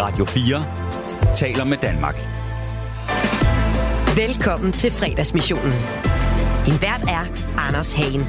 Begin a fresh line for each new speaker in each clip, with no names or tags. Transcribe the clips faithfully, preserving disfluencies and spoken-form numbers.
Radio fire taler med Danmark.
Velkommen til Fredagsmissionen. Din vært er Anders Hagen.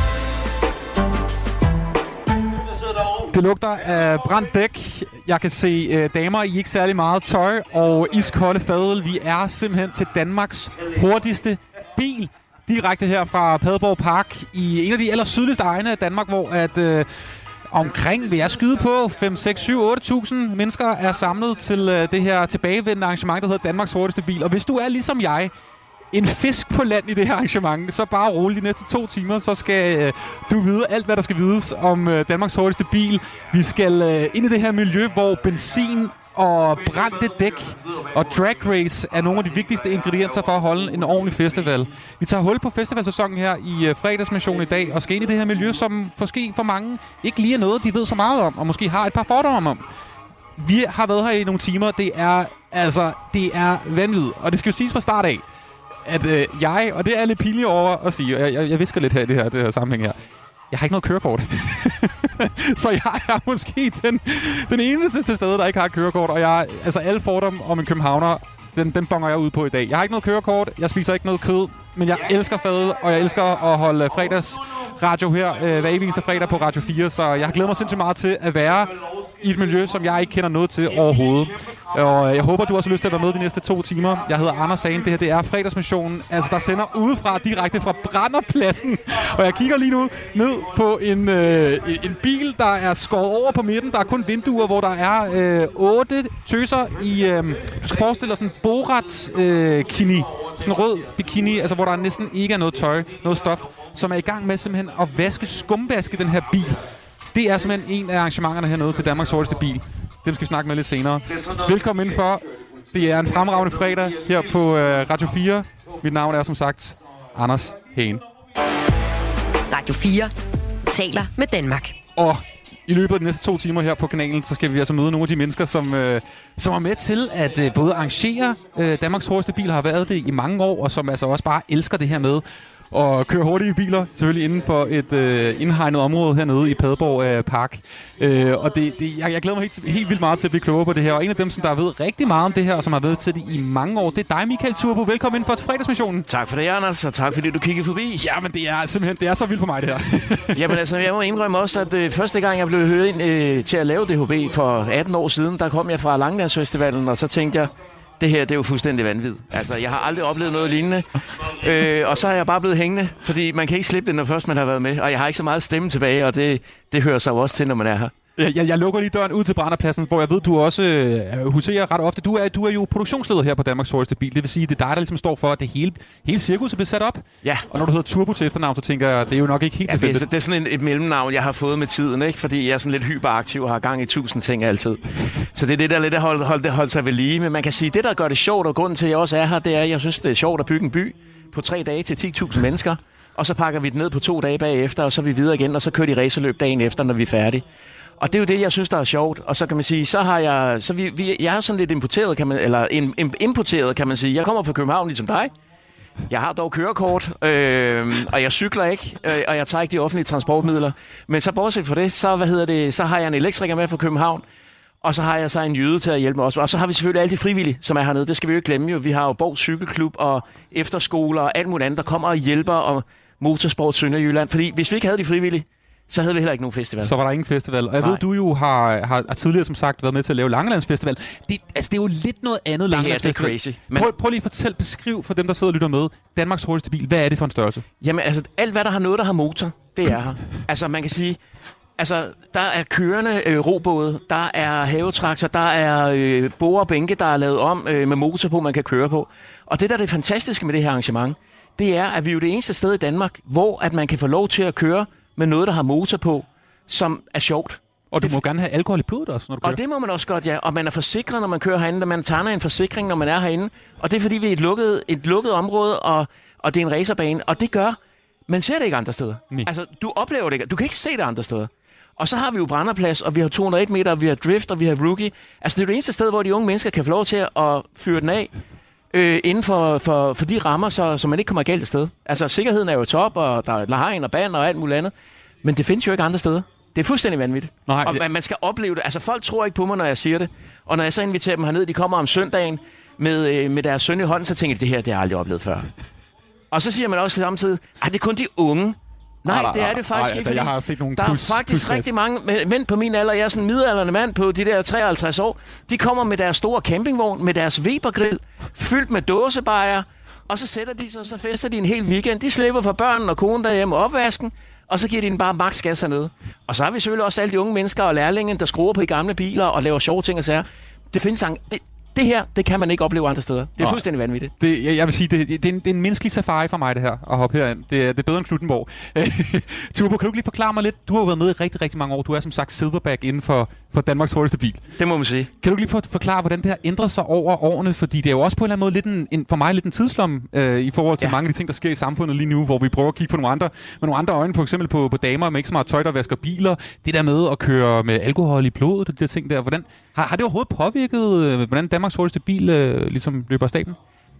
Det lugter af brændt dæk. Jeg kan se øh, damer i ikke særlig meget tøj og iskolde fadøl. Vi er simpelthen til Danmarks hurtigste bil. Direkte her fra Padborg Park i en af de aller sydligste egne af Danmark, hvor at øh, omkring, vil jeg skyde på, fem, seks, syv, otte tusind mennesker er samlet til øh, det her tilbagevendende arrangement, der hedder Danmarks hurtigste bil. Og hvis du er ligesom jeg, en fisk på land i det her arrangement, så bare rolig de næste to timer, så skal øh, du vide alt, hvad der skal vides om øh, Danmarks hurtigste bil. Vi skal øh, ind i det her miljø, hvor benzin og brændte dæk og drag race er nogle af de vigtigste ingredienser for at holde en ordentlig festival. Vi tager hul på festivalsæsonen her i uh, fredagsmission i dag, og skal ind i det her miljø, som måske for mange ikke lige er noget, de ved så meget om, og måske har et par fordomme om. Vi har været her i nogle timer. Det er, altså, det er vanvittigt, og det skal jo siges fra start af, at øh, jeg, og det er lidt pinligt over at sige, og jeg, jeg, jeg visker lidt her i det her, det her sammenhæng her, jeg har ikke noget kørekort. Så jeg er måske den, den eneste til stede, der ikke har et kørekort. Og jeg, altså alle fordomme om en københavner, den, den bonger jeg ud på i dag. Jeg har ikke noget kørekort, jeg spiser ikke noget kød, men jeg elsker fad, og jeg elsker at holde fredagsradio her øh, hver eneste fredag på Radio fire. Så jeg har glædet mig sindssygt meget til at være i et miljø, som jeg ikke kender noget til overhovedet. Og jeg håber, du også har lyst til at være med de næste to timer. Jeg hedder Anders Hagen. Det her det er fredagsmissionen, altså der sender udefra direkte fra Branderpladsen. Og jeg kigger lige nu ned på en, øh, en bil, der er skåret over på midten. Der er kun vinduer, hvor der er øh, otte tøser i, øh, du skal forestille dig sådan en Borat-kini. Øh, sådan en rød bikini, altså hvor der næsten ikke er noget tøj, noget stof, som er i gang med simpelthen at vaske skumvaske den her bil. Det er simpelthen en af arrangementerne hernede til Danmarks hurtigste bil. Dem skal vi snakke med lidt senere. Velkommen indenfor. Det er en fremragende fredag her på øh, Radio fire. Mit navn er som sagt Anders Hagen.
Radio fire taler med Danmark.
Og i løbet af de næste to timer her på kanalen, så skal vi altså møde nogle af de mennesker, som, øh, som er med til at øh, både arrangere øh, Danmarks hurtigste bil, har været det i mange år, og som altså også bare elsker det her med og køre hurtige biler, selvfølgelig inden for et øh, indhegnet område hernede i Padborg øh, Park. Øh, og det, det, jeg, jeg glæder mig helt, helt vildt meget til at blive klogere på det her. Og en af dem, som der ved rigtig meget om det her, og som har været til det i mange år, det er dig, Michael Turbo. Velkommen inden for til fredagsmissionen.
Tak for det, Anders, og tak fordi du kiggede forbi.
Jamen, det er simpelthen det er så vildt for mig, det her.
Jamen altså, jeg må indrømme også, at øh, første gang, jeg blev hørt ind øh, til at lave D H B for atten år siden, der kom jeg fra Langelandsfestivalen, og så tænkte jeg, det her, det er jo fuldstændig vanvittigt. Altså, jeg har aldrig oplevet noget lignende. Øh, og så er jeg bare blevet hængende, fordi man kan ikke slippe det, når først man har været med. Og jeg har ikke så meget stemme tilbage, og det, det hører sig jo også til, når man er her.
Jeg, jeg, jeg lukker lige døren ud til Branderpladsen, hvor jeg ved, du også øh, huserer ret ofte. Du er, du er jo produktionsleder her på Danmarks hurtigste bil. Det vil sige, det er dig, der ligesom står for, at det hele, hele cirkuset bliver sat op.
Ja.
Og når du hedder Turbo til efternavn, så tænker jeg, det er jo nok ikke helt
ja,
tilfældigt.
Det, det er sådan en, et mellemnavn, jeg har fået med tiden, ikke? Fordi jeg er sådan lidt hyperaktiv og har gang i tusind ting altid. Så det er det, der lidt at holde, holde, holde sig ved lige. Men man kan sige, det, der gør det sjovt, og grunden til, at jeg også er her, det er, at jeg synes, det er sjovt at bygge en by på tre dage til ti tusind mennesker. Og så pakker vi det ned på to dage bagefter, og så er vi videre igen, og så kører de racerløb dagen efter, når vi er færdige. Og det er jo det, jeg synes, der er sjovt. Og så kan man sige, så har jeg... Så vi, vi, jeg er sådan lidt importeret, kan man... Eller im, im, importeret, kan man sige. Jeg kommer fra København, ligesom dig. Jeg har dog kørekort, øh, og jeg cykler ikke, øh, og jeg tager ikke de offentlige transportmidler. Men så bortset fra det, så, hvad hedder det, så har jeg en elektriker med fra København, og så har jeg så en jøde til at hjælpe mig også. Og så har vi selvfølgelig alle de frivillige, som er hernede. Det skal vi jo ikke glemme jo. Vi har jo Borg Cykelklub og efterskoler og alt muligt andet, der kommer og hjælper, og Motorsport Sønderjylland. Fordi hvis vi ikke havde de frivillige, så havde vi heller ikke nogen festival.
Så var der ingen festival. Og jeg Nej. ved, du jo har, har, har tidligere, som sagt, været med til at lave Langelandsfestival. Det, altså, det er jo lidt noget andet Langelandsfestival.
Det her, det er crazy. Men...
Prøv, prøv lige at fortælle, beskriv for dem, der sidder og lytter med, Danmarks hurtigste bil. Hvad er det for en størrelse?
Jamen, altså, alt hvad der har noget, der har motor, det er her. Altså, man kan sige... Altså, der er kørende øh, robåde, der er havetraktor, der er øh, borde og bænke, der er lavet om øh, med motor på, man kan køre på. Og det, der er det fantastiske med det her arrangement, det er, at vi er jo det eneste sted i Danmark, hvor at man kan få lov til at køre med noget, der har motor på, som er sjovt.
Og du må gerne have alkohol i blodet også, når du kører.
Og det må man også godt, ja. Og man er forsikret, når man kører herinde, og man tegner en forsikring, når man er herinde. Og det er, fordi vi er et lukket, et lukket område, og, og det er en racerbane. Og det gør, man ser det ikke andre steder. Nej. Altså, du oplever det ikke. Du kan ikke se det andre steder. Og så har vi jo Branderplads, og vi har to hundrede og en meter, og vi har drift, og vi har rookie. Altså, det er det eneste sted, hvor de unge mennesker kan få lov til at fyre den af øh, inden for, for, for de rammer, så, så man ikke kommer galt af sted. Altså, sikkerheden er jo top, og der er hegn og band og alt muligt andet. Men det findes jo ikke andre steder. Det er fuldstændig vanvittigt.
Nej,
og man skal opleve det. Altså, folk tror ikke på mig, når jeg siger det. Og når jeg så inviterer dem herned, de kommer om søndagen med, øh, med deres søn i hånden, så tænker de, det her, det har jeg aldrig oplevet før. Og så siger man også samtidig, at det er kun de unge. Nej, nej, det er det faktisk
nej,
ikke, fordi
jeg har set nogle
der
plus,
er faktisk
plus
rigtig mange mænd på min alder. Jeg er sådan en midaldrende mand på de der treoghalvtreds år. De kommer med deres store campingvogn, med deres Weber-grill, fyldt med dåsebajer, og så sætter de sig, og så fester de en hel weekend. De slipper for børnene og konen derhjemme og opvasken, og så giver de den bare maks gas hernede. Og så har vi selvfølgelig også alle de unge mennesker og lærlingen, der skruer på de gamle biler og laver sjove ting og sager. Det findes sang... Det, Det her, det kan man ikke opleve andre steder. Det er Nå, fuldstændig vanvittigt.
Det, jeg, jeg vil sige, det, det, det, er en, det er en menneskelig safari for mig, det her, at hoppe herind. Det, det er bedre end Knuthenborg. Turbo, kan du lige forklare mig lidt? Du har jo været med i rigtig, rigtig mange år. Du er som sagt silverback inden for, for Danmarks hurtigste bil.
Det må man sige.
Kan du lige forklare, hvordan det har ændret sig over årene? Fordi det er jo også på en eller anden måde lidt en, en, for mig lidt en tidslomme øh, i forhold til ja. mange af de ting, der sker i samfundet lige nu, hvor vi prøver at kigge på nogle andre, med nogle andre øjne, for eksempel på, på damer med ikke så meget tøj, der vasker biler. Det der med at køre med alkohol i blodet og de der ting der. Hvordan, har, har det overhovedet påvirket, øh, hvordan Danmarks hurtigste bil øh, ligesom løber af staben?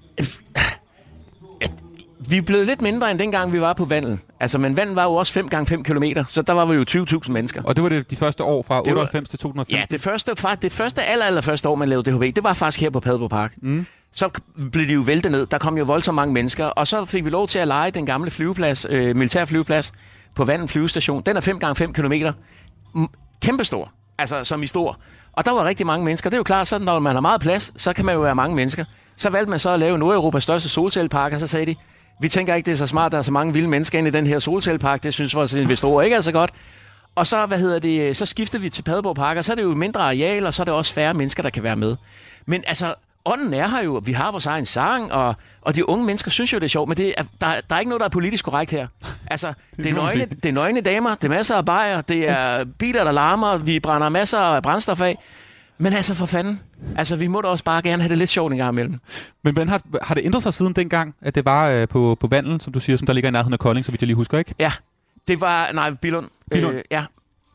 Vi er blevet lidt mindre, end dengang vi var på vandet. Altså, men vandet var jo også fem gange fem kilometer, så der var vi jo tyve tusind mennesker.
Og det var det de første år fra otteoghalvfems til to tusind og femten?
Ja, det første, det første aller, aller første år, man lavede D H B, det var faktisk her på Padborg Park. Mm. Så blev de jo væltet ned. Der kom jo voldsomt mange mennesker, og så fik vi lov til at lege den gamle flyveplads, øh, militærflyveplads på Vanden flyvestation. Den er fem gange fem kilometer. Kæmpestor. Altså, som i stor. Og der var rigtig mange mennesker. Det er jo klart, sådan, når man har meget plads, så kan man jo være mange mennesker. Så valgte man så at lave Nordeuropas største solcellepark, og så sagde de, vi tænker ikke, det er så smart, der er så mange vilde mennesker inde i den her solcellepark. Det synes vores investorer ikke er så godt. Og så, hvad hedder det, så skiftede vi til Padborg Park, og så er det jo mindre areal, og så er det også færre mennesker, der kan være med. Men altså, ånden er her jo. Vi har vores egen sang, og, og de unge mennesker synes jo, det er sjovt, men det er, der, der er ikke noget, der er politisk korrekt her. Altså, det er, nøgne, det er nøgne damer, det er masser af bajer, det er biler, der larmer, vi brænder masser af brændstof af. Men altså, for fanden. Altså, vi må da også bare gerne have det lidt sjovt en gang imellem.
Men, men har, har det ændret sig siden dengang, at det var øh, på, på Vandel, som du siger, som der ligger i nærheden af Kolding, så vidt jeg lige husker, ikke?
Ja, det var... Nej, Billund.
Billund.
Øh, ja.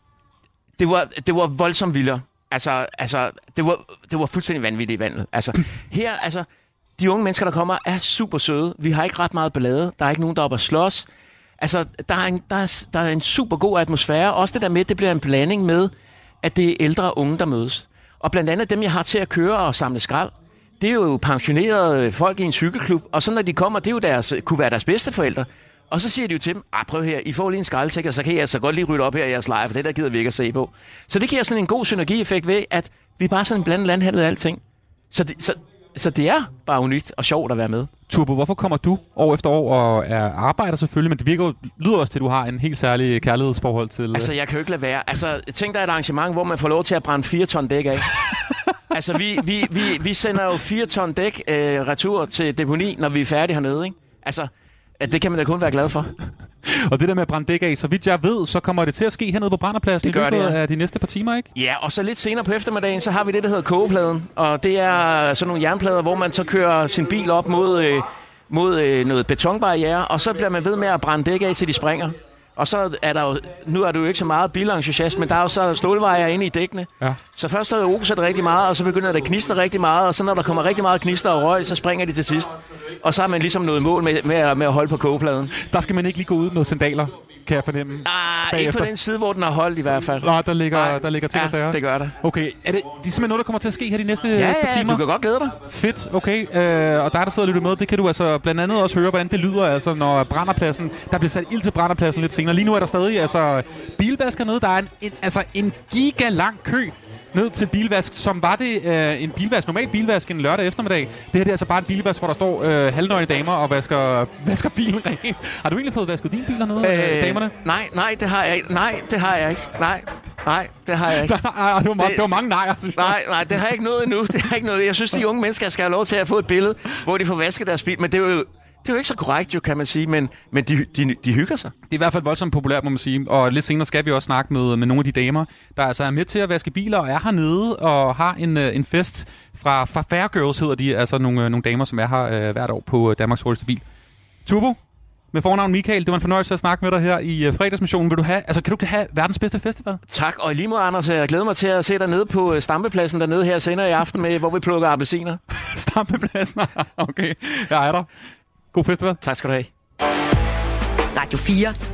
Det var, det var voldsomt vildere. Altså, altså det, var, det var fuldstændig vanvittigt i Vandel. Altså, her, altså... De unge mennesker, der kommer, er super søde. Vi har ikke ret meget ballade. Der er ikke nogen, der er oppe at slås. Altså, der er, en, der, er, der er en super god atmosfære. Også det der med, det bliver en blanding med, at det er ældre og unge, der mødes. Og blandt andet dem, jeg har til at køre og samle skrald, det er jo pensionerede folk i en cykelklub. Og så når de kommer, det er jo deres, kunne være deres bedsteforældre. Og så siger de jo til dem, ah, prøv her, I får lige en skraldesæk, og så kan I altså godt lige rydde op her i jeres lejr, for det der gider vi ikke at se på. Så det giver sådan en god synergieffekt ved, at vi bare sådan en blandet landhandlet af alting. Så det, så, så det er bare unikt og sjovt at være med.
Turbo, hvorfor kommer du år efter år og er arbejder selvfølgelig, men det virker, lyder også til, at du har en helt særlig kærlighedsforhold til...
Altså, jeg kan jo ikke lade være. Altså, tænk dig et arrangement, hvor man får lov til at brænde fire ton dæk af. Altså, vi, vi, vi, vi sender jo fire ton dæk øh, retur til deponi, når vi er færdige hernede, ikke? Altså, det kan man da kun være glad for.
Og det der med at brænde dæk af, så vidt jeg ved, så kommer det til at ske hernede på Brænderpladsen i løbet ja. af de næste par timer, ikke?
Ja, og så lidt senere på eftermiddagen, så har vi det, der hedder kogepladen. Og det er sådan nogle jernplader, hvor man så kører sin bil op mod, øh, mod øh, noget betonbarriere, og så bliver man ved med at brænde dæk af, til de springer. Og så er der jo, nu er det jo ikke så meget bilentusiast, men der er jo så stålvejer inde i dækkene. Ja. Så først så oser det rigtig meget, og så begynder det at knistre rigtig meget, og så når der kommer rigtig meget knister og røg, så springer de til sidst. Og så har man ligesom noget mål med, med, at, med at holde på kogepladen. Der
skal man ikke lige gå ud med sandaler, kan jeg fornemme.
Ah, ikke på den side, hvor den har holdt i hvert fald.
Nå, der ligger, Ej, der ligger ting og sager.
det gør det.
Okay, er det, det er simpelthen noget, der kommer til at ske her de næste
ja,
par timer?
Ja, du kan godt glæde dig.
Fedt, okay. Øh, og der der sidder lidt med, det kan du altså blandt andet også høre, hvordan det lyder, altså når Brænderpladsen, der bliver sat ild til Brænderpladsen lidt senere. Lige nu er der stadig altså bilvasker nede, der er en, en, altså en gigalang kø ned til bilvask, som var det øh, en bilvask, normal bilvask en lørdag eftermiddag. Det her det er altså bare en bilvask, hvor der står øh, halvnøgne damer og vasker, vasker bilen ren. Har du egentlig fået vasket din bil hernede, øh, damerne?
Nej, nej, det har jeg ikke. Nej, det har jeg ikke. Nej, nej, det har jeg ikke.
Nej, det var, meget, det, det var mange nejer, synes jeg.
Nej, nej, det har jeg ikke noget endnu. Det har ikke noget. Jeg synes, de unge mennesker skal have lov til at få et billede, hvor de får vasket deres bil, men det er jo Det er jo ikke så korrekt, jo, kan man sige, men, men de, de, de hygger sig. Det
er i hvert fald voldsomt populært, må man sige. Og lidt senere skal vi også snakke med, med nogle af de damer, der altså er med til at vaske biler og er hernede og har en, en fest fra, fra Fair Girls, hedder de, altså nogle, nogle damer, som er her øh, hvert år på Danmarks hurtigste bil. Turbo, med fornavn Michael, det var en fornøjelse at snakke med dig her i uh, fredagsmissionen. Vil du have, altså, kan du have verdens bedste festival?
Tak, og lige måde, Anders, jeg glæder mig til at se dig nede på Stampepladsen dernede her senere i aften, med, hvor vi plukker appelsiner.
Stampepladsen? Okay, jeg er der. God festival.
Tak skal du have.
Radio fire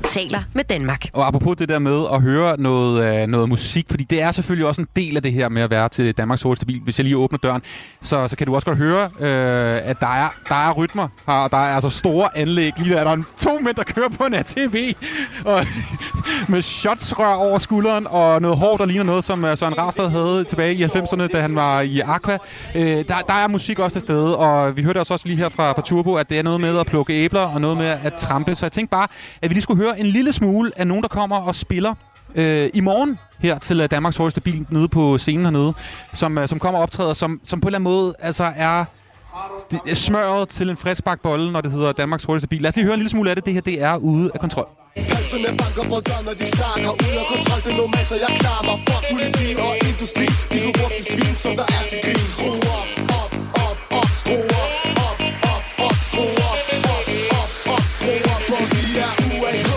taler med Danmark.
Og apropos det der med at høre noget, øh, noget musik, fordi det er selvfølgelig også en del af det her med at være til Danmarks hurtigste bil. Hvis jeg lige åbner døren, så, så kan du også godt høre, øh, at der er, der er rytmer her, og der er altså store anlæg. Lige der er der en to mænd, der kører på en A T V, og med shotsrør over skulderen, og noget hår, der ligner noget, som Søren Rastad havde tilbage i halvfemserne, da han var i Aqua. Øh, der, der er musik også til stede, og vi hørte også lige her fra, fra Turbo, at det er noget med at plukke æbler, og noget med at trampe. Så jeg tænkte bare, at vi lige skulle høre en lille smule af nogen, der kommer og spiller øh, i morgen her til Danmarks hurtigste bil nede på scenen hernede, som, som kommer og optræder, som, som på en eller anden måde altså er det, smøret til en friskbagt bolle, når det hedder Danmarks hurtigste bil. Lad os lige høre en lille smule af det. Det her, det er Ude af kontrol.
Halserne banker på døren, når de snakker. Ude af kontrol, det er normalt, så jeg klarer mig. Fuck politi og industri, de korrupte svin, som der er til grin. Skru op, op, op, op, skru op, op, op, op, skru op, op, op, op, skru op, og vi er U A K.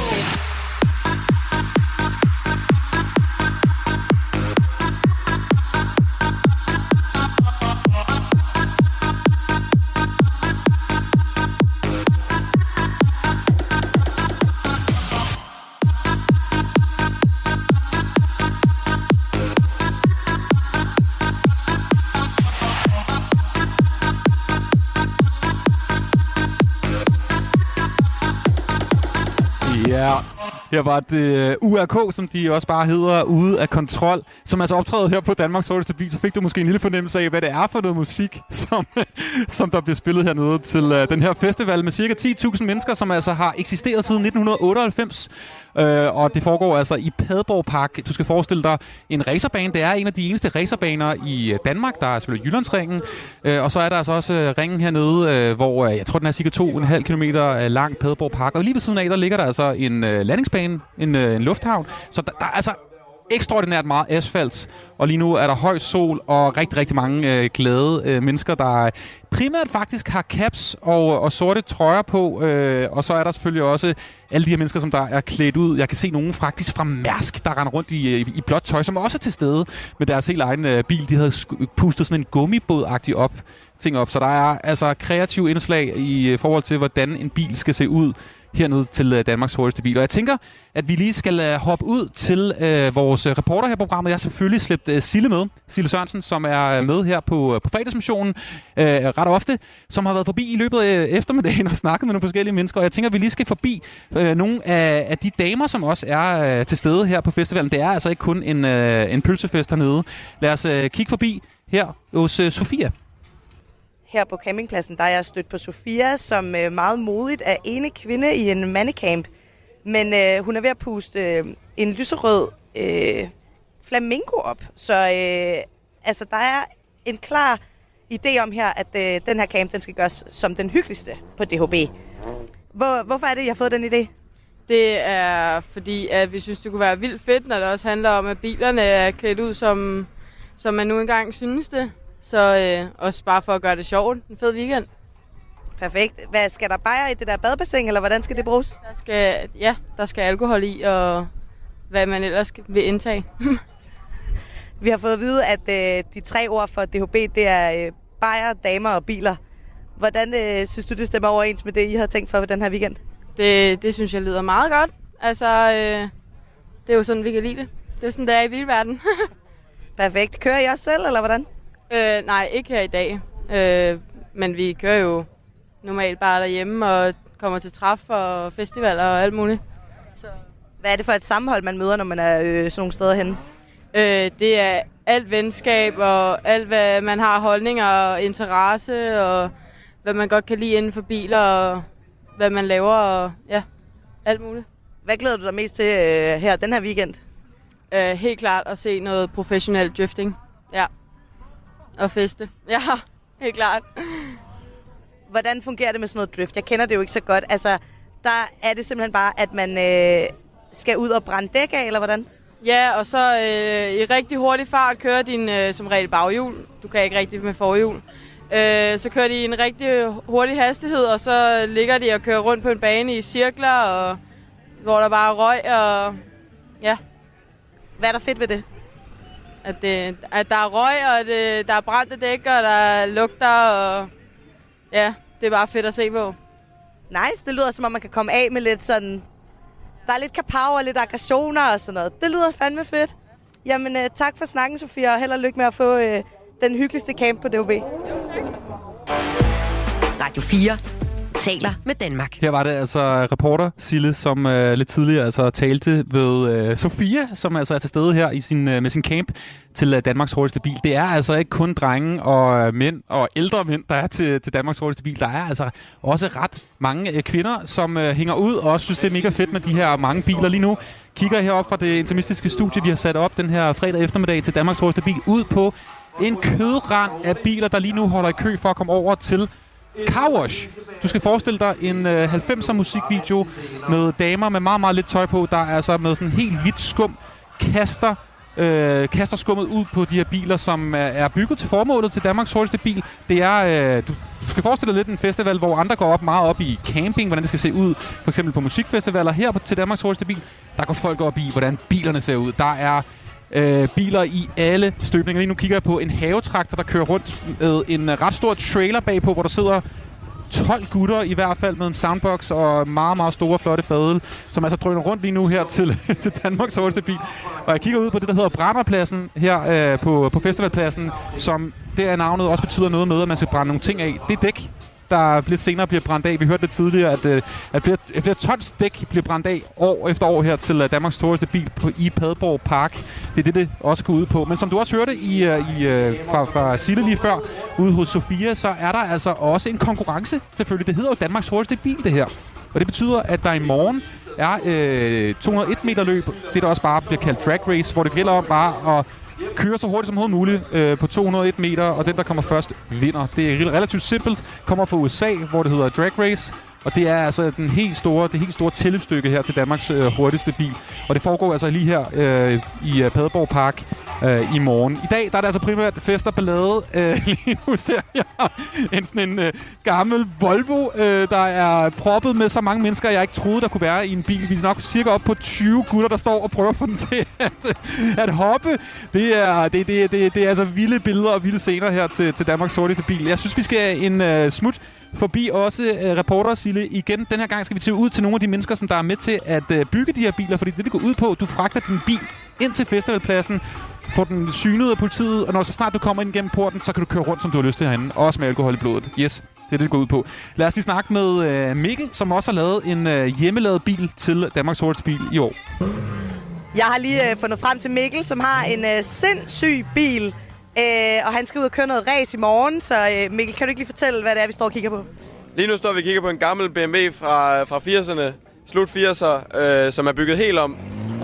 Ja, her var det U R K, som de også bare hedder, Ude af kontrol, som altså optræder her på Danmarks hurtigste bil. Så fik du måske en lille fornemmelse af, hvad det er for noget musik, som, som der bliver spillet hernede til uh, den her festival med cirka ti tusind mennesker, som altså har eksisteret siden nitten otteoghalvfems. Uh, og det foregår altså i Padborg Park. Du skal forestille dig en racerbane. Det er en af de eneste racerbaner i Danmark. Der er selvfølgelig Jyllandsringen. Uh, og så er der altså også uh, ringen hernede, uh, hvor uh, jeg tror, den er cirka to komma fem kilometer lang, Padborg Park. Og lige ved siden af, der ligger der altså en uh, landingsbane, en, uh, en lufthavn. Så der, der er altså ekstraordinært meget asfalt, og lige nu er der høj sol og rigtig, rigtig mange øh, glade øh, mennesker, der primært faktisk har caps og, og sorte trøjer på, øh, og så er der selvfølgelig også alle de her mennesker, som der er klædt ud. Jeg kan se nogen faktisk fra Mærsk, der render rundt i, i, i blåt tøj, som også er til stede med deres helt egen øh, bil. De havde pustet sådan en gummibåd-agtig op, ting op, så der er altså kreative indslag i forhold til, hvordan en bil skal se ud hernede til uh, Danmarks hurtigste bil. Og jeg tænker, at vi lige skal uh, hoppe ud til uh, vores uh, reporter her på programmet. Jeg har selvfølgelig slæbt uh, Sille med. Sille Sørensen, som er uh, med her på, uh, på fredagsmissionen uh, ret ofte, som har været forbi i løbet af eftermiddagen og snakket med nogle forskellige mennesker. Og jeg tænker, at vi lige skal forbi uh, nogle af, af de damer, som også er uh, til stede her på festivalen. Det er altså ikke kun en, uh, en pølsefest hernede. Lad os uh, kigge forbi her hos uh, Sofia.
Her på campingpladsen, der er jeg stødt på Sofia, som øh, meget modigt er ene kvinde i en mandecamp. Men øh, hun er ved at puste øh, en lyserød øh, flamingo op. Så øh, altså, der er en klar idé om her, at øh, den her camp den skal gøres som den hyggeligste på D H B. Hvor, hvorfor er det, I har fået den idé?
Det er fordi, at vi synes, det kunne være vildt fedt, når det også handler om, at bilerne er klædt ud, som, som man nu engang synes det. Så øh, også bare for at gøre det sjovt. En fed weekend.
Perfekt. Hvad, skal der bajer i det der badebassin, eller hvordan skal det bruges?
Der skal, ja, der skal alkohol i, og hvad man ellers vil indtage.
Vi har fået at vide, at øh, de tre ord for D H B, det er øh, bajer, damer og biler. Hvordan øh, synes du, det stemmer overens med det, I har tænkt for den her weekend?
Det, det synes jeg lyder meget godt. Altså, øh, det er jo sådan, vi kan lide det. Det er sådan, det er i bilverden.
Perfekt. Kører I også selv, eller hvordan?
Øh, nej, ikke her i dag. Øh, men vi kører jo normalt bare derhjemme og kommer til træf og festivaler og alt muligt. Så.
Hvad er det for et sammenhold, man møder, når man er øh, sådan nogle steder henne?
Øh, det er alt venskab og alt, hvad man har holdninger og interesse og hvad man godt kan lide inden for biler og hvad man laver og ja, alt muligt.
Hvad glæder du dig mest til øh, her den her weekend?
Øh, helt klart at se noget professionel drifting. Ja. Og feste. Ja, helt klart.
Hvordan fungerer det med sådan noget drift? Jeg kender det jo ikke så godt. Altså, der er det simpelthen bare, at man øh, skal ud og brænde dæk af, eller hvordan?
Ja, og så øh, i rigtig hurtig fart kører din øh, som regel baghjul. Du kan ikke rigtig med forhjul. Øh, så kører de i en rigtig hurtig hastighed, og så ligger de og kører rundt på en bane i cirkler, og, hvor der bare er røg, og ja.
Hvad er der fedt ved det?
At, det, at der er røg, og det, der er brændte dæk, og der lugter, og ja, det er bare fedt at se på.
Nice, det lyder som om man kan komme af med lidt sådan der er lidt kapav og lidt aggressioner og sådan noget. Det lyder fandme fedt. Jamen, øh, tak for snakken, Sofia, og held og lykke med at få øh, den hyggeligste camp på D H B.
Radio fire taler med Danmark.
Her var det altså reporter Sille, som øh, lidt tidligere altså talte ved øh, Sofia, som altså er til stede her i sin, øh, med sin camp til øh, Danmarks hurtigste bil. Det er altså ikke kun drenge og øh, mænd og ældre mænd, der er til, til Danmarks hurtigste bil. Der er altså også ret mange øh, kvinder, som øh, hænger ud og også synes, det er mega fedt med de her mange biler lige nu. Kigger herop fra det interimistiske studie, vi har sat op den her fredag eftermiddag til Danmarks hurtigste bil, ud på en kødrand af biler, der lige nu holder i kø for at komme over til Car Wash. Du skal forestille dig en øh, halvfemser musikvideo med damer med meget, meget lidt tøj på, der er altså med sådan helt hvidt skum kaster, øh, kaster skummet ud på de her biler, som er, er bygget til formålet til Danmarks hurtigste bil. Det er, øh, du, du skal forestille dig lidt en festival, hvor andre går op meget op i camping, hvordan det skal se ud, for eksempel på musikfestivaler. Her på, til Danmarks hurtigste bil, der går folk op i, hvordan bilerne ser ud. Der er Øh, biler i alle støbninger. Lige nu kigger jeg på en havetraktor, der kører rundt med en ret stor trailer bagpå, hvor der sidder tolv gutter i hvert fald med en soundbox og meget, meget store, flotte fadel, som altså drøner rundt lige nu her til, til Danmarks hurtigste bil. Og jeg kigger ud på det, der hedder Brænderpladsen her øh, på, på festivalpladsen, som det er navnet også betyder noget med, at man skal brænde nogle ting af. Det er dæk, der lidt senere bliver brændt af. Vi hørte lidt tidligere, at, øh, at flere, flere tons dæk bliver brændt af år efter år her til uh, Danmarks hurtigste bil på, i Padborg Park. Det er det, det også går ud på. Men som du også hørte i, uh, i, uh, fra, fra Sille lige før, ude hos Sofia, så er der altså også en konkurrence, selvfølgelig. Det hedder jo Danmarks hurtigste bil, det her. Og det betyder, at der i morgen er øh, to hundrede og en meter løb. Det, der også bare bliver kaldt drag race, hvor det gælder om bare at køre så hurtigt som overhovedet muligt øh, på to hundrede og en meter, og den, der kommer først, vinder. Det er relativt simpelt. Kommer fra U S A, hvor det hedder drag race, og det er altså den helt store, det helt store tilløbsstykke her til Danmarks øh, hurtigste bil. Og det foregår altså lige her øh, i uh, Padborg Park øh, i morgen. I dag der er det altså primært fest og ballade. Øh, lige nu ser jeg en sådan en øh, gammel Volvo, øh, der er proppet med så mange mennesker, jeg ikke troede, der kunne være i en bil. Vi er nok cirka op på tyve gutter, der står og prøver at få den til at, at hoppe. Det er, det, det, det, det er altså vilde billeder og vilde scener her til, til Danmarks hurtigste bil. Jeg synes, vi skal en øh, smut forbi også uh, reporter Sille igen. Den her gang skal vi til ud til nogle af de mennesker, som der er med til at uh, bygge de her biler, fordi det, det går ud på, du fragter din bil ind til festivalpladsen, får den synet af politiet, og når så snart du kommer ind gennem porten, så kan du køre rundt, som du har lyst til herinde, også med alkohol i blodet. Yes, det er det, det går ud på. Lad os lige snakke med uh, Mikkel, som også har lavet en uh, hjemmelavet bil til Danmarks hurtigste bil i år.
Jeg har lige uh, fundet frem til Mikkel, som har en uh, sindssyg bil, Uh, og han skal ud og køre noget race i morgen, så uh, Mikkel, kan du ikke lige fortælle, hvad det er, vi står og kigger på?
Lige nu står vi og kigger på en gammel B M W fra, fra firserne, slut firserne, øh, som er bygget helt om.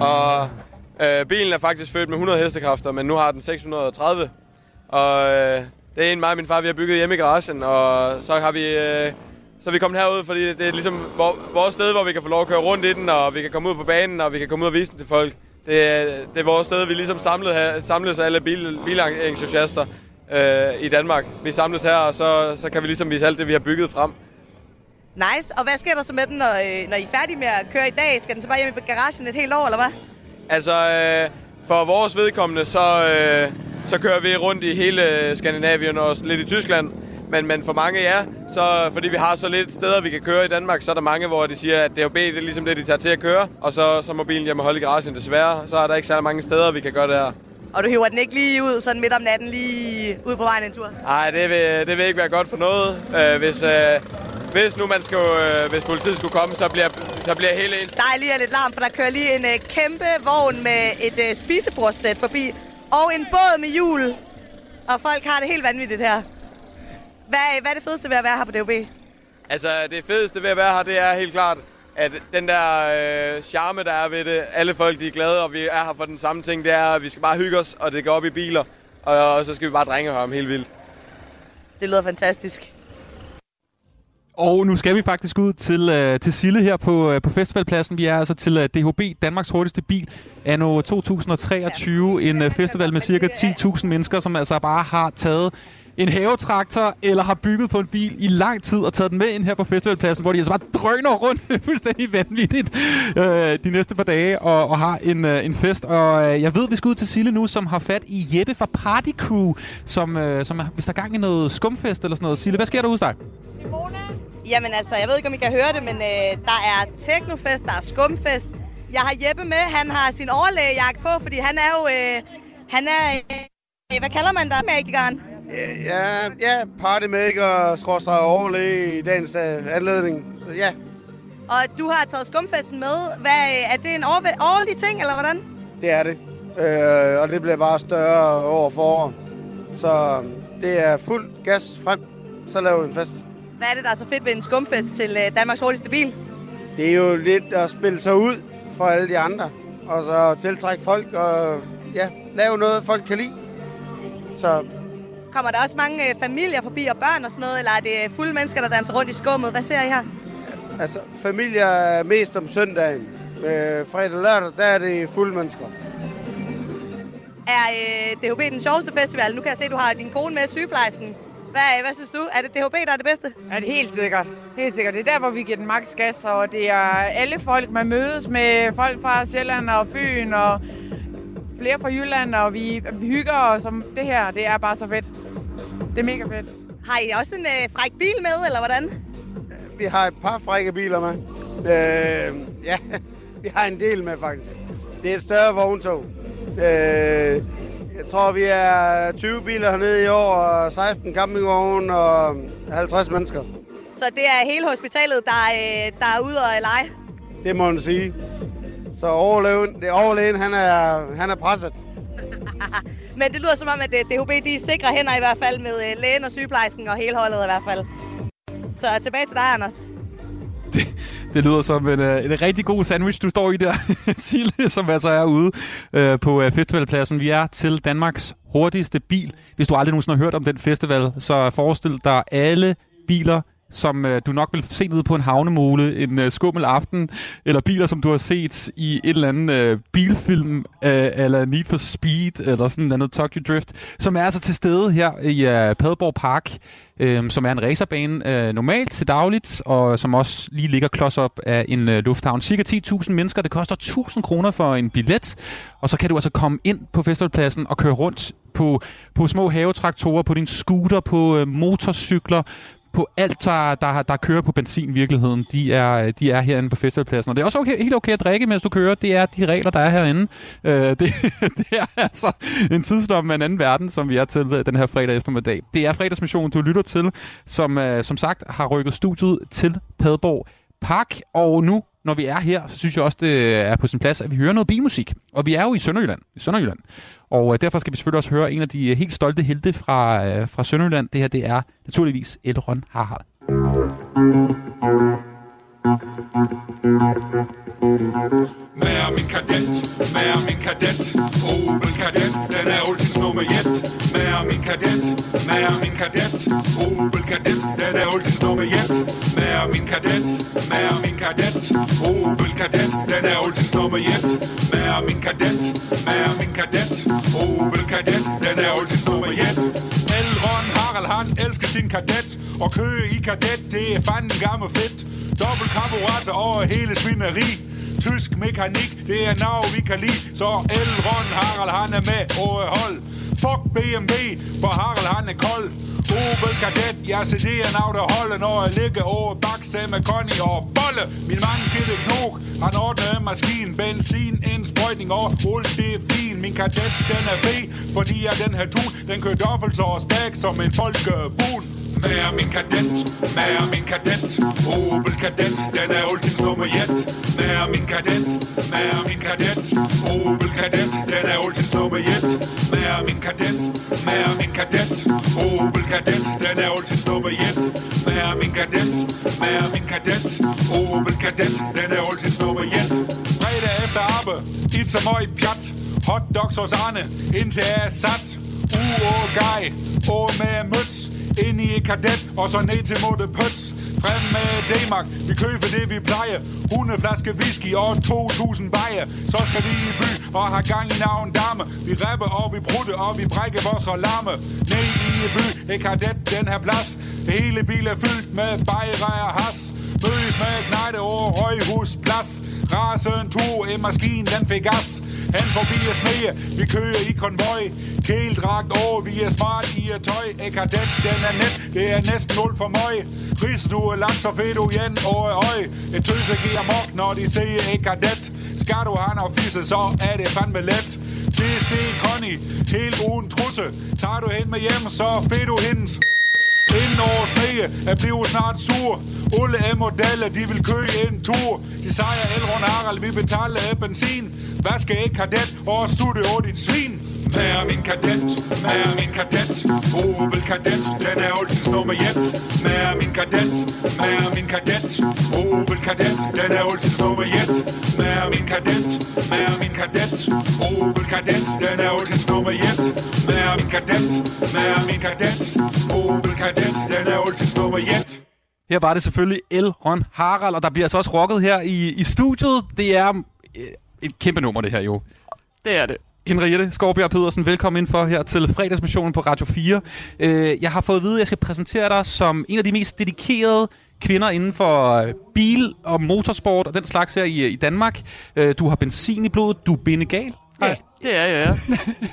Og øh, bilen er faktisk født med hundrede hestekræfter, men nu har den seks hundrede og tredive. Og øh, det er en mig og min far, vi har bygget hjemme i garagen, og så har vi, øh, så er vi kommet herud, fordi det er ligesom vores sted, hvor vi kan få lov at køre rundt i den, og vi kan komme ud på banen, og vi kan komme ud og vise den til folk. Det er, det er vores sted, vi ligesom samlet, samles alle bil, bilentusiaster øh, i Danmark. Vi samles her, og så, så kan vi ligesom vise alt det, vi har bygget frem.
Nice. Og hvad sker der så med den, når, når I er færdige med at køre i dag? Skal den så bare hjem i garagen et helt år, eller hvad?
Altså, øh, for vores vedkommende, så, øh, så kører vi rundt i hele Skandinavien og lidt i Tyskland. Men, men for mange, ja, så fordi vi har så lidt steder, vi kan køre i Danmark, så er der mange, hvor de siger, at D H B det er ligesom det, de tager til at køre. Og så, så må bilen hjemme holde i garagen desværre. Så er der ikke særlig mange steder, vi kan gøre det her.
Og du hiver den ikke lige ud sådan midt om natten, lige ud på vejen en tur?
Nej, det vil, det vil ikke være godt for noget. Øh, hvis, øh, hvis nu man skal, øh, hvis politiet skulle komme, så bliver, så bliver hele...
Der er lige lidt larm, for der kører lige en øh, kæmpe vogn med et øh, spisebordsæt forbi. Og en båd med hjul. Og folk har det helt vanvittigt her. Hvad, hvad er det fedeste ved at være her på D H B?
Altså, det fedeste ved at være her, det er helt klart, at den der øh, charme, der er ved det, alle folk de er glade, og vi er her for den samme ting, det er, at vi skal bare hygge os, og det går op i biler, og, og så skal vi bare drenge her om helt vildt.
Det lyder fantastisk.
Og nu skal vi faktisk ud til, øh, til Sille her på, øh, på festivalpladsen. Vi er altså til øh, D H B, Danmarks hurtigste bil, anno to tusind og treogtyve. En øh, festival med cirka ti tusind mennesker, som altså bare har taget en havetraktor, eller har bygget på en bil i lang tid og taget den med ind her på festivalpladsen, hvor de altså bare drøner rundt fuldstændig vanvittigt øh, de næste par dage og, og har en, øh, en fest. Og øh, jeg ved, vi skal ud til Sille nu, som har fat i Jeppe fra Party Crew, som, øh, som er, hvis der er gang i noget skumfest eller sådan noget. Sille, hvad sker der hos dig?
Jamen altså, jeg ved ikke, om I kan høre det, men øh, der er teknofest, der er skumfest, Jeg har Jeppe med. Han har sin overlægejakke på, fordi han er jo... Øh, han er... Øh, hvad kalder man der? Magikeren?
Ja, ja partymaker, skråstreg overlæge i dagens uh, anledning. Så, ja.
Og du har taget skumfesten med. Hvad, er det en årlig ting, eller hvordan?
Det er det. Øh, og det bliver bare større år for år. Så det er fuld gas frem. Så laver vi en fest.
Hvad er det, der er så fedt ved en skumfest til uh, Danmarks hurtigste bil?
Det er jo lidt at spille sig ud for alle de andre. Og så tiltrække folk og ja, lave noget, folk kan lide. Så...
Kommer der også mange øh, familier forbi og børn og sådan noget, eller er det fulde mennesker, der danser rundt i skummet? Hvad ser I her?
Altså, familier er mest om søndagen. Øh, fredag og lørdag, der er det fulde mennesker.
Er øh, D H B den sjoveste festival? Nu kan jeg se, at du har din kone med, sygeplejersken. Hvad, hvad synes du? Er det D H B, der er det bedste?
Ja, det er helt sikkert. Helt sikkert. Det er der, hvor vi giver den maks gas, og det er alle folk, man mødes med. Folk fra Sjælland og Fyn og flere fra Jylland, og vi, vi hygger os om det her. Det er bare så fedt. Det er mega fedt.
Har I også en øh, fræk bil med, eller hvordan?
Vi har et par frække biler med. Øh, ja, vi har en del med faktisk. Det er et større vogntog. Øh, jeg tror, vi er tyve biler hernede i år, og seksten campingvogne og halvtreds mennesker.
Så det er hele hospitalet, der, øh, der er ude og lege?
Det må man sige. Så overlægen, det overlægen han, er, han er presset.
Men det lyder som om, at D H B de er sikre hænder i hvert fald med lægen og sygeplejersken og hele holdet i hvert fald. Så tilbage til dig, Anders.
Det, det lyder som en, en rigtig god sandwich, du står i der, Sille, som altså er ude øh, på festivalpladsen. Vi er til Danmarks hurtigste bil. Hvis du aldrig nogensinde har hørt om den festival, så forestil dig alle biler, som øh, du nok vil se nede på en havnemole en øh, skummel aften, eller biler, som du har set i et eller andet øh, bilfilm, øh, eller Need for Speed, eller sådan noget Tokyo Drift, som er altså til stede her i øh, Padborg Park, øh, som er en racerbane øh, normalt til dagligt, og som også lige ligger klods op af en øh, lufthavn. Cirka ti tusind mennesker, det koster tusind kroner for en billet, og så kan du altså komme ind på festivalpladsen og køre rundt på, på små havetraktorer, på din scooter, på øh, motorcykler, på alt, der, der, der kører på benzin i virkeligheden, de er, de er herinde på festivalpladsen. Og det er også okay, helt okay at drikke, mens du kører. Det er de regler, der er herinde. Øh, det, det er altså en tidslomme af en anden verden, som vi er til den her fredag eftermiddag. Det er fredagsmissionen, du lytter til, som øh, som sagt har rykket studiet til Padborg Park. Og nu, når vi er her, så synes jeg også, det er på sin plads, at vi hører noget bilmusik. Og vi er jo i Sønderjylland. I Sønderjylland. Og øh, derfor skal vi selvfølgelig også høre en af de helt stolte helte fra, øh, fra Sønderjylland. Det her, det er naturligvis Elrond Harald.
Med min kadet, med min kadet, Opel Kadett, den er oldtidens nummer et. Med min kadet, med min kadet, Opel Kadett, den er oldtidens nummer et. Med min kadet, med min kadet, Opel Kadett, den er oldtidens nummer et. Med min kadet, med min kadet, Opel Kadett, den er oldtidens nummer et. Elrond Harald, han elsker sin kadet, og kører i kadet, det er fanden gammel fedt. Dobbelt karburator over hele svineri. Tysk mekanik, det er noget vi kan lide. Så Elrond Harald, han er med og hold. Fuck B M W, for Harald han er kold. Opel Kadett, ja, så det er noget der holder, når jeg ligger over bakse med Connie og bolle. Min mand Gitte Knok, han ordner en maskine, benzin, indsprøjtning og olie, det er fin. Min Kadett, den er fed, fordi jeg den her tun, den kører dobbelt så stærk som en folkebun. Med min kadet, med min kadet, Opel Kadett, den er oldtidens nummer et. Med min kadet, med min kadet, Opel Kadett, den er oldtidens nummer et. Med min kadet, med min kadet, Opel Kadett, den er oldtidens nummer et. Med min kadet, med min kadet, Opel Kadett, den er oldtidens nummer et. Fredag efter arbejde, et så meget pjat, hotdogs hos Arne, indtil jeg er sat. U-å gej, og med møds, ind i et kadet, og så ned til Måtte Pøts. Frem med D-Mark, vi køber det vi plejer. hundrede flaske whisky og to tusind bajer. Så skal vi i by og have gang i navn dame. Vi rapper og vi prutter og vi brækker vores alarme. Ned i by, et kadet, den her plads. Hele bil er fyldt med bajere og has. Mødes med knejde over Røghusplads. Rase en tur, en maskine, den fik gas. Han forbi er smede, vi kører i konvoj. Kældragt over, vi er smart i et tøj. Et kadet, den er net, det er næsten nul for møg. Ris du er lagt så fedt du igen over øj. Et tøse giver mok, når de ser et kadet. Skal du have noget fisse, så er det fandme let. Det er Stig Conny, helt uden trusse. Tager du hen med hjem, så fed du hendes. Inden over snege er blevet snart sur. Alle er modeller, de vil køge en tur. De sejrer Elrond Harald, vi betaler af benzin. Hvad skal ikke kadet og sutte over dit svin? Med min kadet, med min kadet. Opel Kadett, den er altid nummer et. Med min kadet, med min kadet. Opel Kadett, den er altid nummer et. Med min kadet, med min kadet. Opel Kadett, den er altid nummer et. Med min kadet, med min kadet. Opel Kadett, den er altid nummer et.
Her var det selvfølgelig Elrond Harald, og der bliver altså også rocket her i, i studiet. Det er øh, et kæmpe nummer, det her jo.
Det er det.
Henriette Skovbjerg Pedersen, velkommen ind for her til fredagsmissionen på Radio fire. Øh, jeg har fået at vide, at jeg skal præsentere dig som en af de mest dedikerede kvinder inden for bil- og motorsport og den slags her i, i Danmark. Øh, du har benzin i blodet, du er bindegal.
Ja, det er jeg, ja.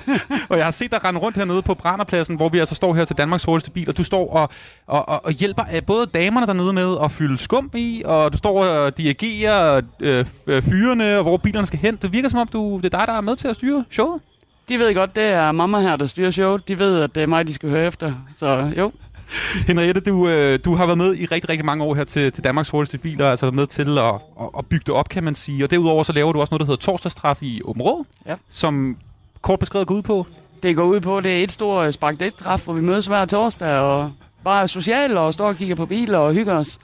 Og jeg har set dig rende rundt hernede på Branderpladsen, hvor vi altså står her til Danmarks hurtigste bil, og du står og, og, og, og hjælper både damerne dernede med at fylde skum i, og du står og dirigerer øh, fyrene, og hvor bilerne skal hen. Det virker som om, du, det er dig, der er med til at styre showet.
De ved godt, det er mamma her, der styrer showet. De ved, at det er mig, de skal høre efter, så jo.
Henriette, du, øh, du har været med i rigtig, rigtig mange år her til, til Danmarks hurtigste biler, altså været med til at, at, at bygge det op, kan man sige. Og derudover så laver du også noget, der hedder torsdagstraf i Aabenraa, ja. Som kort beskrevet går ud på.
Det går ud på, det er et stort sparkdækstraf, hvor vi mødes hver torsdag og bare er sociale og står og kigger på biler og hygger os.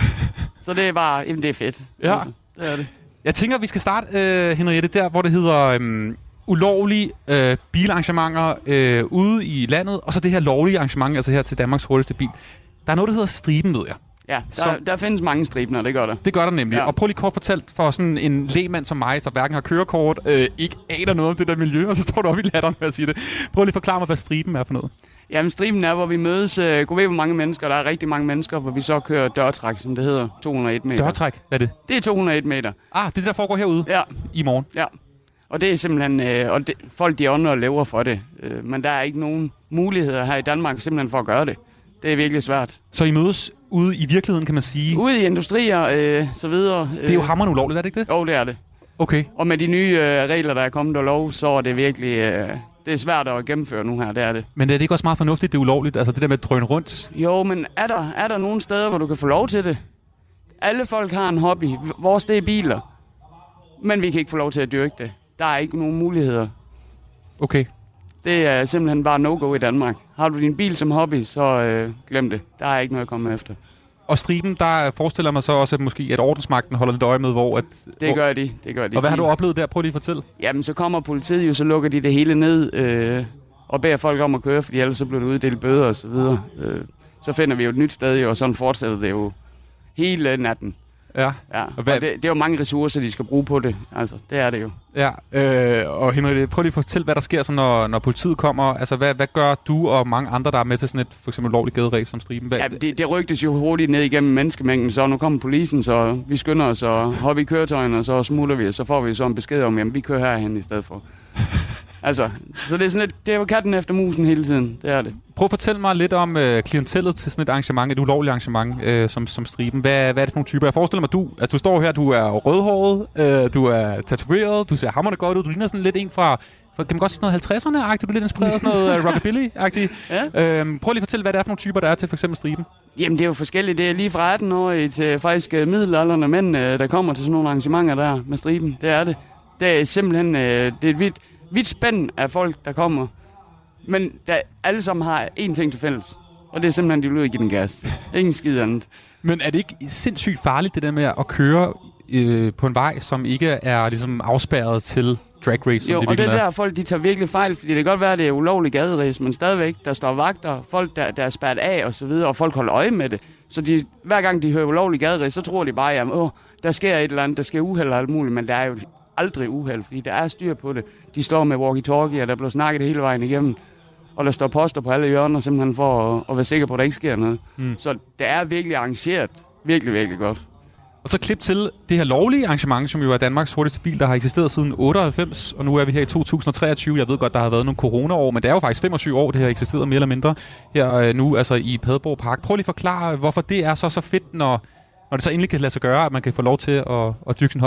Så det er bare, jamen det er fedt.
Ja.
Altså, det er det.
Jeg tænker, vi skal starte, øh, Henriette, der hvor det hedder øh, ulovlige øh, bilarrangementer øh, ude i landet, og så det her lovlige arrangement, altså her til Danmarks hurtigste bil. Der er noget, der hedder Striben, ved jeg.
Ja, der, så, der findes mange stribener, det gør der.
Det gør der nemlig.
Ja.
Og prøv lige kort fortalt for sådan en lægmand som mig, så hverken har kørekort, øh, ikke aner noget om det der miljø, og så står du op i latteren med at sige det. Prøv lige at forklare mig, hvad Striben er for noget.
Jamen, Striben er, hvor vi mødes. Øh, gå ved, hvor mange mennesker. Der er rigtig mange mennesker, hvor vi så kører dørtræk, som det hedder, to hundrede og en meter.
Dørtræk? Hvad er det?
Det er to hundrede og en meter.
Ah, det er det, der foregår herude?
Ja.
I morgen?
Ja. Og det er simpelthen, øh, og det, folk de ånder og lever for det. Øh, men der er ikke nogen muligheder her i Danmark simpelthen for at gøre det. Det er virkelig svært.
Så I mødes ude i virkeligheden, kan man sige?
Ude i industrier, øh, så videre.
Det er jo hammerende ulovligt, er det ikke det?
Jo, det er det.
Okay.
Og med de nye øh, regler, der er kommet og lov, så er det virkelig øh, det er svært at gennemføre nu her, det er det.
Men er det ikke også meget fornuftigt, det er ulovligt? Altså det der med at drøne rundt?
Jo, men er der, er der nogle steder, hvor du kan få lov til det? Alle folk har en hobby. Vores det er biler. Men vi kan ikke få lov til at dyrke det. Der er ikke nogen muligheder.
Okay.
Det er simpelthen bare no-go i Danmark. Har du din bil som hobby, så øh, glem det. Der er ikke noget at komme efter.
Og Striben, der forestiller mig så også, at måske at ordensmagten holder lidt øje med, hvor... At,
det gør de, det gør de.
Og hvad har du oplevet der? Prøv lige at fortælle.
Jamen, så kommer politiet jo, så lukker de det hele ned øh, og beder folk om at køre, fordi ellers så bliver det uddelt bøder og så videre. Øh, så finder vi jo et nyt sted, og sådan fortsætter det jo hele natten.
Ja.
Ja. Og det, det er jo mange ressourcer, de skal bruge på det. Altså, det er det jo.
Ja, øh, og Henriette, prøv lige at fortælle, hvad der sker, så når, når politiet kommer. Altså, hvad, hvad gør du og mange andre, der er med til sådan et for eksempel lovligt gaderæs som Striben? Hvad?
Ja, det, det rygtes jo hurtigt ned igennem menneskemængden, så nu kommer polisen, så vi skynder os og hopper i køretøjerne, og så smutter vi, og så får vi så en besked om, jamen vi kører herhen i stedet for. Altså, så det er sådan lidt, det er jo katten efter musen hele tiden, det er det.
Prøv at fortælle mig lidt om øh, klientellet til sådan et arrangement, et ulovligt arrangement øh, som, som Striben. Hvad, hvad er det for nogle typer? Jeg forestiller mig, du, altså, du står her, du er rødhåret, øh, du er tatoveret, du ser hamrende godt ud, du ligner sådan lidt en fra, fra kan man godt sige noget halvtredserne-agtigt, du er lidt inspireret af sådan noget uh, rockabilly-agtigt. Ja. Øh, prøv lige at fortælle, hvad det er for nogle typer, der er til for eksempel Striben.
Jamen, det er jo forskelligt. Det er lige fra atten-årige til faktisk middelaldrende mænd, der kommer til sådan nogle arrangementer der med Striben. Det er det. Det er simpelthen, øh, det er et vidt, vidt spænd af folk, der kommer. Men der, alle sammen har én ting til fælles. Og det er simpelthen, de vil ud og give den gas. Ingen skid andet.
Men er det ikke sindssygt farligt, det der med at køre øh, på en vej, som ikke er ligesom afspærret til drag race?
Jo,
det
og det er
er
der, folk de tager virkelig fejl, fordi det kan godt være, at det er ulovligt gaderæs, men stadigvæk, der står vagter, folk, der, der er spærret af og så videre, og folk holder øje med det. Så de, hver gang de hører ulovligt gaderæs, så tror de bare, at åh, der sker et eller andet, der sker uheld og alt muligt, men der er jo aldrig uheld, fordi der er styr på det. De står med walkie-talkie, og der bliver snakket hele vejen igennem. Og der står poster på alle hjørner, simpelthen for at, at være sikker på, at der ikke sker noget. Mm. Så det er virkelig arrangeret. Virkelig, virkelig godt.
Og så klip til det her lovlige arrangement, som jo er Danmarks hurtigste bil, der har eksisteret siden otteoghalvfems, og nu er vi her i to tusind og treogtyve. Jeg ved godt, der har været nogle corona-år, men det er jo faktisk femogtyve år, det har eksisteret mere eller mindre her øh, nu, altså i Padborg Park. Prøv lige at forklare, hvorfor det er så så fedt, når, når det så endelig kan lade sig gøre, at man kan få lov til at, at dyrke sin hobby.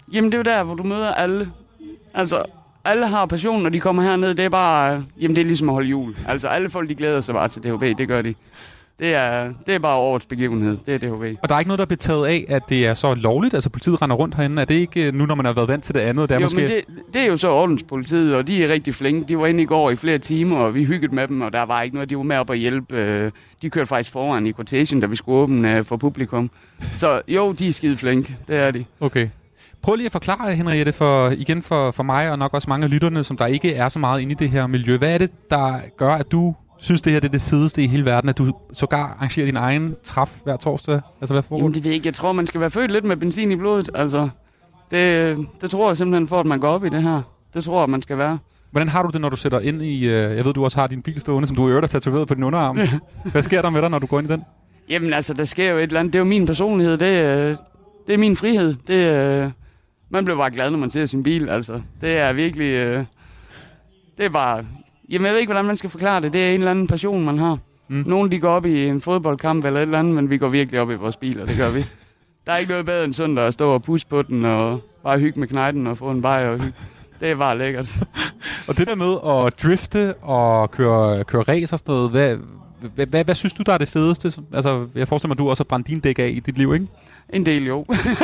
Jamen, det er jo der, hvor du møder alle. Altså, alle har passion, når de kommer herned. Det er bare, jamen, det er ligesom at holde jul. Altså, alle folk, de glæder sig bare til D H B. Det gør de. Det er, det er bare årets begivenhed. Det er D H B.
Og der er ikke noget, der bliver taget af, at det er så lovligt? Altså, politiet render rundt herinde. Er det ikke nu, når man har været vant til det andet? Der
jo,
måske...
men det, det er jo så ordenspolitiet, og de er rigtig flinke. De var inde i går i flere timer, og vi hyggede med dem, og der var ikke noget. De var med op at hjælpe. De kørte faktisk foran i quotation, da vi skulle åbne for publikum. Så jo, de er skide flinke. Det er de.
Okay. Prøv lige at forklare, Henriette, for, igen for, for mig, og nok også mange af lytterne, som der ikke er så meget inde i det her miljø. Hvad er det, der gør, at du synes, det her det er det fedeste i hele verden, at du sågar arrangerer din egen træf hver torsdag? Altså, hvad foregår?
Jamen, det ved jeg ikke. Jeg tror, man skal være født lidt med benzin i blodet. Altså, det, det tror jeg simpelthen for, at man går op i det her. Det tror jeg, man skal være.
Hvordan har du det, når du sætter ind i... Øh, jeg ved, du også har din bil stående, som du i øvrigt har tatoveret på din underarm. Hvad sker der med dig, når du går ind i den?
Jamen, altså, der sker jo et eller andet. Det er jo min personlighed. Det, øh, det er min frihed. Det, øh, man bliver bare glad, når man ser sin bil. Altså, det er virkelig... Øh, det er bare... Jamen, jeg ved ikke, hvordan man skal forklare det. Det er en eller anden passion, man har. Mm. Nogle, de går op i en fodboldkamp eller et eller andet, men vi går virkelig op i vores biler. Det gør vi. Der er ikke noget bedre end søndag at stå og pusse på den og bare hygge med knejden og få en bajer og hygge. Det er bare lækkert.
Og det der med at drifte og køre, køre race og sådan noget, hvad, hvad, hvad, hvad synes du, der er det fedeste? Altså, jeg forestiller mig, at du også har brændt din dæk af i dit liv, ikke?
En del, jo.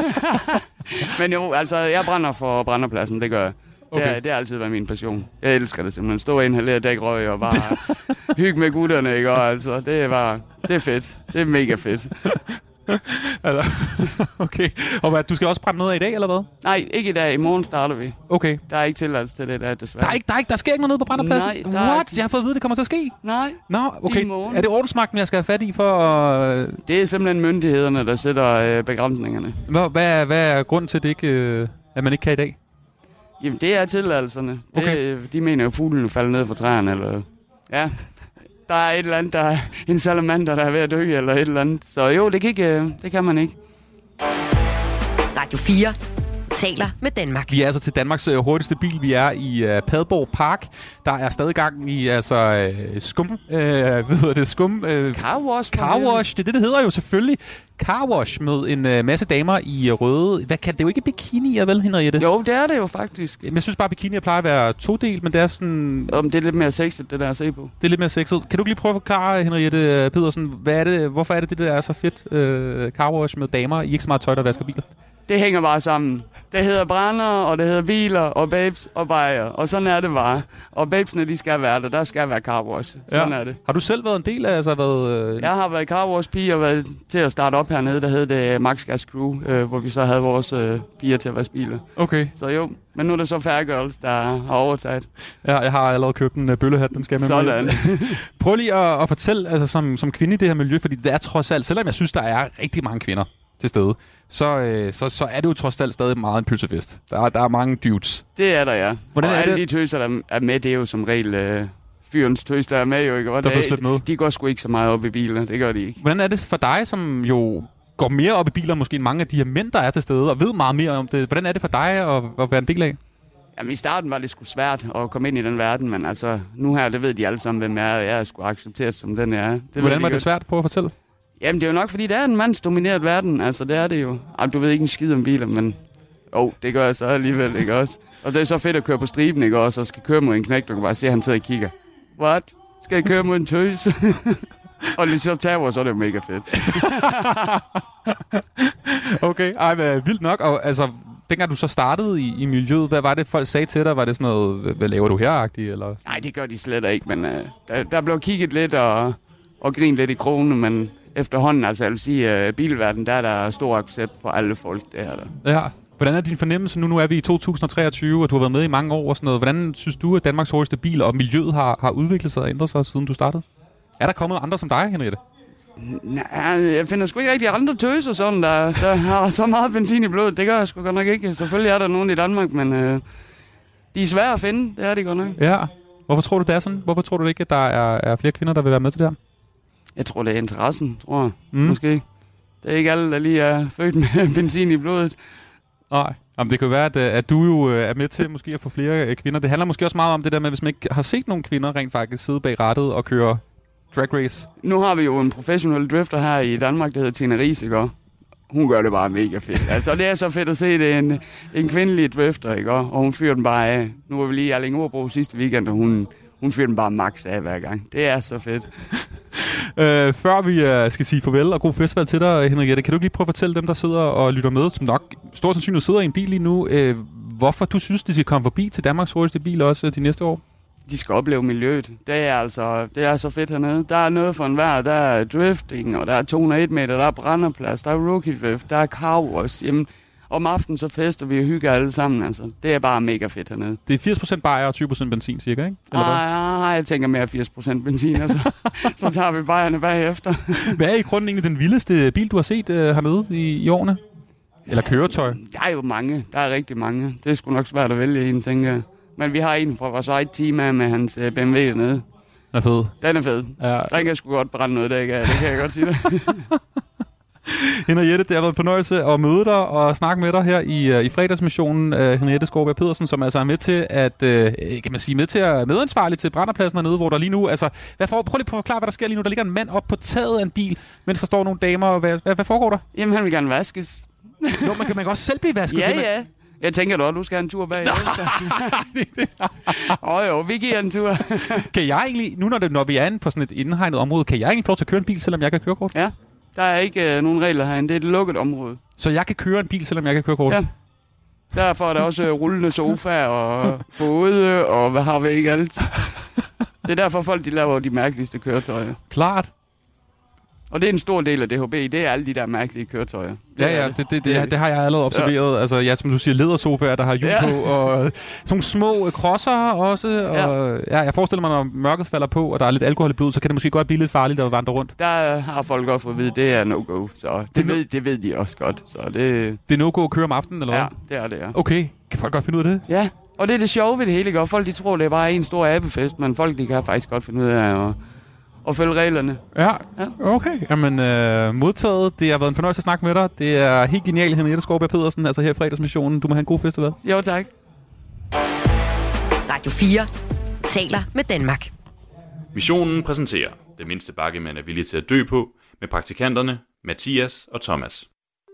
Men jo, altså, jeg brænder for brænderpladsen, det gør jeg. Det, okay. er, det har altid været min passion. Jeg elsker det simpelthen. Stå og inhalere dækrøg og bare hygge med gutterne, ikke? Og altså, det er bare, det er fedt. Det er mega fedt.
Altså, okay. Og hvad, du skal også brænde noget af i dag, eller hvad?
Nej, ikke i dag. I morgen starter vi.
Okay.
Der er ikke tilladelse til det der, desværre.
Der er ikke, der er ikke, der sker ikke noget nede på brænderpladsen?
Nej, der
What?
Er...
Jeg har fået at vide, det kommer til at ske?
Nej.
Nå, okay. Er det ordensmagten, jeg skal have fat i for at...
Det er simpelthen myndighederne, der sætter øh, begrænsningerne.
Hvad, hvad, hvad er grunden til, det ikke, øh, at man ikke kan i dag?
Jamen, det er tilladelserne. Okay. Det, de mener jo, fuglene falder ned fra træerne, eller... Ja, der er et eller andet, der er en salamander, der er ved at dø, eller et eller andet. Så jo, det kan, ikke, det kan man ikke.
Radio fire taler med Danmark.
Vi er altså til Danmarks øh, hurtigste bil. Vi er i øh, Padborg Park. Der er stadig gang i altså øh, skum. Øh, hvad hedder det? Skum. Øh,
car wash.
Car wash. Det er det, det hedder jo selvfølgelig. Car wash med en øh, masse damer i øh, røde. Hvad kan det er jo ikke bikinier, vel, Henriette?
Jo, det er det jo faktisk.
Jamen, jeg synes bare, bikinier plejer at være todelt, men det er sådan...
Om det er lidt mere sexet, det der at se på.
Det er lidt mere sexet. Kan du ikke lige prøve at forklare, Henriette Pedersen, hvad er det, hvorfor er det, det der er så fedt øh, car wash med damer? I ikke så meget tøj, der vasker biler?
Det hænger bare sammen. Det hedder brænder, og det hedder biler, og babes, og bajer. Og sådan er det bare. Og babesene, de skal være der. Der skal være car wash. Sådan ja. Er det.
Har du selv været en del af, altså været... Øh...
Jeg har været car wash pige og været til at starte op hernede. Der hed det Max Gas Crew, øh, hvor vi så havde vores øh, piger til at vaske biler.
Okay.
Så jo, men nu er det så Fair Girls, der har overtaget.
Ja, jeg har allerede købt en uh, bøllehat, den skal med.
Sådan.
Prøv lige at, at fortælle, altså som, som kvinde i det her miljø, fordi det er trods alt, selvom jeg synes, der er rigtig mange kvinder til stede, så, øh, så, så er det jo trods alt stadig meget en pølsefest. Der er, der er mange dudes.
Det er der, ja.
Hvordan
og
er
alle
det?
de tøser, der er med, det er jo som regel øh, fyrens tøs, der er med jo, ikke? Og
der
der,
slet med.
De går sgu ikke så meget op i biler, det gør de ikke.
Hvordan er det for dig, som jo går mere op i biler, måske end mange af de her mænd, der er til stede, og ved meget mere om det? Hvordan er det for dig at, at være en del af?
Jamen i starten var det sgu svært at komme ind i den verden, men altså nu her, det ved de alle sammen, hvem jeg er, og jeg er sgu accepteret som den jeg er. Det
Hvordan var det svært? Prøv at fortælle.
Jamen, det er jo nok, fordi det er en mandsdomineret verden. Altså, det er det jo. Jamen, du ved ikke en skid om biler, men... Jo, oh, det gør jeg så alligevel, ikke også? Og det er så fedt at køre på striben, ikke også? Og skal køre mod en knægt, du kan bare se, at han sidder og kigger. What? Skal jeg køre mod en tøs? Og lige så tager så er det jo mega fedt.
Okay, ej, hvad, vildt nok. Og altså, dengang du så startede i, i miljøet, hvad var det, folk sagde til dig? Var det sådan noget, hvad laver du her-agtigt? Eller?
Nej, det gør de slet ikke, men uh, der, der blev kigget lidt og, og grint lidt i krogen, men... Efterhånden, altså jeg vil sige, at uh, bilverden, der er der stor accept for alle folk, det her der.
Ja. Hvordan er din fornemmelse nu? Nu er vi i to tusind treogtyve, og du har været med i mange år og sådan noget. Hvordan synes du, at Danmarks hurtigste bil og miljøet har, har udviklet sig og ændret sig, siden du startede? Er der kommet andre som dig, Henriette?
Nej, jeg finder sgu ikke rigtig andre tøser sådan, der, der har så meget benzin i blodet. Det gør jeg sgu godt nok ikke. Selvfølgelig er der nogen i Danmark, men uh, de er svære at finde. Det er de godt nok.
Ja. Hvorfor tror du, det er sådan? Hvorfor tror du ikke, at der er, er flere kvinder, der vil være med til det her?
Jeg tror, det er interessen, tror jeg. Mm. Måske. Det er ikke alle, der lige er født med benzin i blodet.
Nej. Jamen, det kan jo være, at, at du jo er med til måske at få flere kvinder. Det handler måske også meget om det der med, hvis man ikke har set nogen kvinder rent faktisk sidde bag rattet og køre drag race.
Nu har vi jo en professionel drifter her i Danmark, der hedder Tina Ries, ikke? hun gør det bare mega fedt. Altså, det er så fedt at se det en, en kvindelig drifter, ikke? Og hun fyrer den bare af. Nu var vi lige i Allingåbro sidste weekend, og hun, hun fyrer den bare max af hver gang. Det er så fedt.
øh, før vi uh, skal sige farvel og god festival til dig, Henriette, kan du ikke lige prøve at fortælle dem, der sidder og lytter med, som nok stort sandsynligt sidder i en bil lige nu, øh, hvorfor du synes, de skal komme forbi til Danmarks hurtigste bil også de næste år?
De skal opleve miljøet. Det er altså det er så fedt hernede. Der er noget for enhver. Der er drifting, og der er to hundrede og en meter, der er brænderplads, der er rookie drift, der er car wash. Jamen, om aftenen så fester vi og hygger alle sammen. Altså. Det er bare mega fedt hernede.
Det er firs procent bajer og tyve procent benzin cirka, ikke? Eller
Nej, nej, jeg tænker mere firs procent benzin, altså. Så tager vi bajerne bagefter.
Hvad er i grunden egentlig den vildeste bil, du har set uh, hernede i, i årene? Eller køretøj?
Der er jo mange. Der er rigtig mange. Det er sgu nok svært at vælge en, tænker jeg. Men vi har en fra vores eget team af med hans B M W dernede. Den
er fed.
Den er fed. Ja. Der kan jeg sgu godt brænde noget, der ikke er. Det kan jeg godt sige det.
Henriette, det har været en fornøjelse at møde dig og snakke med dig her i, i fredagsmissionen. Uh, Henriette Skovberg Pedersen, som altså er med til at, uh, kan man sige, med til at medansvarlig til brænderpladsen hernede, hvor der lige nu, altså, hvad for, prøv lige at forklare, hvad der sker lige nu. Der ligger en mand op på taget af en bil, mens der står nogle damer. Og hvad, hvad, hvad foregår der?
Jamen, han vil gerne vaskes.
Nå, man kan, man kan også selv blive vasket.
Ja,
simpelthen.
Ja. Jeg tænker da, du skal have en tur bag. Åh oh, jo, vi giver en tur.
Kan jeg egentlig, nu når, det, når vi er inde på sådan et indhegnet område, kan jeg egentlig få lov til at køre en bil, selvom jeg kan køre kort?
Ja, der er ikke øh, nogen regler herinde. Det er et lukket område.
Så jeg kan køre en bil, selvom jeg kan køre kort?
Ja. Derfor er der også rullende sofaer og både, og hvad har vi ikke alt. Det er derfor folk de laver de mærkeligste køretøjer.
Klart.
Og det er en stor del af D H B, det er alle de der mærkelige køretøjer. Det
ja, ja, det, det, det, det, det har jeg allerede observeret. Ja. Altså, ja, som du siger, ledersofaer, der har hjul ja. på, og sådan nogle små krosser også. Og, ja. Ja, jeg forestiller mig, når mørket falder på, og der er lidt alkohol i blodet, så kan det måske godt blive lidt farligt at vandre rundt.
Der har folk godt fået at vide, det er no-go, så det, det, ved, det ved de også godt. Så det...
det er no-go at køre om aftenen, eller hvad?
Ja, det er det, ja.
Okay, kan folk godt finde ud af det?
Ja, og det er det sjove ved det hele, ikke? Folk de tror, det er bare en stor abefest, men folk de kan faktisk godt finde ud af at og følge reglerne.
Ja, ja. Okay. Jamen, øh, modtaget. Det har været en fornøjelse at snakke med dig. Det er helt genialt, Henriette Skovberg Pedersen, altså her i fredagsmissionen. Du må have en god festival.
Jo, tak.
Radio fire taler med Danmark.
Missionen præsenterer Det mindste bakke, man er villig til at dø på, med praktikanterne Mathias og Thomas.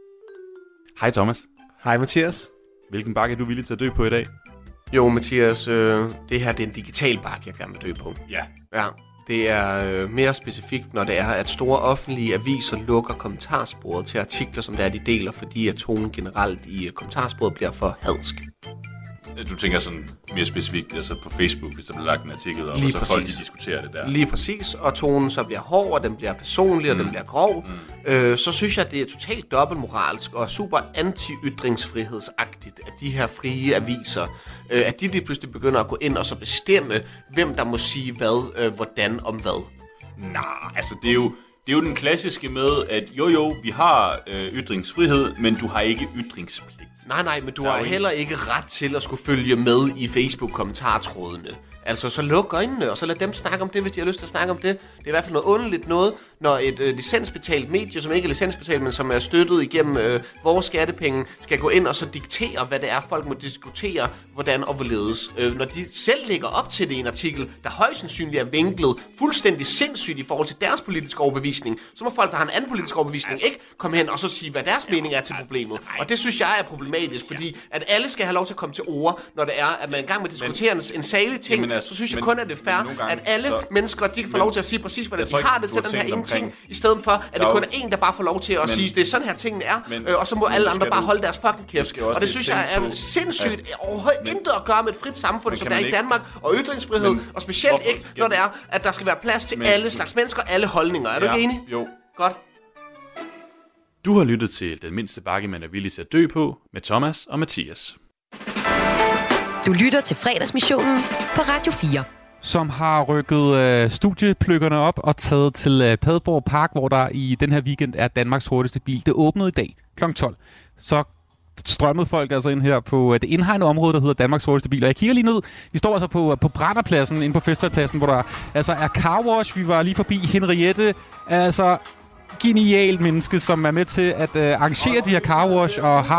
Hej Thomas.
Hej Mathias.
Hvilken bakke er du villig til at dø på i dag?
Jo, Mathias, øh, det her det er en digital bakke, jeg gerne vil dø på.
Ja.
Ja. Det er øh, mere specifikt, når det er, at store offentlige aviser lukker kommentarsporet til artikler, som der er, de deler, fordi at tonen generelt i uh, kommentarsporet bliver for hadsk.
Du tænker sådan mere specifikt, altså på Facebook, hvis der bliver lagt en artikel om, og så folk de diskuterer det der.
Lige præcis, og tonen så bliver hård, og den bliver personlig, og mm. den bliver grov. Mm. Øh, så synes jeg, at det er totalt dobbeltmoralsk og super anti-ytringsfrihedsagtigt, at de her frie aviser, øh, at de lige pludselig begynder at gå ind og så bestemme, hvem der må sige hvad, øh, hvordan, om hvad.
Nej, altså det er jo... Det er jo den klassiske med, at jo jo, vi har øh, ytringsfrihed, men du har ikke ytringspligt.
Nej, nej, men du har heller ikke ret til at skulle følge med i Facebook-kommentartrådene. Altså, så luk øjnene, og så lad dem snakke om det, hvis de har lyst til at snakke om det. Det er i hvert fald noget underligt noget, når et øh, licensbetalt medie, som ikke er licensbetalt, men som er støttet igennem øh, vores skattepenge, skal gå ind og så diktere, hvad det er, folk må diskutere, hvordan og hvorledes. Øh, når de selv lægger op til det i en artikel, der højst sandsynligt er vinklet fuldstændig sindssygt i forhold til deres politiske overbevisning, så må folk, der har en anden politisk overbevisning, ikke komme hen og så sige, hvad deres mening er til problemet. Og det synes jeg er problematisk, fordi at alle skal have lov til at komme til ord, når det er, at man er i gang med at diskutere en, en særlig ting. Altså, så synes jeg men, kun, at det er fair, gange, at alle så, mennesker, de kan få lov til at sige præcis, hvordan de har det til den her ene ting, i stedet for, at det kun er en, der bare får lov til at men, sige, det er sådan her tingene er, men, øh, og så må alle andre bare holde deres fucking kæft. Og det synes jeg er på, sindssygt, at, overhovedet intet at gøre med et frit samfund, som der er i Danmark, og ytringsfrihed, men, og specielt ikke, når det er, at der skal være plads til men, alle slags mennesker, alle holdninger. Er du
ja,
ikke enig?
Jo.
Godt.
Du har lyttet til Den mindste bakke, man er villig til at dø på, med Thomas og Mathias.
Du lytter til fredagsmissionen på Radio fire.
Som har rykket øh, studieplykkerne op og taget til øh, Padborg Park, hvor der i den her weekend er Danmarks hurtigste bil. Det åbnede i dag klokken tolv. Så strømmede folk altså ind her på øh, det indhegnede område, der hedder Danmarks hurtigste bil. Og jeg kigger lige ned. Vi står altså på, på Brænderpladsen, inde på festivalpladsen, hvor der altså er car wash. Vi var lige forbi Henriette. Altså genialt menneske, som er med til at øh, arrangere de her car wash og har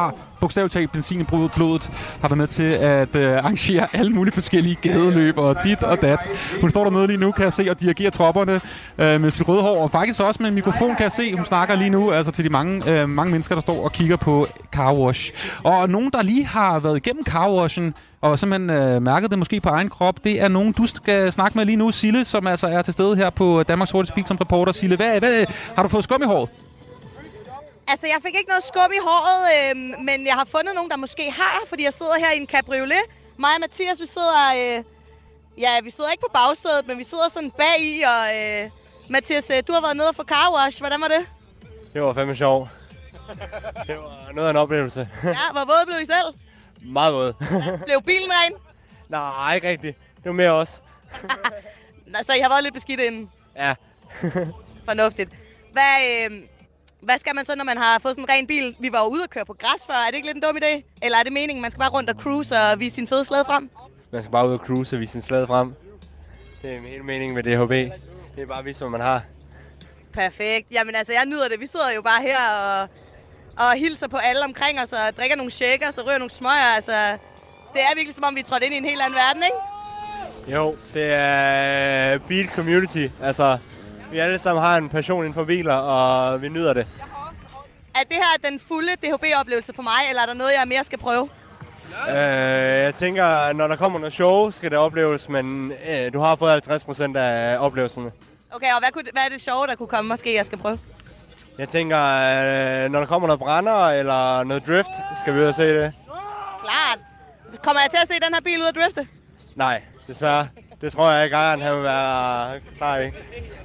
bogstaveligt talt benzin i blodet, har været med til at øh, arrangere alle mulige forskellige gadeløb og dit og dat. Hun står dernede lige nu, kan jeg se, og dirigerer tropperne øh, med sit røde hår, og faktisk også med en mikrofon, kan jeg se. Hun snakker lige nu altså til de mange, øh, mange mennesker, der står og kigger på car wash. Og nogen, der lige har været igennem car washen, og simpelthen øh, mærket det måske på egen krop, det er nogen, du skal snakke med lige nu, Sille, som altså er til stede her på Danmarks Hurtigste Bil som reporter. Sille, hvad, hvad, har du fået skum i håret?
Altså, jeg fik ikke noget skum i håret, øh, men jeg har fundet nogen, der måske har, fordi jeg sidder her i en cabriolet. Mig og Mathias, vi sidder, øh, ja, vi sidder ikke på bagsædet, men vi sidder sådan bag i, og øh, Mathias, øh, du har været nede og få car wash. Hvordan var det?
Det var fandme sjovt. Det var noget af en oplevelse.
Ja, hvor våd blev I selv?
Meget våd.
Blev bilen ren?
Nej, ikke rigtigt. Det var mere også.
Nå, så I har været lidt beskidt inden?
Ja.
Fornuftigt. Hvad, øh, hvad skal man så, når man har fået sådan en ren bil? Vi var jo ude og køre på græs før. Er det ikke lidt en dum idé? Eller er det meningen, man skal bare rundt og cruise og vise sin fede slæde frem?
Man skal bare ud og cruise og vise sin slæde frem. Det er hele meningen med D H B. Det er bare at vise, hvad man har.
Perfekt. Jamen altså, jeg nyder det. Vi sidder jo bare her og, og hilser på alle omkring os og drikker nogle shakers og rører nogle smøger. Altså, det er virkelig som om, vi er trådt ind i en helt anden verden, ikke?
Jo, det er Beat Community. Altså, vi alle sammen har en passion inden for biler, og vi nyder det.
Er det her den fulde D H B-oplevelse for mig, eller er der noget, jeg mere skal prøve?
Øh, jeg tænker, når der kommer noget show, skal det opleves, men øh, du har fået halvtreds procent af oplevelserne.
Okay, og hvad, kunne, hvad er det sjove, der kunne komme, måske jeg skal prøve?
Jeg tænker, øh, når der kommer noget brænder eller noget drift, skal vi ud og se det.
Klart. Kommer jeg til at se den her bil ud at drifte?
Nej, desværre. Det tror jeg ikke, ejeren han vil være klar i.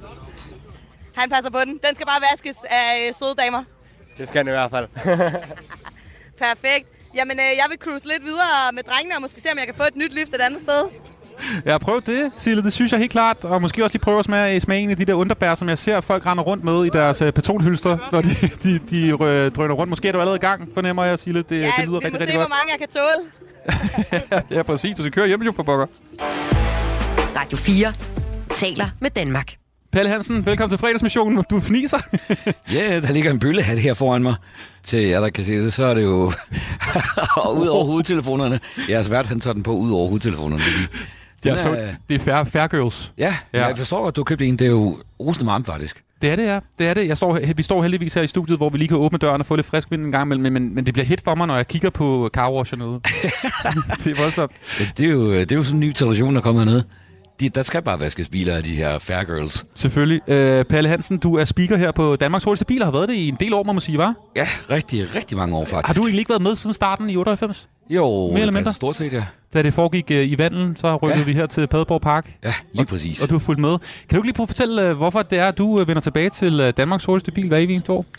Han passer på den. Den skal bare vaskes af søde damer.
Det skal den i hvert fald.
Perfekt. Jamen, øh, jeg vil cruise lidt videre med drengene, og måske se, om jeg kan få et nyt lift et andet sted.
Jeg har prøvet det, Sille. Det synes jeg helt klart. Og måske også lige prøve at smage, smage en af de der underbær, som jeg ser folk render rundt med i deres uh, patronhylster, når de, de, de rø- drøner rundt. Måske er du allerede i gang, fornemmer jeg, Sille. Det,
ja,
det lyder rigtig, rigtig godt.
Ja, vi må se, hvor mange jeg kan tåle.
Ja, præcis. Du skal køre hjem jo for pokker.
Radio fire taler med Danmark.
Pelle Hansen, velkommen til fredagsmissionen. Du fniser.
Ja, der ligger en bøllehat her foran mig. Til jer, der kan se det, så er det jo ud over hovedtelefonerne. Jeg er svært, han tager den på ud over hovedtelefonerne.
Det er, så, det er fair, fair girls.
Ja, ja, jeg forstår godt, du har købt en. Det er jo rosende varmt, faktisk.
Det er det, ja. Det er det. Jeg står, vi står heldigvis her i studiet, hvor vi lige kan åbne døren og få lidt frisk vind en gang imellem, men, men, men det bliver hit for mig, når jeg kigger på car wash hernede. Det er voldsomt.
Ja, det, er jo, det er jo sådan en ny tradition, der kommer hernede. De, der skal bare vaskes biler af de her fair girls.
Selvfølgelig. Øh, Palle Hansen, du er speaker her på Danmarks Hurtigste Bil, har været det i en del år, må man sige, hva'?
Ja, rigtig, rigtig mange år faktisk.
Har du egentlig ikke været med siden starten i otteoghalvfems?
Jo,
mere eller mindre.
Stort set, ja.
Da det foregik uh, i Vandel, så rykkede ja. vi her til Padborg Park.
Ja, lige præcis.
Og, og du har fulgt med. Kan du ikke lige prøve at fortælle, uh, hvorfor det er, at du uh, vender tilbage til uh, Danmarks Hurtigste Bil hver evig eneste år?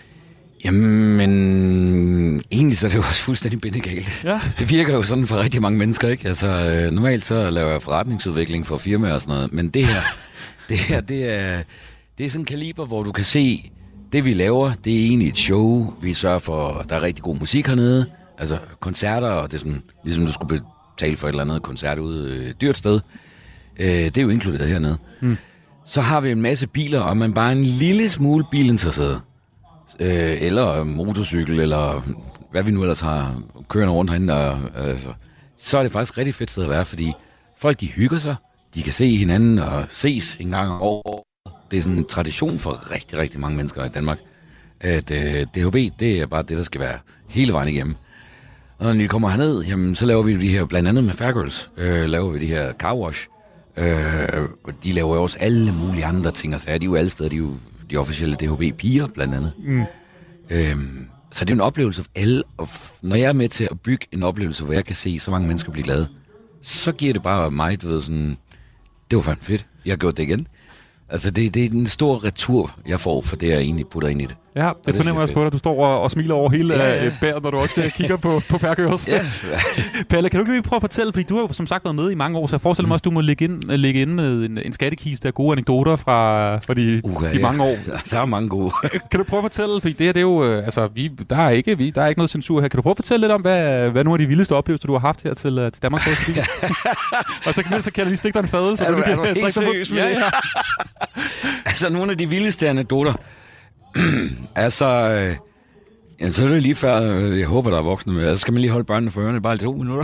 Jamen, egentlig så er det jo også fuldstændig bindegalt.
Ja.
Det virker jo sådan for rigtig mange mennesker, ikke? Altså, øh, normalt så laver jeg forretningsudvikling for firmaer og sådan noget, men det her, det her, det er, det er sådan en kaliber, hvor du kan se, det vi laver, det er egentlig et show. Vi sørger for, at der er rigtig god musik hernede, altså koncerter, og det er sådan, ligesom du skulle betale for et eller andet koncert ude et øh, dyrt sted. Øh, det er jo inkluderet hernede. Mm. Så har vi en masse biler, og man bare en lille smule bilinteresseret. Øh, eller motorcykel, eller hvad vi nu ellers har kørende rundt herinde. Og, altså, så er det faktisk rigtig fedt sted at være, fordi folk de hygger sig, de kan se hinanden og ses en gang om året. Det er sådan en tradition for rigtig, rigtig mange mennesker i Danmark. At øh, D H B, det er bare det, der skal være hele vejen igennem. Og når vi kommer herned, jamen, så laver vi de her, blandt andet med Fair Girls, øh, laver vi de her car wash. Øh, de laver jo også alle mulige andre ting, og så er de jo alle steder, de er jo de officielle D H B-piger, blandt andet. Mm. Øhm, så det er en oplevelse for alle, og f- når jeg er med til at bygge en oplevelse, hvor jeg kan se så mange mennesker blive glade, så giver det bare mig, du ved, sådan, det var fandme fedt, jeg har gjort det igen. Altså, det, det er en stor retur, jeg får for det, jeg egentlig putter ind i det.
Ja, det, det fornemmer jeg også på dig. Du står og, og smiler over hele ja, ja. bæret, når du også kigger på, på Fair Girls. Ja. Palle, kan du ikke lige prøve at fortælle, fordi du har jo som sagt været med i mange år, så jeg forestiller mig også, at du må lægge ind, lægge ind med en, en skattekiste af gode anekdoter fra, fra de, uh, de ja. mange år.
Der er mange gode.
Kan du prøve at fortælle, fordi det her, det er jo, altså, vi, der, er ikke, vi, der er ikke noget censur her. Kan du prøve at fortælle lidt om, hvad, hvad nogle af de vildeste oplevelser, du har haft her til, til Danmarks Hurtigste Bil? Og så kan, så kan jeg lige stikke dig en fadel, så
er du,
du
kan er du helt seriøs med det? Ja, ja. Altså, nogle af de vildeste anekdoter. altså, øh, Ja, så er det lige før, jeg håber, der er voksne med. Altså skal man lige holde børnene for ørerne bare i to minutter.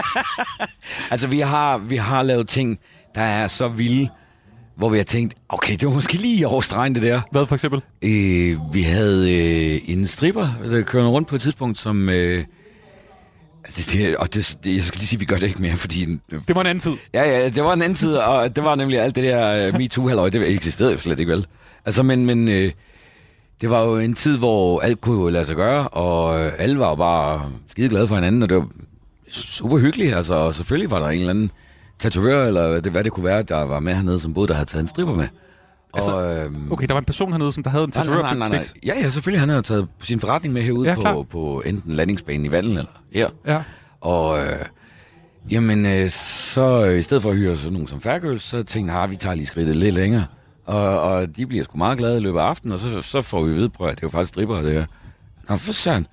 Altså vi har, vi har lavet ting, der er så vilde, hvor vi har tænkt, okay, det var måske lige over stregen det der.
Hvad for eksempel?
Øh, vi havde øh, en stripper, der kørte rundt på et tidspunkt, som... Øh, altså det, og det, det, jeg skal lige sige, at vi gør det ikke mere, fordi...
Det var en anden tid.
Ja, ja, det var en anden tid, og det var nemlig alt det der uh, MeToo-halløj, det eksisterede jo slet ikke vel. Altså, men... men øh, det var jo en tid, hvor alt kunne lade sig gøre, og øh, alle var jo bare skide glade for hinanden, og det var super hyggeligt. Altså, og selvfølgelig var der en eller anden tatovør, eller det, hvad det kunne være, der var med hernede, som både der havde taget en stripper med.
Altså,
og, øhm,
okay, der var en person hernede, som der havde en tatovør.
Nej, nej, nej, nej. Ja, ja, selvfølgelig. Han havde taget sin forretning med herude ja, på, på enten landingsbanen i Vandel eller her.
Ja.
Og øh, jamen, øh, så i stedet for at hyre sådan nogen som Færgøl, så tænkte jeg, at vi tager lige skridtet lidt længere. Og, og de bliver sgu meget glade i løbet af aftenen, og så, så får vi ved, prøv at det er jo faktisk stripper, det er. Nå, for søren.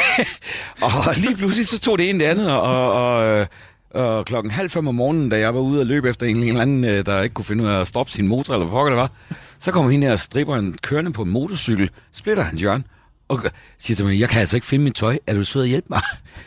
Og lige pludselig så tog det ene det andet, og, og, og klokken halv fem om morgenen, da jeg var ude og løbe efter en eller anden, der ikke kunne finde ud af at stoppe sin motor, eller hvad pokker det var, så kommer hende her stripperen kørende på en motorcykel, splitter hans hjørne, og siger til mig, jeg kan altså ikke finde mit tøj, er du sød at hjælpe mig?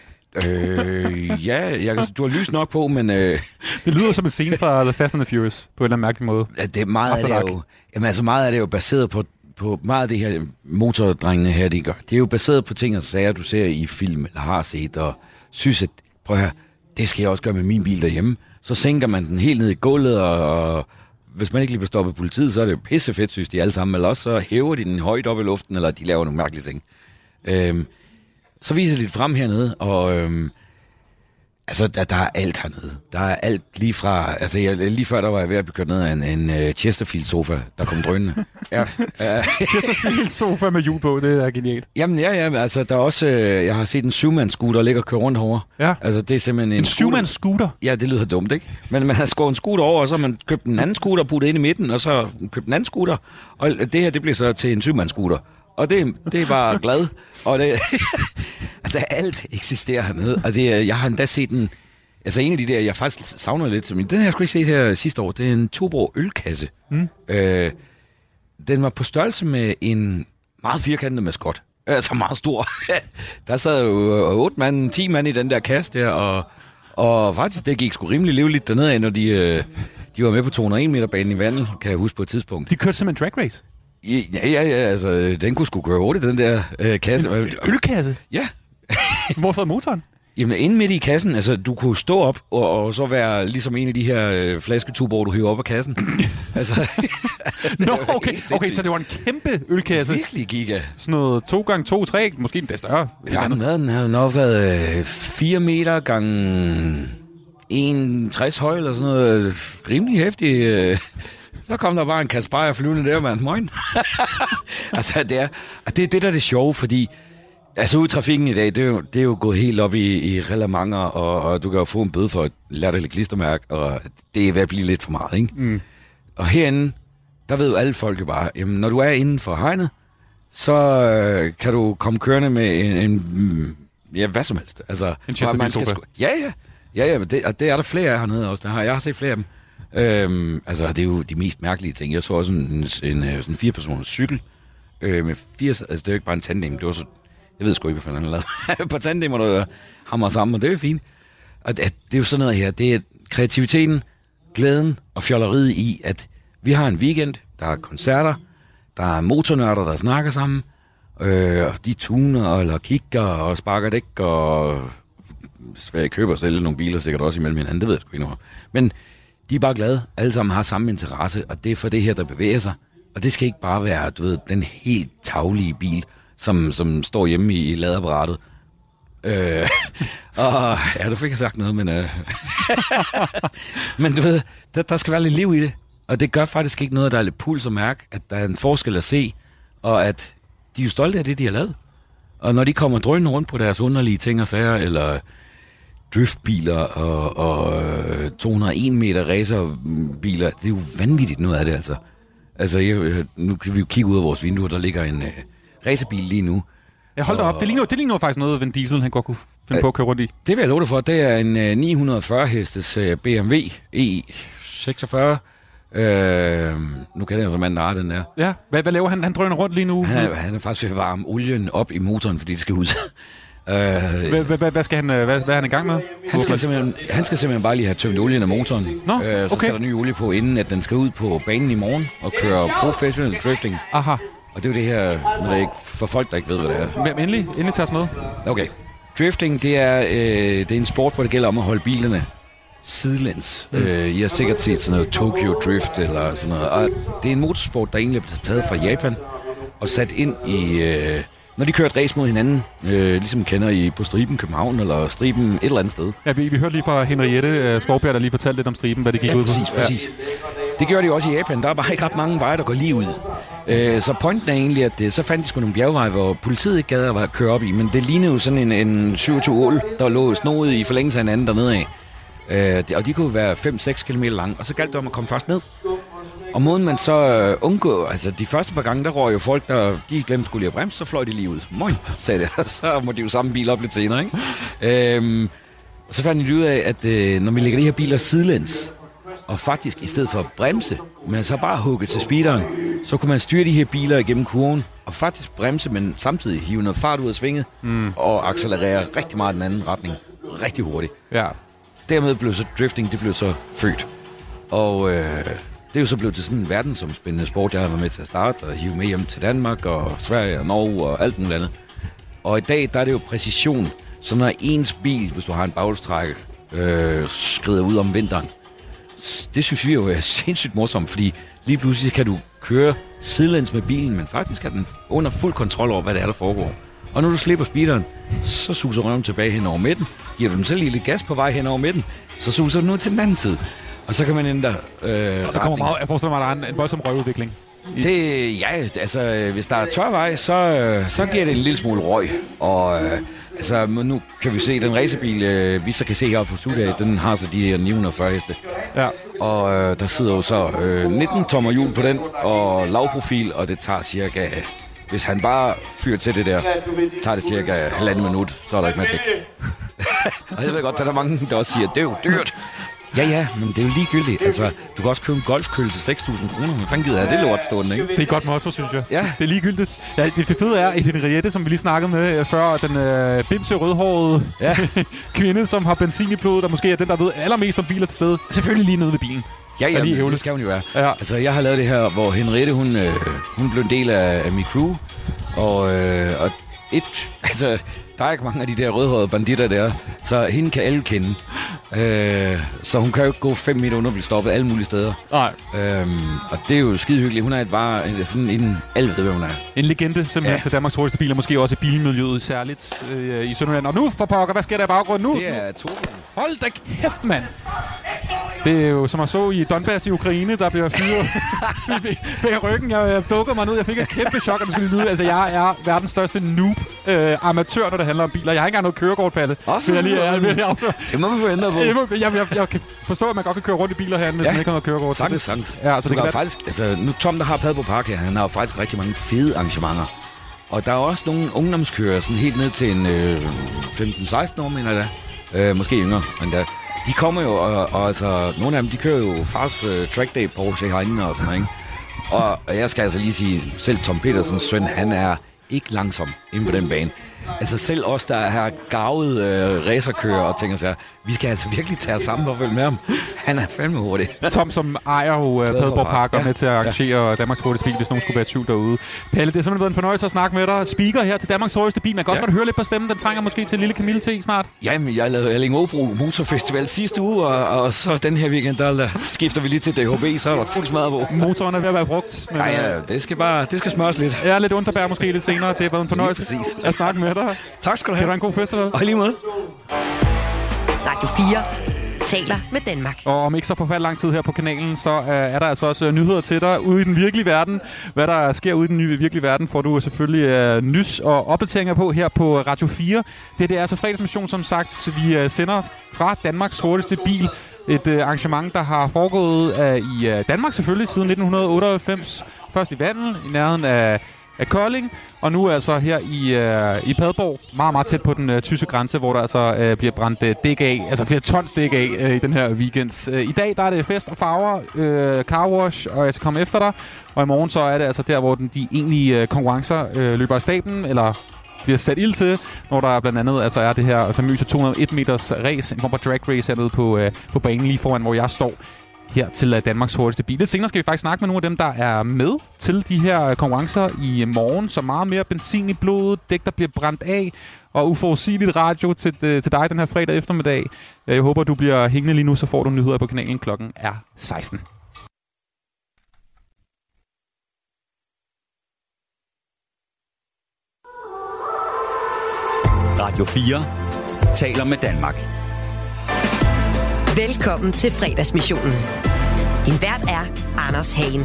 øh, ja, jeg, du har lys nok på, men... Øh,
det lyder som en scene fra The Fast and the Furious, på en eller anden mærkelig måde.
Ja, det er meget af det jo... Jamen altså meget af det er jo baseret på, på meget af det her motordrengene her, de gør. Det er jo baseret på ting og sager, du ser i film, eller har set, og synes, at prøv at høre, det skal jeg også gøre med min bil derhjemme. Så sænker man den helt ned i gulvet, og, og hvis man ikke lige bliver stoppet politiet, så er det jo pissefedt, synes de alle sammen. Eller også så hæver de den højt op i luften, eller de laver nogle mærkelige ting. Øhm, Så viser de det frem hernede, og øhm, altså, der, der er alt hernede. Der er alt lige fra... Altså, jeg, lige før, der var jeg ved at blive kørt ned af en, en uh, Chesterfield-sofa, der kom drønende. Ja, uh,
Chesterfield-sofa med hjul på, det er genialt.
Jamen, ja, ja, altså, der er også... Øh, jeg har set en syvmands-scooter ligge og køre rundt herovre.
Ja.
Altså, det er simpelthen en...
En syvmands-scooter?
Ja, det lyder dumt, ikke? Men man har skåret en scooter over, og så har man købt en anden scooter, puttet ind i midten, og så købt en anden scooter. Og det her, det bliver så til en syvmands-scooter. Og det, det er bare glad. Og det, altså alt eksisterer hernede. Og det, jeg har endda set en... Altså en af de der, jeg faktisk savner lidt. Den har jeg sgu ikke set her sidste år. Det er en Tuborg ølkasse. Mm. Øh, den var på størrelse med en meget firkantet maskot. Altså meget stor. Der sad jo otte mand, ti mand i den der kasse der. Og, og faktisk, det gik sgu rimelig livligt dernede, når de, de var med på to hundrede og en meter banen i Vandel, kan jeg huske på et tidspunkt.
De kørte simpelthen drag race?
Ja, ja, ja, altså, den kunne sgu køre hurtigt, den der øh, kasse.
En ølkasse?
Ja.
Hvor sad motoren?
Jamen, inde midt i kassen, altså, du kunne stå op, og, og så være ligesom en af de her øh, flasketuber, du hiver op af kassen. Altså,
Nå, okay, okay, så det var en kæmpe ølkasse.
Virkelig giga.
Sådan noget to gange to, tre, måske endda større.
Ja, den havde, den havde nok været øh, fire meter gange en tres høj, eller sådan noget. Rimelig hæftig. Øh. Så kom der bare en kasse bajer flyvende der, mand. Moin. Altså, det er, det er det, der er det sjove, fordi altså ude i trafikken i dag, det er jo, det er jo gået helt op i, i reglementer, og, og du kan jo få en bøde for et latterligt klistermærke, og det er ved at blive lidt for meget, ikke? Mm. Og herinde, der ved jo alle folk jo bare, jamen, når du er inden for hegnet, så øh, kan du komme kørende med en, en ja, hvad som helst. Altså,
en Chesterfield-sofa.
Ja, ja. Ja, ja, det, og det er der flere af hernede også. Der har, jeg har set flere af dem. Øhm, altså, det er jo de mest mærkelige ting. Jeg så også en, en, en, en sådan fire-personers cykel øh, med fire... Altså, det er jo ikke bare en tandem. Det var så... Jeg ved sgu ikke, hvad fanden han har lavet. På tandem, der hammer sammen, og det er jo fint. Og det, det er jo sådan noget her. Det er kreativiteten, glæden og fjolleriet i, at vi har en weekend, der er koncerter, der er motornørder, der snakker sammen, øh, og de tuner, eller kigger, og sparker dæk, og Sverige køber og sælger nogle biler, sikkert også imellem hinanden, det ved jeg sgu ikke noget. Men de er bare glade, alle sammen har samme interesse, og det er for det her, der bevæger sig. Og det skal ikke bare være, du ved, den helt taglige bil, som, som står hjemme i, i ladeapparatet. Øh, og ja, du fik ikke sagt noget, men... Øh, men du ved, der, der skal være lidt liv i det. Og det gør faktisk ikke noget, at der er lidt puls og mærke, at der er en forskel at se, og at de er jo stolte af det, de har lavet. Og når de kommer drønende rundt på deres underlige ting og sager, eller driftbiler og, og to hundrede og en meter racerbiler, det er jo vanvittigt noget af det, altså. Altså, jeg, nu kan vi jo kigge ud af vores vindue, der ligger en uh, racerbil lige nu.
Ja, hold da op. Det ligner, det ligner faktisk noget, Vin Diesel han godt kunne finde øh, på at køre rundt i.
Det vil jeg love dig for. Det er en uh, ni hundrede og fyrre hestes uh, B M W E seksogfyrre Øh, nu kan jeg jo som manden der den der.
Ja, hvad, hvad laver han? Han drøner rundt lige nu.
Han er, han er faktisk ved at varme olien op i motoren, fordi det skal ud. øh,
hvad, hvad, hvad, skal han, hvad, hvad er han i gang med?
Han skal, simpelthen, han skal simpelthen bare lige have tømt olien af motoren.
Nå,
øh, så
okay.
skal der ny olie på, inden at den skal ud på banen i morgen og køre professional drifting.
Aha.
Og det er jo det her, når ikke, for folk, der ikke ved, hvad det er.
Men endelig, endelig tager os med.
Okay. Drifting, det er, øh, det er en sport, hvor det gælder om at holde bilerne sidelæns. Mm. Øh, I har sikkert set sådan noget Tokyo Drift eller sådan noget. Og det er en motorsport, der egentlig er taget fra Japan og sat ind i... Øh, når de kører et race mod hinanden, øh, ligesom kender I på Striben København eller Striben et eller andet sted.
Ja, vi, vi hørte lige fra Henriette uh, Skovbjerg, der lige fortalte lidt om Striben, hvad det gik
ja,
ud på.
præcis, præcis. Ja. Det gør de også i Japan. Der er bare ikke ret mange veje, der går lige ud. Øh, så pointen er egentlig, at det, så fandt de sgu nogle bjergveje, hvor politiet ikke gad at køre op i, men det lignede jo sådan en, en syvogtyve ål, der lå snoet i forlængelse af hinanden dernede af. Øh, og de kunne være fem til seks kilometer lange, og så galt det om at komme først ned. Og måden man så øh, undgår, altså de første par gange, der røg jo folk, der de glemte skulle lige at bremse, så fløj de lige ud. Moin, sagde det, så må de jo samme bil op lidt senere, ikke? øhm, og så fandt de ud af, at øh, når vi lægger de her biler sidelæns, og faktisk i stedet for at bremse, men så bare hugge til speederen, så kunne man styre de her biler igennem kurven, og faktisk bremse, men samtidig hive noget fart ud af svinget, mm. og accelerere rigtig meget i den anden retning, rigtig hurtigt.
Ja.
Dermed blev så drifting, det blev så født. Og øh, det er jo så blevet til sådan en verdensomspændende sport, jeg har været med til at starte, og hive med hjem til Danmark, og Sverige og Norge og alt muligt andet. Og i dag, der er det jo præcision, så når ens bil, hvis du har en baghjulstrækker, øh, skrider ud om vinteren, det synes vi jo er sindssygt morsomt, fordi lige pludselig kan du køre sidelæns med bilen, men faktisk er den under fuld kontrol over, hvad det er, der foregår. Og når du slipper speederen, så suser røven tilbage hen over midten. Giver du den selv lige lidt gas på vej hen over midten, så suser den nu til den anden side. Og så kan man ændre øh,
der kommer meget, jeg forestiller mig, at der er en, en voldsom røgudvikling.
Det, ja, altså, hvis der er tør vej, så, så giver det en lille smule røg. Og øh, altså, nu kan vi se, at den racerbil, øh, vi så kan se her fra studiet, den har så de her ni hundrede og fyrre heste.
Ja.
Og øh, der sidder jo så øh, nitten tommer hjul på den, og lavprofil, og det tager cirka... Hvis han bare fyrer til det der, tager det cirka halvanden minut, så er der ikke mere dæk. Og jeg ved godt, at der er mange, der også siger, det er jo dyrt. Ja, ja, men det er jo ligegyldigt. Altså, du kan også købe en golfkølle til seks tusind kroner. Hvad fanden gider jeg det lort stående, ikke?
Det er godt motto, synes jeg.
Ja.
Det er ligegyldigt. Ja, det, det fede er, at Henriette, som vi lige snakkede med før, den øh, bimse rødhårede ja. kvinde, som har benzin i blodet, og måske er den, der ved allermest om biler til stede, selvfølgelig lige nede ved bilen.
Ja, ja, det skal hun jo være.
Ja.
Altså, jeg har lavet det her, hvor Henriette, hun, øh, hun blev en del af, af mit crew, og, øh, og et, altså, der er ikke mange af de der rødhårede banditter der, så hende kan alle kende. Øh, så hun kan jo ikke gå fem meter under at blive stoppet alle mulige steder.
Nej.
Øhm, og det er jo skide hyggeligt. Hun er et bare en, sådan en alle ved, hun er.
En legende simpelthen
ja.
til Danmarks hurtigste biler, måske også i bilmiljøet særligt øh, i Sønderjylland. Og nu for pokker, hvad sker der i baggrunden nu?
Det er Torbjørn.
Hold da kæft, mand! Det er jo som jeg så i Donbass i Ukraine, der bliver fyret ved ryggen. Jeg, jeg dukkede mig ned, jeg fik et kæmpe chok, og det skulle lyde. Altså, jeg er verdens største noob øh, amatør, når det handler om biler. Jeg har ikke engang noget kørekort, Palle.
Oh,
jeg lige, jeg, jeg, jeg,
det må vi få ændret på.
Jeg, jeg, jeg, jeg, jeg kan forstå, at man godt kan køre rundt i biler herinde, hvis ja. man ikke har noget kørekort.
Sagtens, sagtens.
Ja, så det kan
være... faktisk, altså, nu Tom, der har Padborg Park her, han har jo faktisk rigtig mange fede arrangementer. Og der er også nogle ungdomskører, sådan helt ned til en øh, femten seksten år, mener jeg da. Øh, måske yngre, men der... De kommer jo, og, og altså, nogle af dem, de kører jo fast uh, track day Porsche herinde og sådan noget, ikke? Og, og jeg skal altså lige sige, selv Tom Petersens søn, han er ikke langsom inde på den bane. Altså selv os, der har gavet øh, racerkører og tænker sig, vi skal altså virkelig tage os sammen og følge med ham. Han er fandme hurtig.
Tom, som ejer jo uh, Padborg Park, og ja. med til at arrangere ja. Danmarks hurtigste bil, hvis nogen skulle være tvivl derude. Palle, det er simpelthen været en fornøjelse at snakke med dig. Speaker her til Danmarks hurtigste bil. Man kan også ja. godt høre lidt på stemmen. Den trænger måske til en lille Camille T snart.
Jamen, jeg lavede Allingåbro Motorfestival sidste uge, og, og så den her weekend, der, der skifter vi lige til D H B, så er der fuld smadret på.
Motoren er ved at være brugt.
Men, ja, ja, det skal bare det skal smøres lidt.
Ja, lidt Unterberg måske lidt senere. Det har været en fornøjelse at snakke med dig.
Tak skal du have.
Kan du have en god festival.
Og lige måde.
Radio fire taler med Danmark.
Og om ikke så forfærdelig lang tid her på kanalen, så uh, er der altså også uh, nyheder til dig ude i den virkelige verden. Hvad der sker ude i den nye virkelige verden, får du selvfølgelig uh, nys og opdateringer på her på Radio fire. Det, det er altså fredagsmission, som sagt. Vi uh, sender fra Danmarks hurtigste bil. Et uh, arrangement, der har foregået uh, i uh, Danmark selvfølgelig siden nitten otteoghalvfems. Først i Vandel, i nærheden af af Kolding, og nu altså her i, øh, i Padborg, meget, meget tæt på den øh, tyske grænse, hvor der altså øh, bliver brændt øh, dæk af, altså flere tons dæk af øh, i den her weekend. Øh, I dag der er det fest og farver, øh, car wash, og jeg skal komme efter dig, og i morgen så er det altså der, hvor den, de egentlige øh, konkurrencer øh, løber af stablen, eller bliver sat ild til, når der blandt andet altså er det her famøse to hundrede og en meters race, en form for drag race hernede på, øh, på banen lige foran, hvor jeg står her til uh, Danmarks hurtigste bil. Lidt senere skal vi faktisk snakke med nogle af dem, der er med til de her konkurrencer i morgen, så meget mere benzin i blodet, dæk, der bliver brændt af, og uforudsigeligt radio til, uh, til dig den her fredag eftermiddag. Jeg håber, du bliver hængende lige nu, så får du nyheder på kanalen. Klokken er seksten.
Radio fire taler med Danmark.
Velkommen til fredagsmissionen. Din vært er Anders Hagen.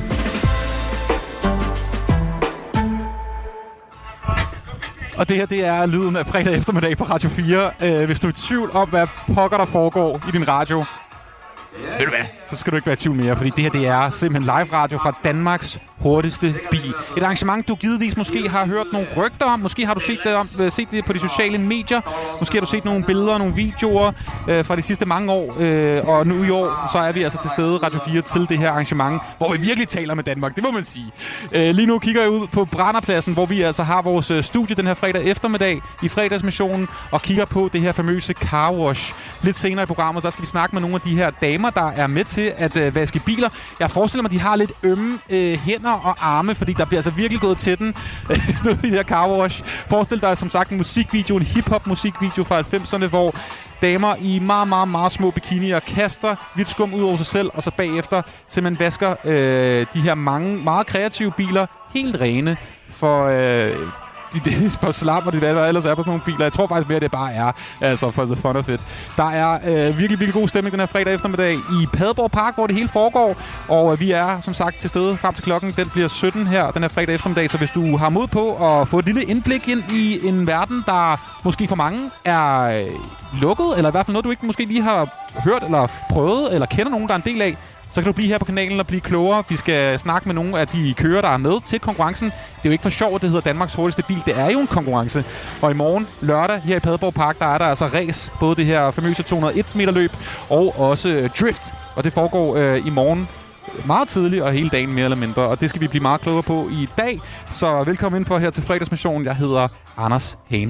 Og det her, det er lyden af fredag eftermiddag på Radio fire. Uh, hvis du er i tvivl om, hvad pokker der foregår i din radio, yeah. Ved du hvad? Så skal du ikke være i tvivl mere, fordi det her, det er simpelthen live radio fra Danmarks hurtigste bil. Et arrangement, du givetvis måske har hørt nogle rygter om. Måske har du set det, om, set det på de sociale medier. Måske har du set nogle billeder, nogle videoer øh, fra de sidste mange år. Øh, og nu i år, så er vi altså til stede Radio fire til det her arrangement, hvor vi virkelig taler med Danmark. Det må man sige. Øh, lige nu kigger jeg ud på Branderpladsen, hvor vi altså har vores øh, studie den her fredag eftermiddag i fredagsmissionen, og kigger på det her famøse car wash. Lidt senere i programmet, der skal vi snakke med nogle af de her damer, der er med til at øh, vaske biler. Jeg forestiller mig, at de har lidt ømme øh, hænder og arme, fordi der bliver altså virkelig gået til den øh, i det her car wash. Forestil dig som sagt en musikvideo, en hip-hop musikvideo fra halvfemserne, hvor damer i meget, meget, meget små bikinier kaster hvidt skum ud over sig selv, og så bagefter simpelthen vasker øh, de her mange, meget kreative biler helt rene for... Øh, Det er for slam og det der ellers er på sådan nogle biler. Jeg tror faktisk mere, at det bare er altså for the fun of it. Der er øh, virkelig, virkelig god stemning den her fredag eftermiddag i Padborg Park, hvor det hele foregår. Og øh, vi er som sagt til stede frem til klokken. Den bliver sytten her den her fredag eftermiddag. Så hvis du har mod på at få et lille indblik ind i en verden, der måske for mange er øh, lukket, eller i hvert fald noget, du ikke måske lige har hørt eller prøvet, eller kender nogen, der er en del af, så kan du blive her på kanalen og blive klogere. Vi skal snakke med nogle af de kører, der er med til konkurrencen. Det er jo ikke for sjovt, det hedder Danmarks hurtigste bil. Det er jo en konkurrence. Og i morgen lørdag her i Padborg Park, der er der altså race. Både det her famøse to hundrede og en meter løb og også drift. Og det foregår øh, i morgen meget tidligt og hele dagen mere eller mindre. Og det skal vi blive meget klogere på i dag. Så velkommen ind for her til fredagsmissionen. Jeg hedder Anders Hagen.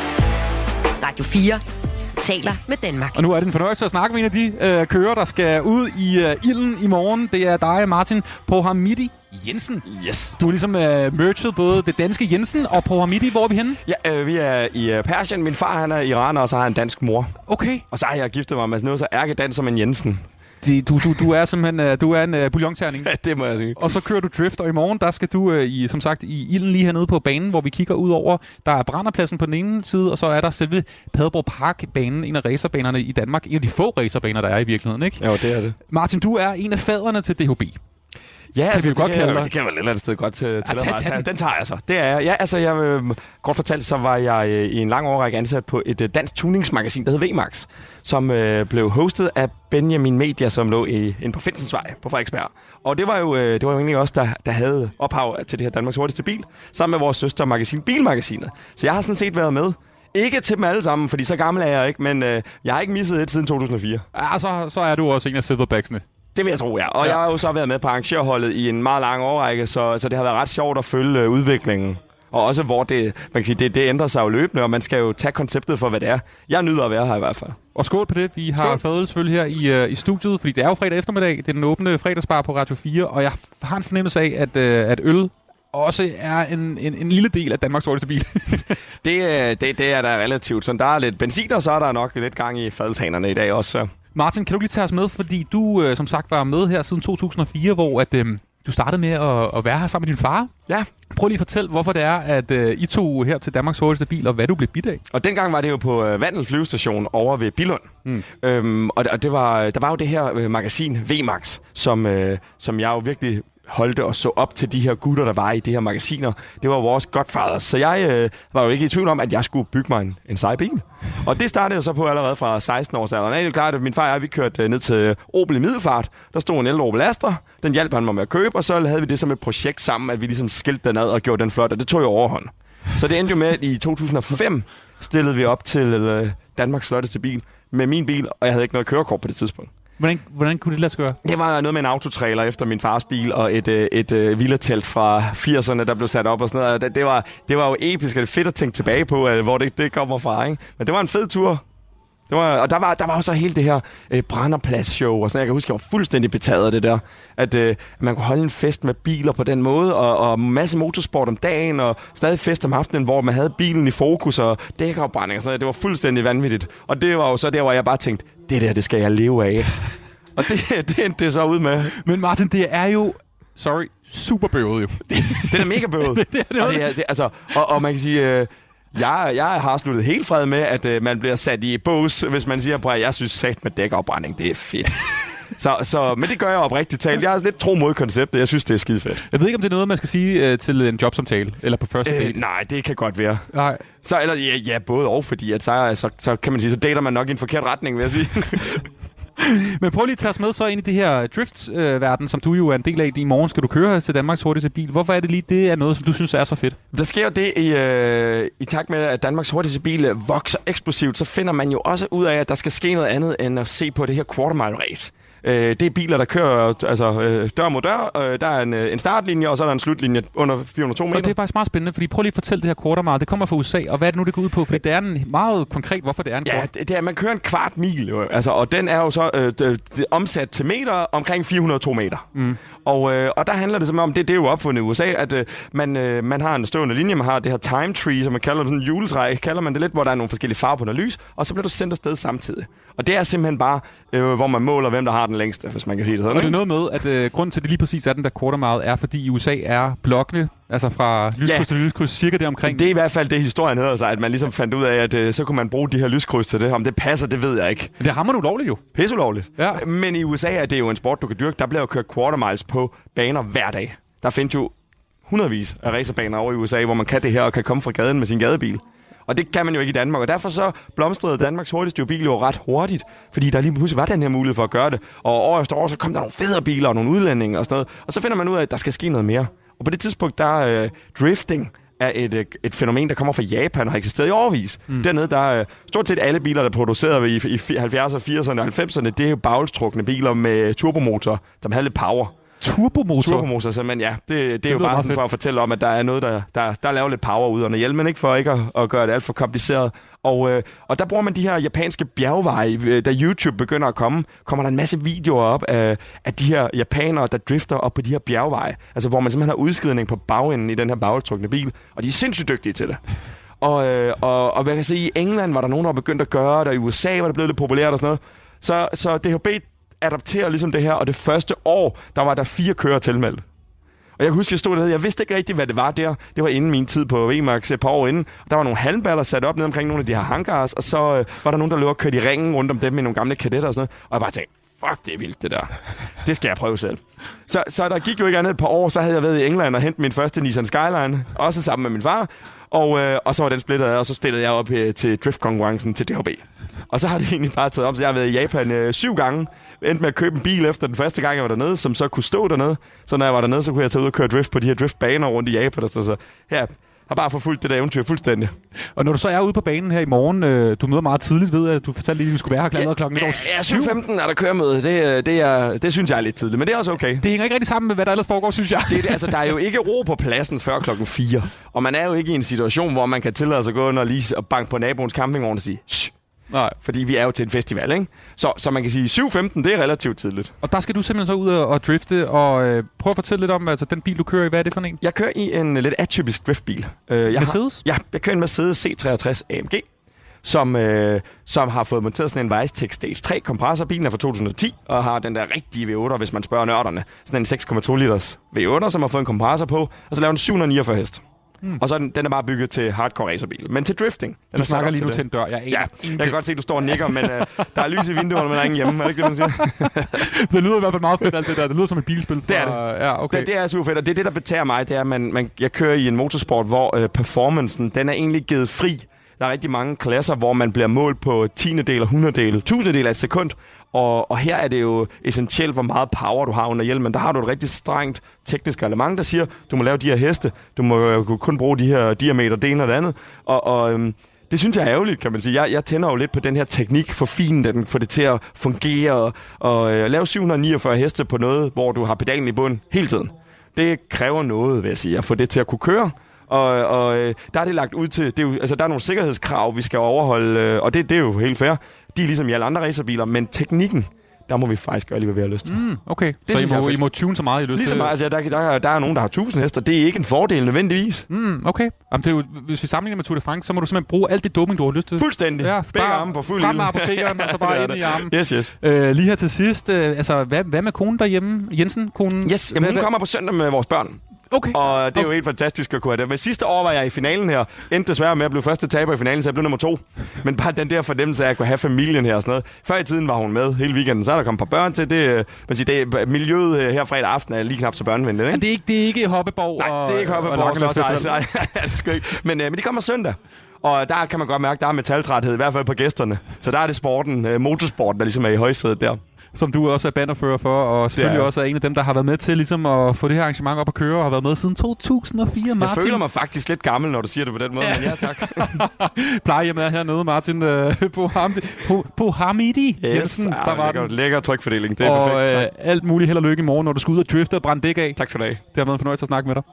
Radio fire taler med Danmark.
Og nu er det en fornøjelse at snakke med en af de øh, kører, der skal ud i øh, ilden i morgen. Det er dig, Martin Pohamidi Jensen.
Yes.
Du er ligesom øh, merchet både det danske Jensen og Pohamidi. Hvor er vi henne?
Ja, øh, vi er i øh, Persien. Min far, han er iraner, og så har han en dansk mor.
Okay.
Og så har jeg giftet mig med noget så ærkedans som en Jensen.
De, du, du, du er simpelthen uh, du er en uh, bouillonterning.
Ja, det må jeg sige.
Og så kører du drift, og i morgen, der skal du uh, i, som sagt i ilden lige hernede på banen, hvor vi kigger ud over. Der er Branderpladsen på den ene side, og så er der selve Padborg Park-banen, en af racerbanerne i Danmark. En af de få racerbaner, der er i virkeligheden, ikke?
Jo, det er det.
Martin, du er en af faderne til D H B.
Ja,
kan
altså,
vi godt
det,
kalde
kan, det kan vel et eller andet sted godt til, til
ja, tag, tag
den. den tager jeg så. Det er jeg. Ja, altså, jeg, øh, kort fortalt, så var jeg øh, i en lang årrække ansat på et øh, dansk tuningsmagasin, der hed V Max, som øh, blev hostet af Benjamin Media, som lå i, inde på Finsensvej på Frederiksberg. Og det var jo, øh, det var jo egentlig også der, der havde ophav til det her Danmarks hurtigste bil, sammen med vores søstermagasin Bilmagasinet. Så jeg har sådan set været med. Ikke til dem alle sammen, fordi så gammel er jeg ikke, men øh, jeg har ikke misset et siden to tusind og fire.
Ja, så, så er du også en af silverbacksene.
Det vil jeg tro, ja. Og ja. Jeg har jo så været med på arrangørholdet i en meget lang årrække, så, så det har været ret sjovt at følge øh, udviklingen. Og også hvor det, man kan sige, det, det ændrer sig jo løbende, og man skal jo tage konceptet for, hvad det er. Jeg nyder at være her i hvert fald.
Og skål på det. Vi har fået selvfølgelig her i, uh, i studiet, fordi det er jo fredag eftermiddag. Det er den åbne fredagsbar på Radio fire, og jeg har en fornemmelse af, at, uh, at øl også er en, en, en lille del af Danmarks hurtigste bil.
det, det, det er der relativt. Så der er lidt benzin, og så er der nok lidt gang i fadelshanerne i dag også. Så.
Martin, kan du lige tage os med, fordi du øh, som sagt var med her siden to tusind og fire, hvor at, øh, du startede med at, at være her sammen med din far.
Ja.
Prøv lige at fortælle, hvorfor det er, at øh, I tog her til Danmarks hurtigste bil, og hvad du blev bidt af.
Og dengang var det jo på øh, Vandel flyvestation over ved Billund. Mm. Øhm, og og det var, der var jo det her øh, magasin V Max, som, øh, som jeg jo virkelig holdte og så op til de her gutter, der var i de her magasiner. Det var vores godfathers. Så jeg øh, var jo ikke i tvivl om, at jeg skulle bygge mig en, en sej bil. Og det startede jeg så på allerede fra seksten års alderen. Det er jo klart, at min far og jeg, vi kørte ned til Opel i Middelfart. Der stod en ældre Opel Astra. Den hjalp han mig med at købe, og så havde vi det som et projekt sammen, at vi ligesom skilte den ad og gjorde den flot, og det tog jeg overhånd. Så det endte jo med, at i to tusind og fem stillede vi op til øh, Danmarks flotteste bil med min bil, og jeg havde ikke noget kørekort på det tidspunkt.
Hvordan, hvordan kunne det lade sig gøre?
Det var noget med en autotrailer efter min fars bil, og et, et, et, et villatelt fra firserne, der blev sat op og sådan noget. Det, det, var, det var jo episk, og det er fedt at tænke tilbage på, hvor det, det kommer fra, ikke? Men det var en fed tur. Det var, og der var, der var jo så hele det her øh, Branderplads-show, og sådan. Jeg kan huske, jeg var fuldstændig betaget af det der. At øh, man kunne holde en fest med biler på den måde, og, og masse motorsport om dagen, og stadig fest om aftenen, hvor man havde bilen i fokus, og dækafbrænding og sådan noget. Det var fuldstændig vanvittigt. Og det var jo så der, hvor jeg bare tænkte, det der, det skal jeg leve af. Og det, det endte det så ud med.
Men Martin, det er jo... Sorry, super bøvet jo.
Det er mega bøvet. det, det, det, og, det er, det, altså, og, og man kan sige... Øh, Jeg, jeg har sluttet helt fred med, at øh, man bliver sat i bås, hvis man siger, at jeg synes sat med dækafbrænding, det er fedt. så, så, men det gør jeg oprigtigt talt. Jeg er lidt tro mod konceptet. Jeg synes, det er skide fedt.
Jeg ved ikke, om det er noget, man skal sige øh, til en jobsamtale, eller på første date.
Øh, nej, det kan godt være.
Nej.
Så, eller, ja, ja, både og, fordi at så, så, så kan man sige, så dater man nok i en forkert retning, vil jeg sige.
Men prøv lige at tage os med så ind i det her drift-verden, øh, som du jo er en del af. I morgen skal du køre til Danmarks hurtigste bil. Hvorfor er det lige, det er noget, som du synes er så fedt?
Der sker jo det i, øh, i takt med, at Danmarks hurtigste bil vokser eksplosivt, så finder man jo også ud af, at der skal ske noget andet, end at se på det her quarter mile race. Øh, det er biler, der kører altså, øh, dør mod dør. Øh, der er en, en startlinje, og så er der en slutlinje under fire hundrede og to meter.
Og det er faktisk meget spændende, fordi prøv lige at fortælle det her quarter mile. Det kommer fra U S A, og hvad er det nu, det går ud på? Fordi det er en meget konkret, hvorfor det er en
ja,
kvart.
det, det er, man kører en kvart mil, jo, altså, og den er jo så øh, det, det omsat til meter omkring fire hundrede og to meter.
Mm.
Og, øh, og der handler det simpelthen om, det, det er jo opfundet i U S A, at øh, man, øh, man har en stående linje, man har det her time tree, som man kalder det, sådan en juletræ, kalder man det lidt, hvor der er nogle forskellige farver på noget lys, og så bliver du sendt afsted samtidig. Og det er simpelthen bare, øh, hvor man måler, hvem der har den længste, hvis man kan sige det sådan.
Og det er noget med, at øh, grunden til, at det lige præcis er den der quarter mile, er, fordi i U S A er blokkene, altså fra lyskryds ja. til lyskryds, cirka det omkring.
Det er i hvert fald det, historien hedder sig, at man ligesom fandt ud af, at øh, så kunne man bruge de her lyskryds til det. Om det passer, det ved jeg ikke.
Men det har man ulovligt jo.
Pisseulovligt.
Ja.
Men i U S A er det jo en sport, du kan dyrke. Der bliver jo kørt quarter miles på baner hver dag. Der findes jo hundredvis af racerbaner over i U S A, hvor man kan det her og kan komme fra gaden med sin gadebil. Og det kan man jo ikke i Danmark, og derfor så blomstrede Danmarks hurtigste bil jo ret hurtigt, fordi der lige pludselig var den her mulighed for at gøre det. Og år efter år, så kom der nogle federe biler og nogle udlændinge og sådan noget. Og så finder man ud af, at der skal ske noget mere. Og på det tidspunkt, der er øh, drifting er et, et fænomen, der kommer fra Japan og har eksisteret i årevis. Mm. Dernede, der er stort set alle biler, der er produceret i, i halvfjerdserne, firserne og halvfemserne, det er jo bagulstrukne biler med turbomotor, som har lidt power.
Turbomotor?
Turbomotor, så, men ja, det, det, det er jo bare sådan
fedt.
for at fortælle om, at der er noget, der, der, der laver lidt power ud under hjelmen, ikke for ikke at, at gøre det alt for kompliceret. Og, øh, og der bruger man de her japanske bjergveje. Da YouTube begynder at komme, kommer der en masse videoer op af, af de her japanere, der drifter op på de her bjergveje. Altså hvor man simpelthen har udskidning på bagenden i den her bagtrukne bil, og de er sindssygt dygtige til det. Og, øh, og, og hvad kan jeg sige, i England var der nogen, der var begyndt at gøre det, og i U S A var det blevet lidt populært og sådan noget. Så, så D H B adapterer ligesom det her, og det første år, der var der fire kører tilmeldt. Og jeg kan huske, jeg stod der, jeg vidste ikke rigtig, hvad det var der. Det var inden min tid på V-Max et par år inden. Der var nogle halmballer sat op ned omkring nogle af de her hangars, og så øh, var der nogen, der løb og kørte i ringen rundt om dem med nogle gamle kadetter og sådan noget. Og jeg bare tænkte, fuck, det er vildt det der. Det skal jeg prøve selv. Så, så der gik jo ikke andet et par år, så havde jeg været i England og hentet min første Nissan Skyline, også sammen med min far. Og, øh, og så var den splittet af, og så stillede jeg op øh, til driftkonkurrencen til D H B. Og så har det egentlig bare taget om, så jeg har været i Japan øh, syv gange. Endte med at købe en bil efter den første gang, jeg var dernede, som så kunne stå dernede. Så når jeg var dernede, så kunne jeg tage ud og køre drift på de her driftbaner rundt i Japan. Og så, så her har bare forfulgt det der eventyr fuldstændig.
Og når du så er ude på banen her i morgen, øh, du møder meget tidligt, ved at du fortalte lige, at du skulle være her klokken klokken
ja, ja, syv femten er der køremøde. Det, det, er, det synes jeg er lidt tidligt, men det er også okay.
Det hænger ikke rigtig sammen med, hvad der ellers foregår, synes jeg.
Det, det, altså, der er jo ikke ro på pladsen før klokken fire. Og man er jo ikke i en situation, hvor man kan tillade sig at gå ind og lige og banke på naboens campingvogn og sige shh.
Nej.
Fordi vi er jo til en festival, ikke? Så, så man kan sige, syv femten, det er relativt tidligt.
Og der skal du simpelthen så ud og, og drifte, og øh, prøv at fortælle lidt om, altså den bil, du kører i, hvad er det for en?
Jeg kører i en lidt atypisk driftbil. Uh, jeg
Mercedes?
Har, ja, jeg kører en Mercedes C treogtres A M G, som, øh, som har fået monteret sådan en Vicetech Stage tre kompressor. Bilen er fra to tusind og ti, og har den der rigtige V otte, hvis man spørger nørderne. Sådan en seks komma to liters V otte, som har fået en kompressor på, og så laver den syv hundrede og niogfyrre hest. Mm. Og så den, den er bare bygget til hardcore racerbil. Men til drifting. Den
du snakker lige nu til en dør. Jeg,
ja, jeg kan godt se, at du står og nikker, men uh, der er lys i vinduerne, men der er ingen hjemme. Er det ikke det, man siger?
Det lyder i hvert fald meget fedt, alt det der. Det lyder som et bilspil. For,
det er det.
Ja, okay.
det. Det er super fedt, og det er det, der betager mig. Det er, at man, man, jeg kører i en motorsport, hvor uh, performancen, den er egentlig givet fri. Der er rigtig mange klasser, hvor man bliver målt på tiendedel og hundreddel, tusindedel af et sekund. Og, og her er det jo essentielt, hvor meget power du har under hjelmen. Der har du et rigtig strengt teknisk element, der siger, du må lave de her heste, du må kun bruge de her diameter, det ene og det andet. Og, og øhm, det synes jeg er ærgerligt, kan man sige. Jeg, jeg tænder jo lidt på den her teknik, for fin, den får det til at fungere. Og, og øh, lave syv hundrede niogfyrre heste på noget, hvor du har pedalen i bunden hele tiden. Det kræver noget, vil jeg sige, at få det til at kunne køre. Og, og der er det lagt ud til, det er jo, altså der er nogle sikkerhedskrav, vi skal overholde, og det, det er jo helt fair. De er ligesom i alle andre racerbiler, men teknikken, der må vi faktisk gøre lige, hvad vi har lyst til.
Mm, okay, det så I må, I må tune så meget, I lyst
ligesom,
til?
Altså, der, der, der er nogen, der har tusind hester. Det er ikke en fordel nødvendigvis.
Mm, okay. Jamen, det er jo, hvis vi sammenligner med Tour de France, så må du simpelthen bruge alt det doping, du har lyst til.
Fuldstændig.
Ja,
begge arme på fuld
frem med apotekeren, altså bare ind i armen.
Yes, yes.
Øh, lige her til sidst, øh, altså, hvad, hvad med konen derhjemme? Jensen, konen?
Yes, jamen, hun
hvad,
kommer på søndag med vores børn.
Okay.
Og det er jo
okay.
helt fantastisk at kunne have det. Men sidste år var jeg i finalen her. Endte desværre med at blive første taber i finalen, så jeg blev nummer to. Men bare den der fornemmelse af at kunne have familien her og sådan noget. Før i tiden var hun med hele weekenden, så er der kommet et par børn til. Det, man siger, det miljøet her fredag aften er lige knap så børnevenligt, ikke?
Ja, det er ikke, det er ikke Hoppeborg.
Nej, det er ikke Hoppeborg. Og Men, men de kommer søndag. Og der kan man godt mærke, der er metaltræthed, i hvert fald på gæsterne. Så der er det sporten, motorsporten, der ligesom er i højsædet der.
Som du også er bannerfører for, og selvfølgelig også er en af dem, der har været med til ligesom at få det her arrangement op at køre, og har været med siden to tusind og fire, Martin.
Jeg føler mig faktisk lidt gammel, når du siger det på den måde, ja. Men ja, tak.
Plejehjemmet er hernede, Martin uh, Pohamidi
yes,
Jensen.
Ja, der var lækker, lækker trykfordeling, det er
og,
perfekt.
Og øh, alt muligt held og lykke i morgen, når du skal ud og drifte og brænde dæk af.
Tak skal du have.
Det har været en fornøjelse at snakke med dig.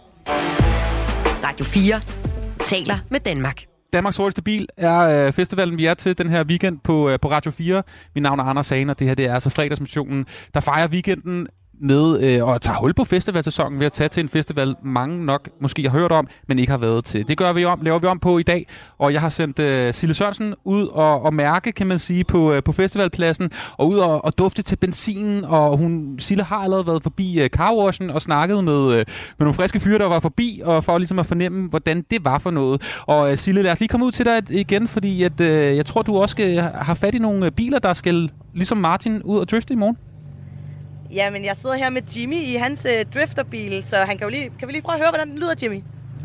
Radio fire taler med Danmark.
Danmarks hurtigste bil er øh, festivalen, vi er til den her weekend på, øh, på Radio fire. Mit navn er Anders Hagen, og det her det er altså fredagsmissionen, der fejrer weekenden med øh, og tager hul på festivalsæsonen ved at tage til en festival, mange nok måske har hørt om, men ikke har været til. Det gør vi om, laver vi om på i dag, og jeg har sendt øh, Sille Sørensen ud og, og mærke, kan man sige, på, øh, på festivalpladsen, og ud og, og dufte til benzinen, og hun, Sille har allerede været forbi øh, carwashen og snakket med, øh, med nogle friske fyre, der var forbi, og for ligesom at fornemme, hvordan det var for noget. Og øh, Sille, lad os lige komme ud til dig igen, fordi at, øh, jeg tror, du også skal have fat i nogle biler, der skal, ligesom Martin, ud og drifte i morgen.
Ja, men jeg sidder her med Jimmy i hans øh, drifterbil, så han kan, jo lige, kan vi lige prøve at høre, hvordan den lyder, Jimmy?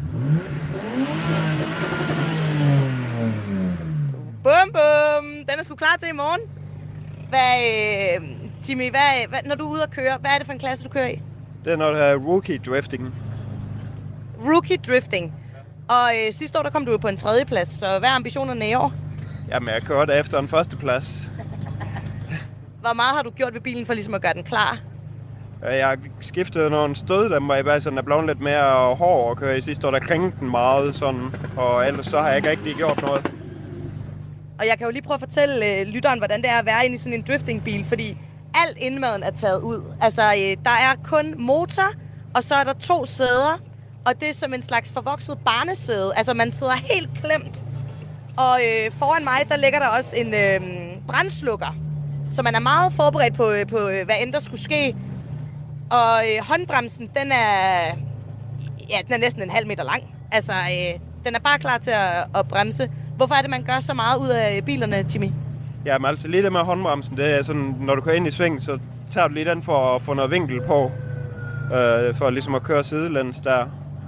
Bum, bum! Den er sgu klar til i morgen. Hvad, øh, Jimmy, hvad, hvad, når du er ude at køre, hvad er det for en klasse, du kører i?
Det er noget, der hedder rookie drifting.
Rookie drifting. Og øh, sidste år, der kom du på en tredje plads, så hvad er ambitionerne i år?
Jamen, jeg kørte efter en første plads.
Hvor meget har du gjort ved bilen for ligesom at gøre den klar?
Jeg har skiftet nogle støddæmper i bag, så den er blevet lidt mere hård at køre i. Sidste år, der kringte den meget sådan, og ellers så har jeg ikke rigtig gjort noget.
Og jeg kan jo lige prøve at fortælle øh, lytteren, hvordan det er at være inde i sådan en driftingbil, fordi alt indmaden er taget ud. Altså, øh, der er kun motor, og så er der to sæder, og det er som en slags forvokset barnesæde. Altså, man sidder helt klemt. Og øh, foran mig, der ligger der også en øh, brandslukker. Så man er meget forberedt på, på hvad end der skulle ske. Og øh, håndbremsen, den er, ja, den er næsten en halv meter lang. Altså, øh, den er bare klar til at, at bremse. Hvorfor er det, man gør så meget ud af bilerne, Jimmy?
Ja, men altså lige det med håndbremsen, det er sådan, når du kører ind i sving, så tager du lige den for at få noget vinkel på. Øh, for ligesom at køre sidelæns der.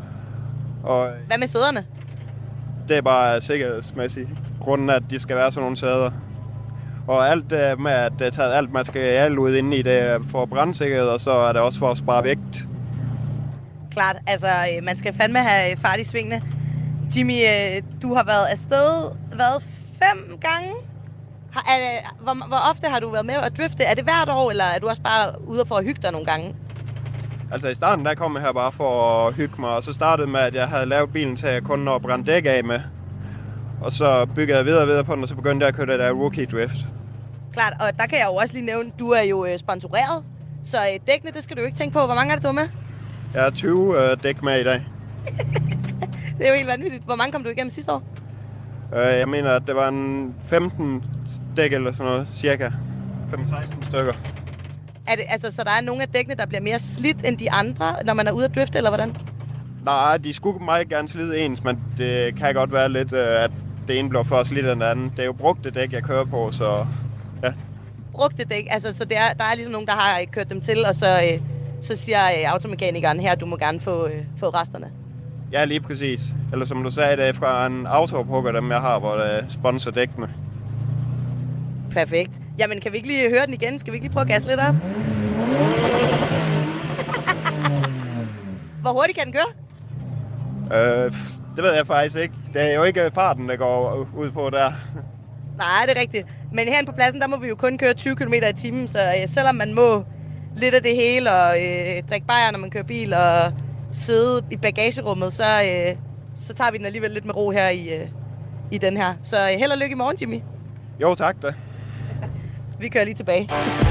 Og
hvad med sæderne?
Det er bare sikkerhedsmæssigt. Grunden er, at de skal være sådan nogle sæder. Og alt det med, at det er taget alt materiale ud inde i det for brandsikkerhed, og så er det også for at spare vægt.
Klart, altså man skal fandme have fart i svingene. Jimmy, du har været afsted, været fem gange? Har, er, hvor, hvor ofte har du været med at drifte? Er det hvert år, eller er du også bare ude for at hygge dig nogle gange?
Altså i starten, der kom jeg her bare for at hygge mig, og så startede med, at jeg havde lavet bilen til kun at brænde dæk af med. Og så byggede jeg videre og videre på den, og så begyndte jeg at køre det der rookie drift.
Klart, og der kan jeg jo også lige nævne, du er jo sponsoreret, så dækkene, det skal du jo ikke tænke på. Hvor mange er det, du er med?
Jeg har tyve øh, dæk med i dag.
Det er jo helt vanvittigt. Hvor mange kom du igennem sidste år?
Øh, jeg mener, at det var en femten dæk eller sådan noget, cirka. femten seksten stykker.
Er det, altså, så der er nogle af dækkene, der bliver mere slidt end de andre, når man er ude at drifte, eller hvordan?
Nej, de skulle meget gerne slide ens, men det kan godt være lidt, øh, at det ene bliver først lidt end det andet. Det er jo brugte dæk, jeg kører på, så ja.
Brugte dæk, altså så det er, der er ligesom nogen, der har kørt dem til, og så, øh, så siger øh, automekanikeren her, du må gerne få, øh, få resterne.
Ja, lige præcis. Eller som du sagde, det er fra en autoophukker, dem jeg har, hvor det sponsor dækkene.
Perfekt. Jamen, kan vi ikke lige høre den igen? Skal vi ikke lige prøve at gasse lidt op? Hvor hurtigt kan den køre?
Øh, det ved jeg faktisk ikke. Det er jo ikke farten, der går ud på der.
Nej, det er rigtigt. Men herinde på pladsen, der må vi jo kun køre tyve kilometer i timen, så øh, selvom man må lidt af det hele, og øh, drikke bajer, når man kører bil, og sidde i bagagerummet, så, øh, så tager vi den alligevel lidt med ro her i, øh, i den her. Så øh, held og lykke i morgen, Jimmy.
Jo, tak da.
Vi kører lige tilbage.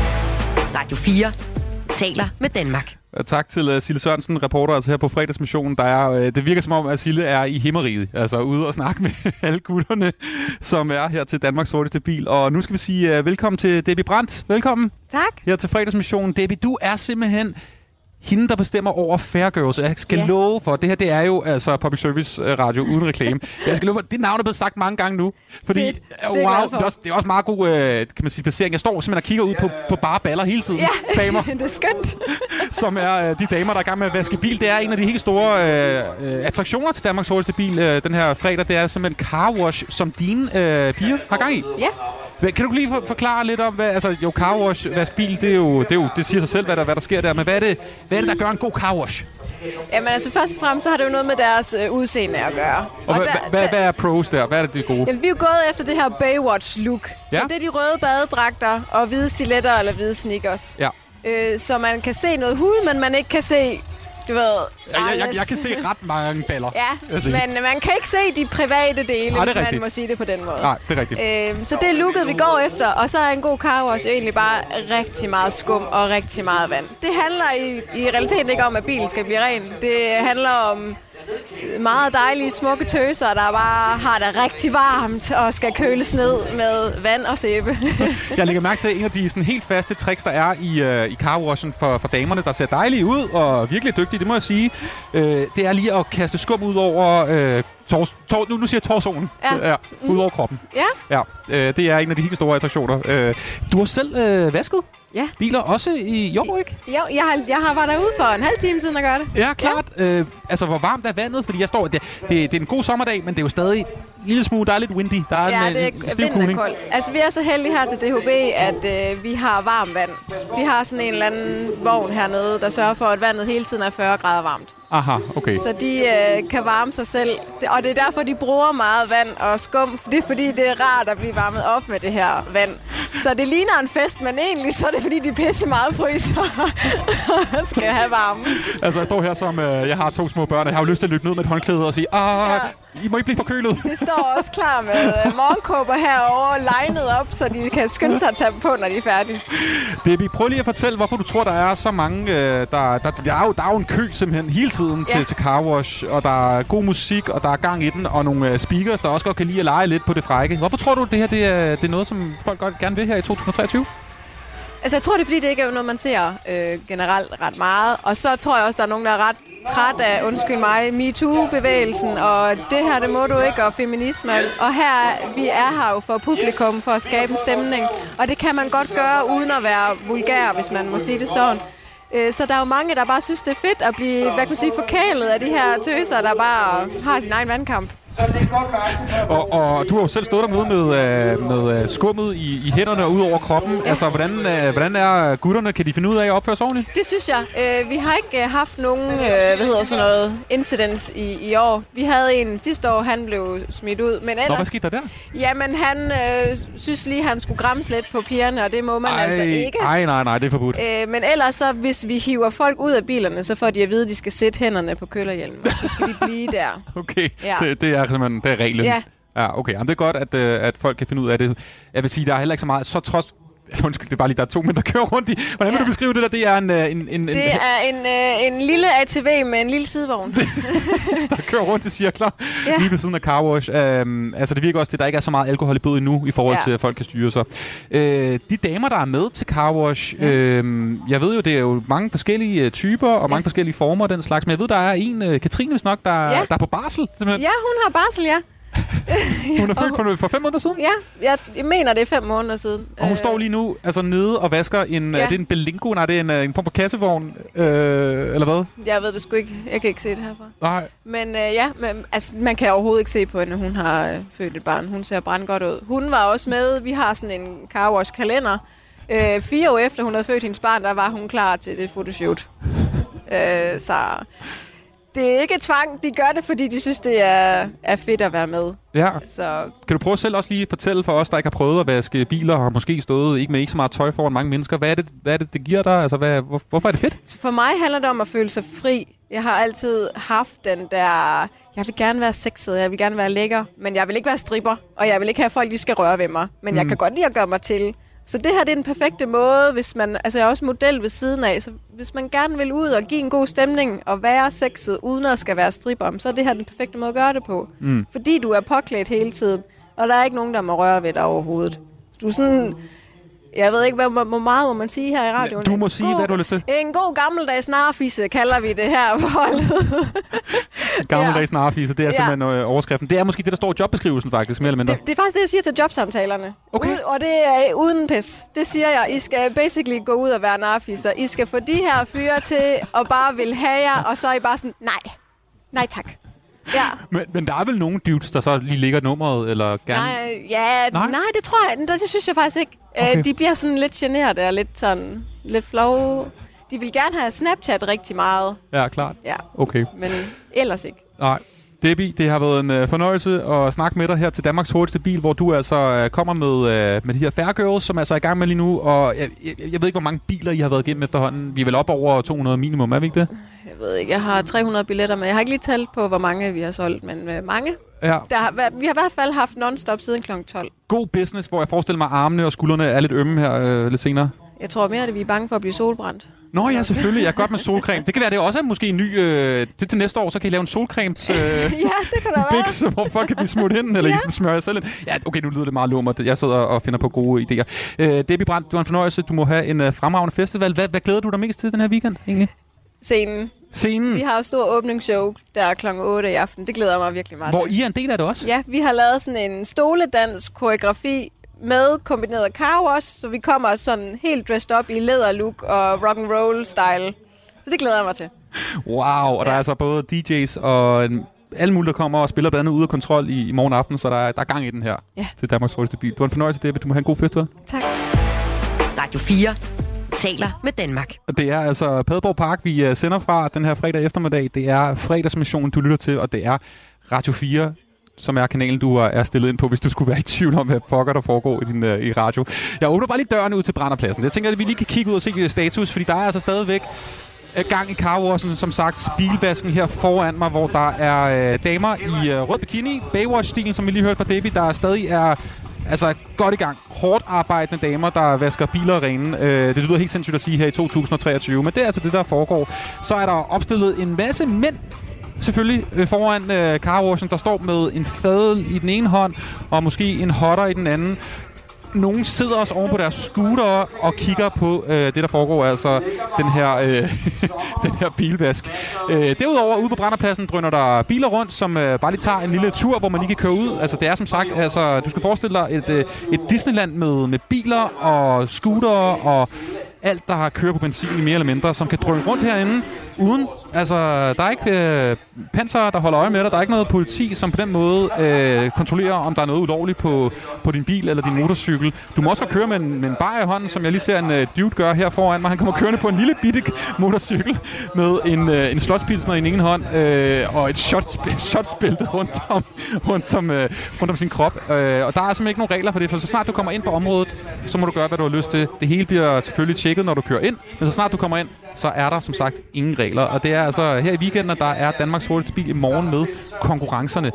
Radio fire taler med Danmark.
Tak til uh, Sille Sørensen, reporter altså her på Fredagsmissionen. Der er, uh, det virker som om, at Sille er i himmeriget, altså ude og snakke med alle gutterne, som er her til Danmarks hurtigste bil. Og nu skal vi sige uh, velkommen til Debbie Brandt. Velkommen.
Tak.
Her til Fredagsmissionen. Debbie, du er simpelthen hende, der bestemmer over Fair Girls. Jeg skal yeah. love for, det her det er jo altså public service radio uden reklame. Jeg skal love for, det navn er blevet sagt mange gange nu. Fordi,
Fedt. Det
wow, det er, også, det er også meget god kan man sige, placering. Jeg står simpelthen og kigger ud på, på bare baller hele tiden.
Ja,
damer,
det er skønt.
Som er de damer, der er i gang med at vaske bil. Det er en af de helt store øh, attraktioner til Danmarks hurtigste bil øh, den her fredag. Det er simpelthen car wash, som dine øh, piger har gang i.
Ja.
Kan du lige for, forklare lidt om, hvad, altså jo, car wash, vask bil, det er jo, det er jo, det siger sig selv, hvad der, hvad der sker der, men hvad er det, hvad er det, der gør en god car wash?
Jamen altså først og fremmest, så har det jo noget med deres øh, udseende at gøre.
Og, og hvad, der, hvad, hvad er pros der? Hvad er det, det gode?
Jamen vi er jo gået efter det her Baywatch-look. Ja. Så det er de røde badedragter og hvide stiletter eller hvide sneakers.
Ja.
Øh, så man kan se noget hud, men man ikke kan se... Du ved,
ja, jeg, jeg, jeg kan se ret mange baller.
Ja, men man kan ikke se de private dele,
ah,
hvis
rigtigt.
man må sige det på den måde.
Nej, det er rigtigt.
Øh, så det er looket, vi går efter, og så er en god car wash egentlig bare rigtig meget skum og rigtig meget vand. Det handler i, i realiteten ikke om, at bilen skal blive ren. Det handler om meget dejlige, smukke tøser, der bare har det rigtig varmt og skal køles ned med vand og sæbe.
Jeg lægger mærke til en af de sådan, helt faste tricks, der er i, uh, i carwashen for, for damerne, der ser dejlige ud og virkelig dygtige, det må jeg sige. Uh, det er lige at kaste skum ud over... Uh, Tors, tor, nu, nu siger jeg torsoen.
Ja.
Ja, mm. Ud over kroppen.
Ja.
Ja, øh, det er en af de helt store attraktioner. Øh, du har selv øh, vasket
ja.
biler, også i år, ikke?
Jo, jeg har, jeg har været derude for en halv time siden at gøre det.
Ja, klart. Ja. Øh, altså, hvor varmt er vandet? Fordi jeg står... Det, det, det er en god sommerdag, men det er jo stadig en lille smule... Der er lidt windy. Der er
ja,
en,
det er,
en stiv
vinden er kold. Altså, vi er så heldige her til D H B, at øh, vi har varmt vand. Vi har sådan en eller anden vogn hernede, der sørger for, at vandet hele tiden er fyrre grader varmt.
Aha, okay.
Så de øh, kan varme sig selv. Og det er derfor, de bruger meget vand og skum. Det er fordi, det er rart at blive varmet op med det her vand. Så det ligner en fest, men egentlig så er det fordi, de pisse meget fryser og skal have varme.
Altså, jeg står her som... Øh, jeg har to små børn, og jeg har jo lyst til at løbe ned med et håndklæde og sige, ah, ja. I må ikke blive forkølet.
Det står også klar med øh, morgenkåber herovre, legnet op, så de kan skynde sig at tage dem på, når de er færdige.
Debbie, prøv lige at fortælle, hvorfor du tror, der er så mange... Øh, der, der, der, er jo, der er jo en kø simpelthen hele tiden til, ja. til car wash, og der er god musik, og der er gang i den, og nogle øh, speakers, der også godt kan lide at lege lidt på det frække. Hvorfor tror du, det her det er, det er noget, som folk godt gerne vil her i to tusind treogtyve?
Altså, jeg tror, det er, fordi det ikke er noget, man ser øh, generelt ret meget. Og så tror jeg også, der er nogen, der er ret træt af, undskyld mig, MeToo-bevægelsen, og det her, det må du ikke, og feminisme. Og her, vi er her jo for publikum, for at skabe en stemning. Og det kan man godt gøre, uden at være vulgær, hvis man må sige det sådan. Så der er jo mange, der bare synes, det er fedt at blive, hvad kan man sige, forkælet af de her tøser, der bare har sin egen vandkamp.
Og, og du har jo selv stået dernede med, med skummet i, i hænderne og ud over kroppen. Ja. Altså, hvordan, hvordan er gutterne? Kan de finde ud af at opføre sig ordentligt?
Det synes jeg. Vi har ikke haft nogen, hvad hedder sådan noget, incidents i, i år. Vi havde en sidste år, han blev smidt ud. Men ellers,
Nå, hvad skete der der?
Jamen, han øh, synes lige, han skulle græmse lidt på pigerne, og det må man ej, altså ikke.
Nej, nej, nej, det er forbudt.
Øh, men ellers, så, hvis vi hiver folk ud af bilerne, så får de at vide, at de skal sætte hænderne på kølerhjelmen. Så skal de blive der.
Okay,
ja.
det, det er simpelthen det er reglen.
Ja.
Ja, okay. Jamen, det er godt, at, at folk kan finde ud af det. Jeg vil sige, der er heller ikke så meget. Så trods Undskyld, det er bare lige, der er to mænd, der kører rundt i. Hvordan vil ja. du beskrive det der? Det er en... en, en, en
det er en, øh, en lille A T V med en lille sidevogn.
der kører rundt i cirkler ja. lige ved siden af car wash. Um, altså, det virker også til, at der ikke er så meget alkohol i blodet endnu, i forhold ja. til, at folk kan styre sig. Uh, de damer, der er med til car wash, ja. uh, jeg ved jo, det er jo mange forskellige typer og ja. mange forskellige former og den slags, men jeg ved, der er en, uh, Katrine vist nok, der, ja. der er på barsel, simpelthen.
Ja, hun har barsel, ja.
Hun er født for, for fem måneder siden?
Ja, jeg, jeg mener, det er fem måneder siden.
Og hun øh. står lige nu altså nede og vasker en... Ja. Er det en Belingo? Nej, det er en, en form for kassevogn. Øh, eller hvad?
Jeg ved det sgu ikke. Jeg kan ikke se det herfra.
Nej.
Men øh, ja, men, altså, man kan overhovedet ikke se på hende, hun har øh, født et barn. Hun ser brandgodt ud. Hun var også med. Vi har sådan en car wash kalender. Øh, fire år efter hun havde født hendes barn, der var hun klar til det fotoshoot. øh, så... Det er ikke tvang, de gør det, fordi de synes, det er, er fedt at være med.
Ja.
Så...
Kan du prøve selv også lige fortælle for os, der ikke har prøvet at vaske biler, og har måske stået ikke med ikke så meget tøj foran mange mennesker. Hvad er det, hvad er det, det giver dig? Altså, hvad, hvor, hvorfor er det fedt?
For mig handler det om at føle sig fri. Jeg har altid haft den der... Jeg vil gerne være sexet, jeg vil gerne være lækker, men jeg vil ikke være stripper, og jeg vil ikke have folk, de skal røre ved mig. Men mm. jeg kan godt lide at gøre mig til. Så det her, det er den perfekte måde, hvis man... Altså, jeg er også model ved siden af, så hvis man gerne vil ud og give en god stemning og være sexet, uden at skal være stripper, så er det her den perfekte måde at gøre det på. Mm. Fordi du er påklædt hele tiden, og der er ikke nogen, der må røre ved dig overhovedet. Du er sådan... Jeg ved ikke, hvor, hvor meget må man sige her i radioen.
Du må sige, god, hvad du har lyst til.
En god gammeldags narfisse, kalder vi det her forholdet.
Gammeldags ja. narfisse, det er ja. simpelthen øh, overskriften. Det er måske det, der står i jobbeskrivelsen faktisk, mere eller mindre.
Det, det er faktisk det, jeg siger til jobsamtalerne. Okay. Ud, og det er uden pis. Det siger jeg. I skal basically gå ud og være narfisser. I skal få de her fyre til at bare vil have jer, og så er I bare sådan, nej. Nej tak. Ja.
Men, men der er vel nogle dudes, der så lige ligger nummeret, eller gerne...
Nej, ja, nej? nej, det tror jeg, det, det synes jeg faktisk ikke. Okay. De bliver sådan lidt generet og lidt sådan, lidt flove. De vil gerne have Snapchat rigtig meget.
Ja, klart.
Ja.
Okay.
Men ellers ikke.
Nej. Debbie, det har været en uh, fornøjelse at snakke med dig her til Danmarks hurtigste bil, hvor du altså uh, kommer med, uh, med de her Fair Girls, som altså er i gang med lige nu. Og jeg, jeg, jeg ved ikke, hvor mange biler I har været igennem efterhånden. Vi er vel op over to hundrede minimum, er vi ikke det?
Jeg ved ikke, jeg har tre hundrede billetter med. Jeg har ikke lige talt på, hvor mange vi har solgt, men uh, mange. Ja. Der har, vi har i hvert fald haft non-stop siden klokken tolv.
God business, hvor jeg forestiller mig, at armene og skuldrene er lidt ømme her uh, lidt senere.
Jeg tror mere, at vi er bange for at blive solbrændt.
Nå ja, selvfølgelig. Jeg er godt med solcreme. Det kan være, det er også måske en ny... Øh, det til næste år, så kan I lave en solcremes... Øh,
ja, det kan der
biks, være. Hvor folk kan blive smurt ind, eller ja. I kan smøre jer selv ind. Ja, okay, nu lyder det meget lummert. Jeg sidder og finder på gode idéer. Øh, Debbie Brandt, du har en fornøjelse. Du må have en uh, fremragende festival. Hvad, hvad glæder du dig mest til den her weekend, egentlig?
Scenen.
Scenen?
Vi har jo stor åbningsshow der klokken otte i aften. Det glæder jeg mig virkelig meget
Hvor
til.
I er en del af det også?
Ja, vi har lavet sådan en stoledans koreografi med kombineret car wash, så vi kommer sådan helt dressed up i læderlook og rock and roll style. Så det glæder jeg mig til.
Wow, og ja. Der er altså både D J's og en, alle mulige, der kommer og spiller blandt andet ude af kontrol i, i morgen aften, så der er, der er gang i den her
ja.
til Danmarks hurtigste bil. Du har en fornøjelse, David. Du må have en god festival.
Tak.
Radio fire taler med Danmark.
Det er altså Padborg Park, vi uh, sender fra den her fredag eftermiddag. Det er fredagsmissionen, du lytter til, og det er Radio fire, som er kanalen, du er stillet ind på, hvis du skulle være i tvivl om, hvad pokker der foregår i, din, uh, i radio. Jeg åbner bare lige døren ud til Branderpladsen. Jeg tænker, at vi lige kan kigge ud og se status, fordi der er altså stadigvæk gang i carwashen, som sagt, bilvasken her foran mig, hvor der er øh, damer i øh, rød bikini, Baywatch-stilen, som vi lige hørte fra Debbie, der stadig er altså godt i gang. Hårdt arbejdende damer, der vasker biler rene. Øh, det lyder helt sindssygt at sige her i to tusind treogtyve, men det er altså det, der foregår. Så er der opstillet en masse mænd, selvfølgelig øh, foran øh, carwashen, der står med en fadel i den ene hånd, og måske en hotter i den anden. Nogen sidder også oven på deres scooter og kigger på øh, det, der foregår, altså den her, øh, den her bilvask. Øh, derudover, ude på Branderpladsen, drøner der biler rundt, som øh, bare lige tager en lille tur, hvor man lige kan køre ud. Altså, det er som sagt, altså, du skal forestille dig et, øh, et Disneyland med, med biler og scooter og alt, der har kørt på benzin i mere eller mindre, som kan drøne rundt herinde uden. Altså, der er ikke øh, panser, der holder øje med dig. Der er ikke noget politi, som på den måde øh, kontrollerer, om der er noget ulovligt på, på din bil eller din motorcykel. Du må også køre med en, med en bajer i hånden, som jeg lige ser en øh, dude gøre her foran mig. Han kommer kørende på en lille bitte motorcykel med en, øh, en slotspilsner i den ene hånd øh, og et shotsbælte rundt om, rundt, om, øh, rundt om sin krop. Øh, og der er simpelthen ikke nogen regler for det, for så snart du kommer ind på området, så må du gøre, hvad du har lyst til. Det hele bliver selvfølgelig tjekket, når du kører ind, men så snart du kommer ind, så er der som sagt ingen regler. Og det er altså her i weekenden, der er Danmarks hurtigste bil i morgen med konkurrencerne.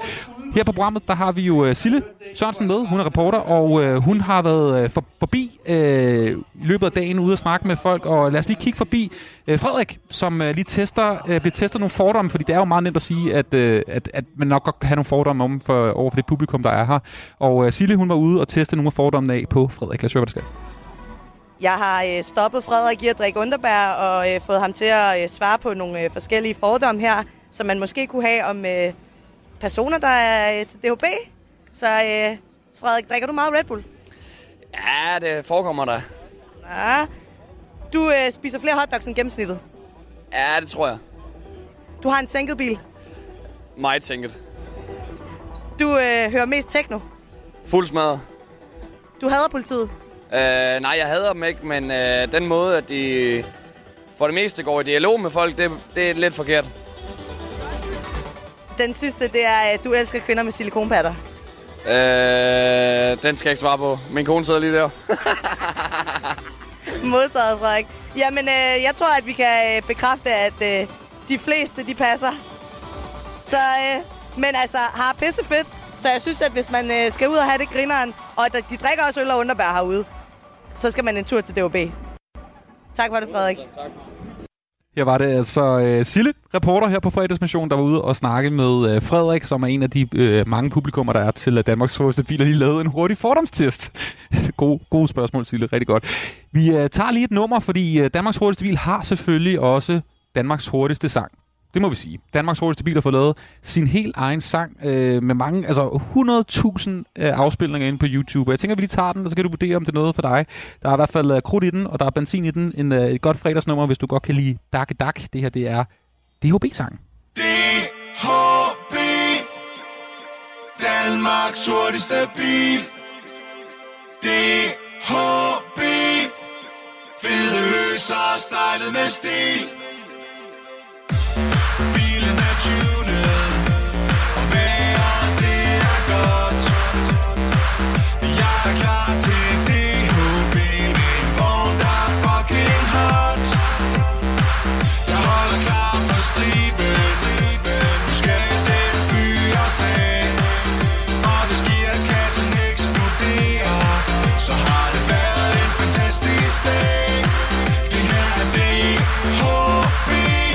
Her på programmet, der har vi jo uh, Sille Sørensen med. Hun er reporter, og uh, hun har været uh, for, forbi uh, i løbet af dagen ude at snakke med folk. Og lad os lige kigge forbi uh, Frederik, som uh, lige tester, uh, bliver testet nogle fordomme, fordi det er jo meget nemt at sige, at, uh, at, at man nok godt kan have nogle fordomme om for, over for det publikum, der er her. Og uh, Sille, hun var ude og teste nogle af fordommene af på Frederik. Lad os høre, hvad det skal.
Jeg har øh, stoppet Frederik i at drikke underbær og øh, fået ham til at øh, svare på nogle øh, forskellige fordomme her, som man måske kunne have om øh, personer, der er øh, til D H B. Så øh, Frederik, drikker du meget Red Bull?
Ja, det forekommer der.
Ja. Du øh, spiser flere hotdogs end gennemsnittet?
Ja, det tror jeg.
Du har en sænket bil?
Meget sænket.
Du øh, hører mest techno?
Fuld smadret.
Du hader politiet?
Uh, nej, jeg hader dem ikke, men uh, den måde, at de for det meste går i dialog med folk, det, det er lidt forkert.
Den sidste, det er, at du elsker kvinder med silikonpatter.
Uh, den skal jeg ikke svare på. Min kone sidder lige der.
Modtaget, Frederik. Jamen, øh, jeg tror, at vi kan øh, bekræfte, at øh, de fleste, de passer. Så, øh, men altså, har pisse fedt. Så jeg synes, at hvis man øh, skal ud og have det grineren, og at de drikker også øl og underbær herude, så skal man en tur til D H B. Tak for det, Frederik. Tak.
Her var det altså uh, Sille, reporter her på Fredagsmission, der var ude og snakke med uh, Frederik, som er en af de uh, mange publikummer, der er til uh, Danmarks hurtigste bil, og lige lavede en hurtig fordomstest. God, gode spørgsmål, Sille. Rigtig godt. Vi uh, tager lige et nummer, fordi uh, Danmarks hurtigste bil har selvfølgelig også Danmarks hurtigste sang. Det må vi sige. Danmarks hurtigste bil har fået lavet sin helt egen sang øh, med mange, altså hundrede tusind øh, afspilninger inde på YouTube. Og jeg tænker, at vi lige tager den, og så kan du vurdere, om det er noget for dig. Der er i hvert fald øh, krudt i den, og der er benzin i den. En, øh, et godt fredagsnummer, hvis du godt kan lide Dak Dak. Det her, det er D H B-sangen.
D H B, Danmarks hurtigste bil. D H B, fede øser, stylet med stil. Bilen er tunet, og vejret det er godt. Jeg er klar til D H B, en vogn der er fucking hot. Jeg holder klar på striben, nu skal den fyres af. Og hvis gearkassen eksploderer, så har det været en fantastisk dag. Det her er D H B.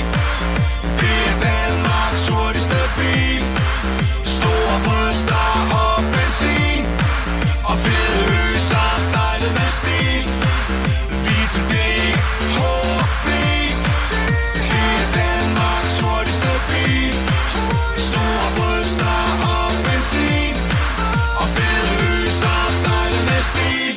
Hurtigste bil, store bryster og benzin, og fede øser, stylet med stil. Vi er til D H B, det er Danmarks hurtigste bil, store bryster og benzin, og fede øser, stylet med stil.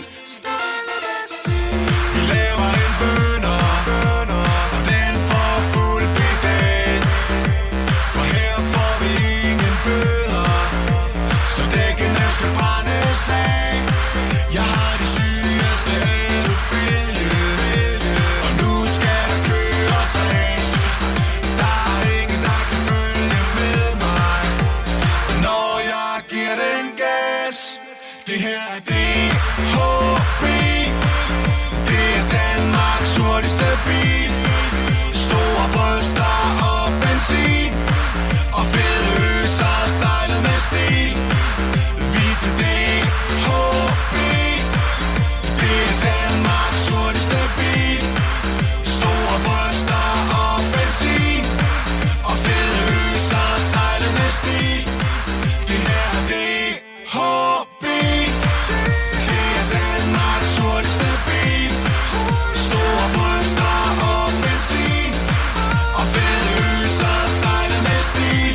Vi laver en bønner, og den får fuld pedal. For her får vi ingen bøder, så dækken er skal brændes af. Jeg har de sygeste elfælge, og nu skal der køres af. Der er ingen, der kan følge med mig, når jeg giver den gas. Det her er D H B, det er Danmarks hurtigste bil. Store bryster og benzin, og fede øser, stylet med stil. Vi er til D H B, det er Danmarks hurtigste bil. Store bryster og benzin, og fede øser, stylet med stil. Det her er D H B, det er Danmarks hurtigste bil. Store bryster og benzin, og fede øser, stylet med stil.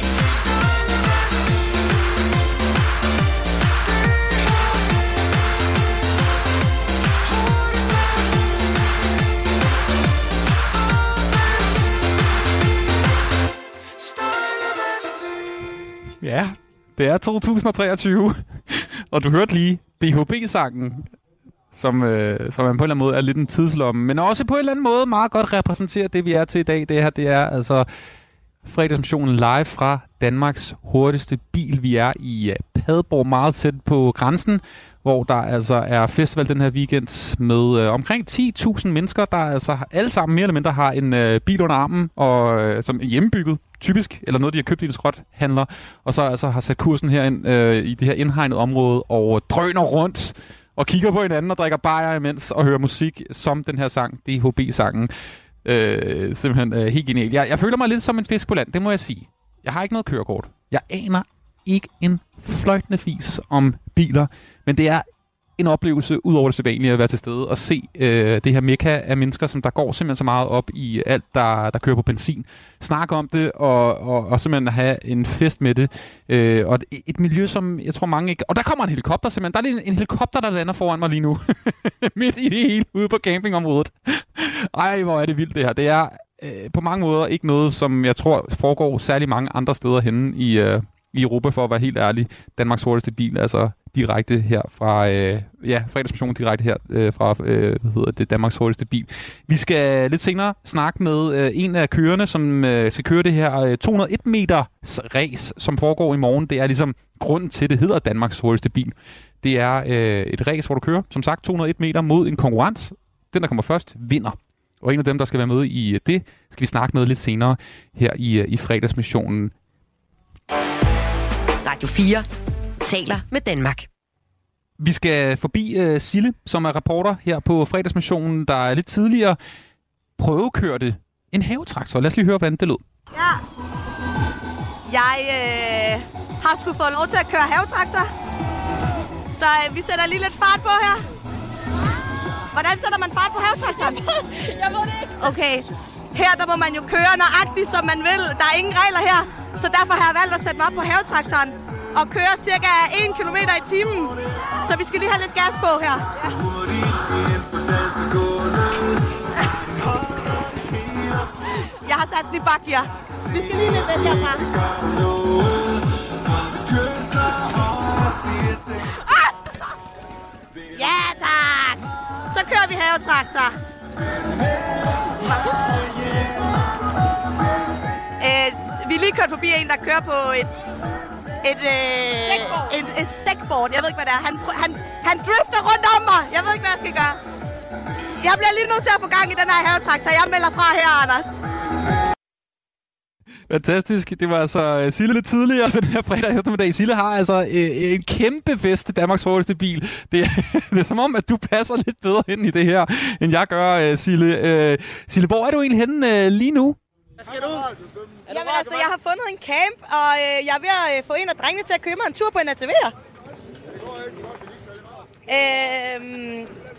Ja, det er to tusind og treogtyve, og du hørte lige D H B-sangen, som, øh, som på en eller anden måde er lidt en tidslomme, men også på en eller anden måde meget godt repræsenterer det, vi er til i dag. Det her, det er altså Fredagsmissionen live fra Danmarks hurtigste bil. Vi er i uh, Padborg, meget tæt på grænsen, hvor der altså er festival den her weekend med øh, omkring ti tusind mennesker, der altså alle sammen mere eller mindre har en øh, bil under armen, og øh, som er hjemmebygget, typisk, eller noget, de har købt i en skrothandler, og så altså har sat kursen herind øh, i det her indhegnede område, og drøner rundt, og kigger på hinanden og drikker bajer imens, og hører musik som den her sang, D H B-sangen. Øh, simpelthen øh, helt genial. Jeg, jeg føler mig lidt som en fisk på land, det må jeg sige. Jeg har ikke noget kørekort. Jeg aner ikke en fløjtende fis om biler, men det er en oplevelse ud over det sædvanlige at være til stede og se øh, det her mekka af mennesker, som der går simpelthen så meget op i alt, der, der kører på benzin. Snakke om det og, og, og simpelthen have en fest med det. Øh, og et, et miljø, som jeg tror mange ikke... Og der kommer en helikopter simpelthen. Der er lige en, en helikopter, der lander foran mig lige nu. Midt i det hele ude på campingområdet. Ej, hvor er det vildt det her. Det er øh, på mange måder ikke noget, som jeg tror foregår særlig mange andre steder henne i... Øh, i Europa, for at være helt ærlig. Danmarks hurtigste bil, altså direkte her fra, øh, ja, fredagsmissionen direkte her øh, fra, øh, hvad hedder det, Danmarks hurtigste bil. Vi skal lidt senere snakke med øh, en af kørerne, som øh, skal køre det her øh, to hundrede og en meter race, som foregår i morgen. Det er ligesom grunden til, det hedder Danmarks hurtigste bil. Det er øh, et race, hvor du kører, som sagt, to hundrede og en meter mod en konkurrence. Den, der kommer først, vinder. Og en af dem, der skal være med i det, skal vi snakke med lidt senere her i, i fredagsmissionen.
Radio fire taler med Danmark.
Vi skal forbi uh, Sille, som er reporter her på fredagsmissionen, der er lidt tidligere prøvekørte en havetraktor. Lad os lige høre, hvordan det lød.
Ja, jeg øh, har sgu fået lov til at køre havetraktor, så øh, vi sætter lige lidt fart på her. Hvordan sætter man fart på havetraktoren?
Jeg ved det ikke.
Okay, her der må man jo køre nøjagtigt, som man vil. Der er ingen regler her. Så derfor har jeg valgt at sætte mig op på havetraktoren og køre cirka en kilometer i timen. Så vi skal lige have lidt gas på her. Ja. Jeg har sat den i bakgear. Vi skal lige lidt væk herfra. Ah! Ja tak! Så kører vi havetraktor. Øh, Vi er lige kørt forbi en, der kører på et... Et, øh, et, et sækboard. Jeg ved ikke, hvad det er. Han, han, han drifter rundt om mig. Jeg ved ikke, hvad jeg skal gøre. Jeg bliver lige nødt til at få gang i den her havetraktor. Jeg melder fra her, Anders.
Fantastisk. Det var altså Sille lidt tidligere den her fredag eftermiddag. Sille har altså øh, en kæmpe fest til Danmarks hurtigste bil. Det er, det er som om, at du passer lidt bedre ind i det her, end jeg gør, øh, Sille. Øh, Sille, hvor er du egentlig henne øh, lige nu?
Hvad skal du? Jamen altså, jeg har fundet en camp, og øh, jeg er ved at øh, få en af drengene til at købe mig en tur på en A T V'er. Øhm...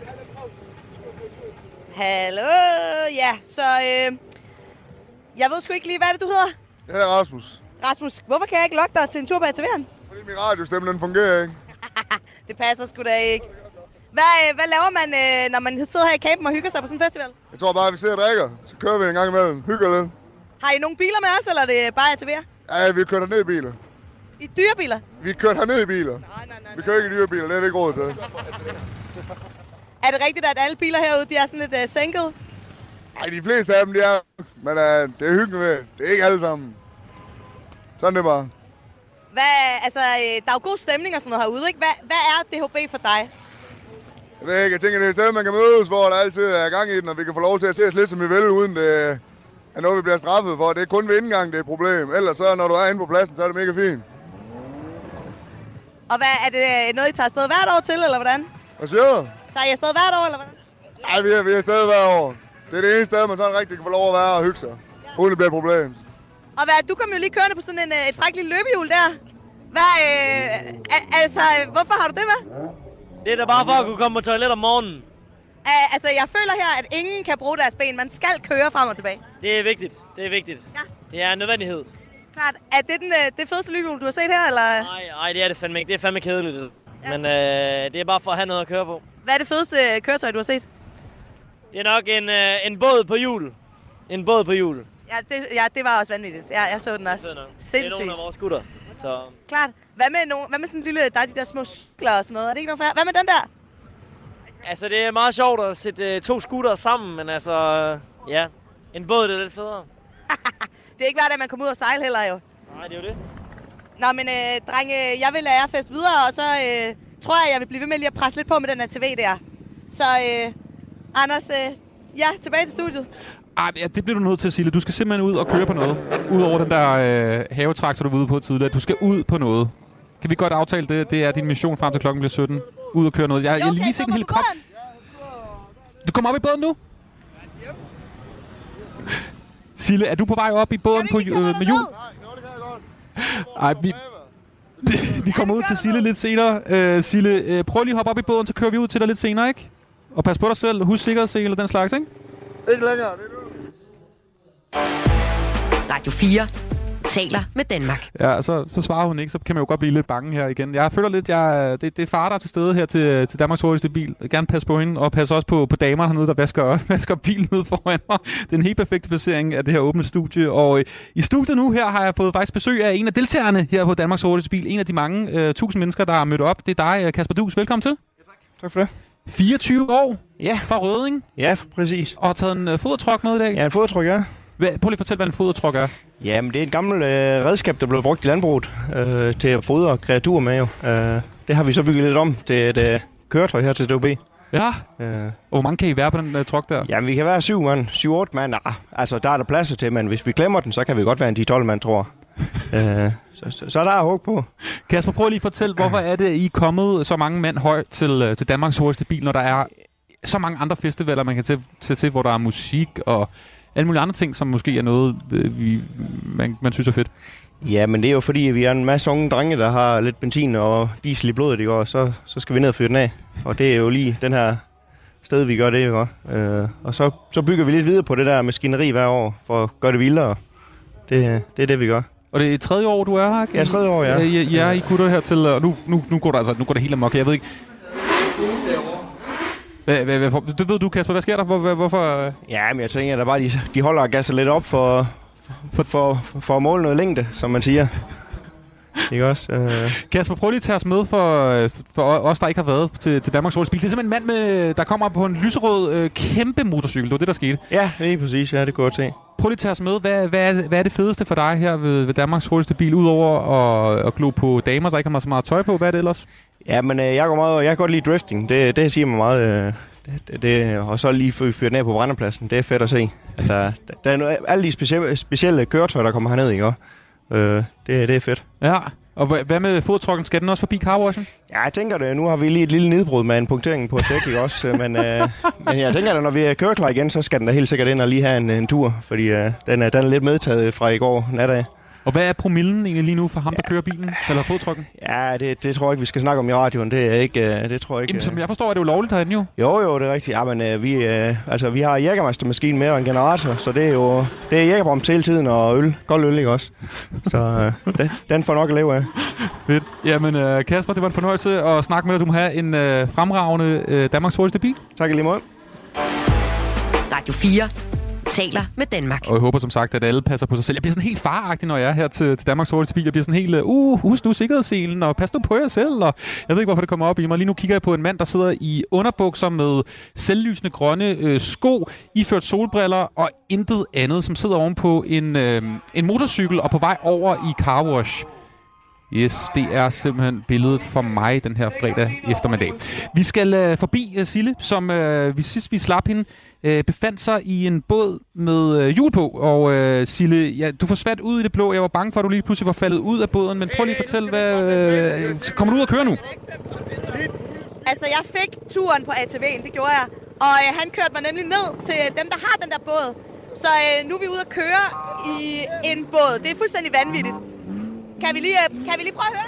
Hallo? Ja, så øh... jeg ved sgu ikke lige, hvad det du hedder?
Jeg hedder Rasmus.
Rasmus, hvorfor kan jeg ikke lokke dig til en tur på A T V'eren?
Fordi min radiostemme, den fungerer ikke.
Det passer sgu da ikke. Hvad, øh, hvad laver man, øh, når man sidder her i campen og hygger sig på sådan en festival?
Jeg tror bare, at vi sidder og drikker. Så kører vi en gang imellem. Hygger lidt.
Har I nogle biler med os, eller er det bare A T V'er?
Ja, vi kører ned i biler.
I dyre biler?
Vi kører herned i biler. Nej, nej, nej. Vi kører ikke i dyre biler, det er vi ikke råd til.
Er det rigtigt, at alle biler herude, de er sådan lidt uh, sænket?
Nej, de fleste af dem, de er. Men uh, det er hyggeligt med. Det er ikke alle sammen. Sådan det bare.
Hvad, altså, der er jo god stemning og sådan noget herude, ikke? Hvad, hvad er D H B for dig?
Jeg ved ikke, jeg tænker, det er et sted, man kan mødes, hvor der altid er gang i den, og vi kan få lov til at se os lidt, som vi vil, uden det er noget, vi bliver straffet for. Det er kun ved indgang, det er et problem. Ellers så, når du er inde på pladsen, så er det mega fint.
Og hvad, er det noget, I tager afsted hvert år til, eller hvordan?
Hvad siger du?
Tager I afsted hvert år, eller hvordan?
Nej, vi er, vi er afsted hvert år. Det er det eneste sted, man sådan rigtig kan få lov at være og hygge sig. Ja. Uden det bliver et problem.
Og hvad, du kom jo lige kørende på sådan en, et frækt lille løbehjul der. Hvad, øh, altså, hvorfor har du det med?
Det er da bare for at kunne komme på toilet om morgenen.
Uh, altså, jeg føler her, at ingen kan bruge deres ben. Man skal køre frem og tilbage.
Det er vigtigt. Det er vigtigt. Ja. Det er en nødvendighed.
Klart. Er det den, uh, det fedeste løbehjul, du har set her, eller?
Nej, nej, det er det fandme ikke. Det er fandme kedeligt. Ja. Men uh, det er bare for at have noget at køre på.
Hvad er det fedeste køretøj, du har set?
Det er nok en, uh, en båd på hjul. En båd på hjul.
Ja, det, ja, det var også vanvittigt. Ja, jeg så den også.
Det er nogle af vores gutter. Så...
Klart. Hvad med, no, hvad med sådan en lille, der er de der små cykler og sådan noget? Er det ikke noget for? Hvad med den der?
Altså, det er meget sjovt at sætte uh, to scootere sammen, men altså, uh, ja, en båd det er lidt federe.
Det er ikke hver dag, man kommer ud og sejle heller, jo.
Nej, det er jo det.
Nå, men øh, drenge, jeg vil lade jer fest videre, og så øh, tror jeg, jeg vil blive ved med lige at presse lidt på med den her T V der. Så øh, Anders, øh, ja, tilbage til studiet.
Ej, ja, det bliver du nødt til, Sille. Du skal simpelthen ud og køre på noget. Udover den der øh, havetraktor, du var ude på tidligere. Du skal ud på noget. Kan vi godt aftale det? Det er din mission frem til klokken bliver sytten. Ud og køre noget. Jeg, jeg okay, lige set en helikopter. Du kommer op i båden nu? Sille, er du på vej op i båden på, øh, med jul? Ej, vi, vi kommer ud til Sille lidt senere. Øh, Sille, øh, prøv lige at hoppe op i båden, så kører vi ud til dig lidt senere, ikke? Og pas på dig selv. Husk sikkerhedssele og den slags, ikke?
Ikke længere.
Radio fire taler med Danmark.
Ja, så, så svarer hun ikke, så kan man jo godt blive lidt bange her igen. Jeg føler lidt, jeg, det, det er far, der er til stede her til, til Danmarks hurtigste bil. Jeg vil gerne passe på hende, og passe også på, på damerne hernede, der vasker, vasker bilen ned foran mig. Det er en helt perfekt placering af det her åbne studie. Og øh, i studiet nu her har jeg fået faktisk besøg af en af deltagerne her på Danmarks hurtigste bil. En af de mange øh, tusind mennesker, der har mødt op. Det er dig, Kasper Duus. Velkommen til.
Ja, tak. Tak for det.
fireogtyve år
ja.
Fra Rødding.
Ja, præcis.
Og har taget en øh, fodertruck med i dag.
Ja, en fodertruck, ja.
Prøv lige at fortælle, hvad en fodertruck er.
Jamen, det er et gammelt øh, redskab, der blev brugt i landbruget øh, til at fodre kreaturer med. Jo. Øh, det har vi så bygget lidt om til et øh, køretøj her til D O B.
Ja, øh. og hvor mange kan I være på den uh, truck der?
Jamen, vi kan være syv mand, syv otte mand. Ah, altså, der er der plads til, men hvis vi glemmer den, så kan vi godt være en ti tolv mand, tror jeg. øh, så, så, så der er hug på.
Kasper, prøv lige at fortælle, hvorfor er det, I er kommet så mange mand højt til, til Danmarks hurtigste bil, når der er så mange andre festivaler, man kan tage til, til, hvor der er musik og alle mulige andre ting, som måske er noget, vi, man, man synes er fedt?
Ja, men det er jo fordi, vi er en masse unge drenge, der har lidt benzin og diesel i blodet, ikke? Og så, så skal vi ned og fyre den af. Og det er jo lige den her sted, vi gør det, ikke? Øh, og så, så bygger vi lidt videre på det der maskineri hver år, for at gøre det vildere. Det, det er det, vi gør.
Og det er tredje år, du er her, ikke?
Ja, tredje år, ja.
Ja, ja, I gutter her til, og nu, nu, nu går der altså, nu går det helt amok. Jeg ved ikke. Hvad, hvad, hvad, det ved du, Kasper. Hvad sker der? Hvor, hvorfor?
Ja, men jeg tænker, at der bare de, de holder og gasser lidt op for, for, for, for at måle noget længde, som man siger. Ikke også? Uh...
Kasper, prøv lige at tage os med for, for os, der ikke har været til, til Danmarks hurtigste bil. Det er simpelthen en mand, med, der kommer på en lyserød øh, kæmpe motorcykel. Det var det, der skete.
Ja, det er præcis. Ja, det går til.
Prøv lige at tage os med. Hvad, hvad, er, hvad er det fedeste for dig her ved, ved Danmarks hurtigste bil, udover at, at glo på damer, der ikke har så meget tøj på? Hvad er det ellers?
Ja, men øh, jeg går meget, jeg kan godt lide drifting. Det, det siger mig meget. Øh, det, det, og så lige fyre den af på brændepladsen. Det er fedt at se. At der, der, der er noget, alle de specielle, specielle køretøjer, der kommer herned, ikke? Øh, det, det er fedt.
Ja. Og hvad med fodtrucken? Skal den også forbi carwashen?
Ja, jeg tænker det. Nu har vi lige et lille nedbrud med en punktering på et dæk, ikke også? Men, øh, men jeg tænker, at når vi er kører klar igen, så skal den da helt sikkert ind og lige have en, en tur. Fordi øh, den, er, den er lidt medtaget fra i går natdag.
Og hvad er promillen egentlig lige nu for ham, der kører bilen? Eller fodtrucken?
Ja, det, det tror jeg ikke, vi skal snakke om i radioen. Det er ikke, det tror jeg ikke.
Jamen, som jeg forstår, er det jo lovligt herinde jo.
Jo, jo, det er rigtigt. Ja, men øh, vi, øh, altså, vi har Jägermeister-maskinen med og en generator, så det er jo det er Jägerbomb hele tiden og øl. Kold øl, ikke også? Så øh, den, den får nok at leve af.
Fedt. Jamen, øh, Kasper, det var en fornøjelse at snakke med dig. Du må have en øh, fremragende øh, Danmarks hurtigste bil.
Tak i lige måde.
Radio fire taler med Danmark.
Og jeg håber som sagt, at alle passer på sig selv. Jeg bliver sådan helt faragtig, når jeg er her til, til Danmarks hurtigste bil. Jeg bliver sådan helt, uh, husk nu sikkerhedsselen, og pas nu på jer selv. Og jeg ved ikke, hvorfor det kommer op i mig. Lige nu kigger jeg på en mand, der sidder i underbukser med selvlysende grønne øh, sko, iført solbriller og intet andet, som sidder ovenpå en, øh, en motorcykel og på vej over i carwash. Yes, det er simpelthen billedet for mig den her fredag eftermiddag. Vi skal øh, forbi uh, Sille, som øh, vi sidst vi slap hende, øh, befandt sig i en båd med øh, hjul på. Og øh, Sille, ja, du forsvandt ud i det blå. Jeg var bange for, at du lige pludselig var faldet ud af båden. Men prøv lige at fortælle, hvad, øh, kommer du ud og køre nu?
Altså, jeg fik turen på A T V'en, det gjorde jeg. Og øh, han kørte mig nemlig ned til dem, der har den der båd. Så øh, nu er vi ude at køre i en båd. Det er fuldstændig vanvittigt. Kan vi lige, kan vi lige prøve at høre?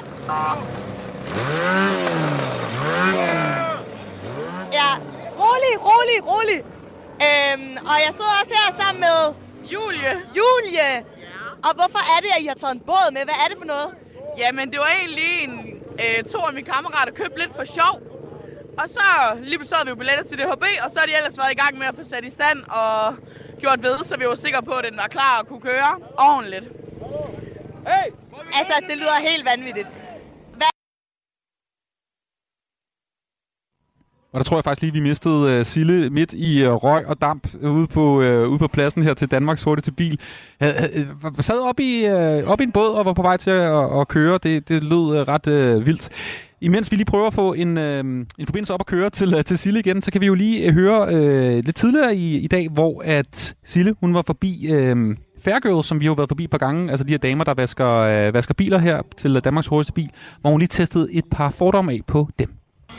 Ja, rolig, rolig, rolig. Øhm, og jeg sidder også her sammen med
Julie.
Julie. Ja. Og hvorfor er det, at I har taget en båd med? Hvad er det for noget?
Jamen, det var egentlig en, øh, to af mine kammerater købte lidt for sjov. Og så lige pludselig havde vi jo billetter til D H B, og så har de ellers været i gang med at få sat i stand og gjort ved, så vi var sikre på, at den var klar at kunne køre ordentligt.
Hey! Altså, det lyder helt vanvittigt. Hvad?
Og der tror jeg faktisk lige, vi mistede uh, Sille midt i uh, røg og damp ude på, uh, ude på pladsen her til Danmarks hurtigste bil. Uh, uh, sad op i, uh, op i en båd og var på vej til at, at køre. Det, det lød uh, ret uh, vildt. Imens vi lige prøver at få en, uh, en forbindelse op at køre til, uh, til Sille igen, så kan vi jo lige uh, høre uh, lidt tidligere i, i dag, hvor at Sille, hun var forbi uh, Fairgirl, som vi har været forbi et par gange. Altså de her damer, der vasker, uh, vasker biler her til Danmarks hurtigste bil, hvor hun lige testede et par fordomme af på dem.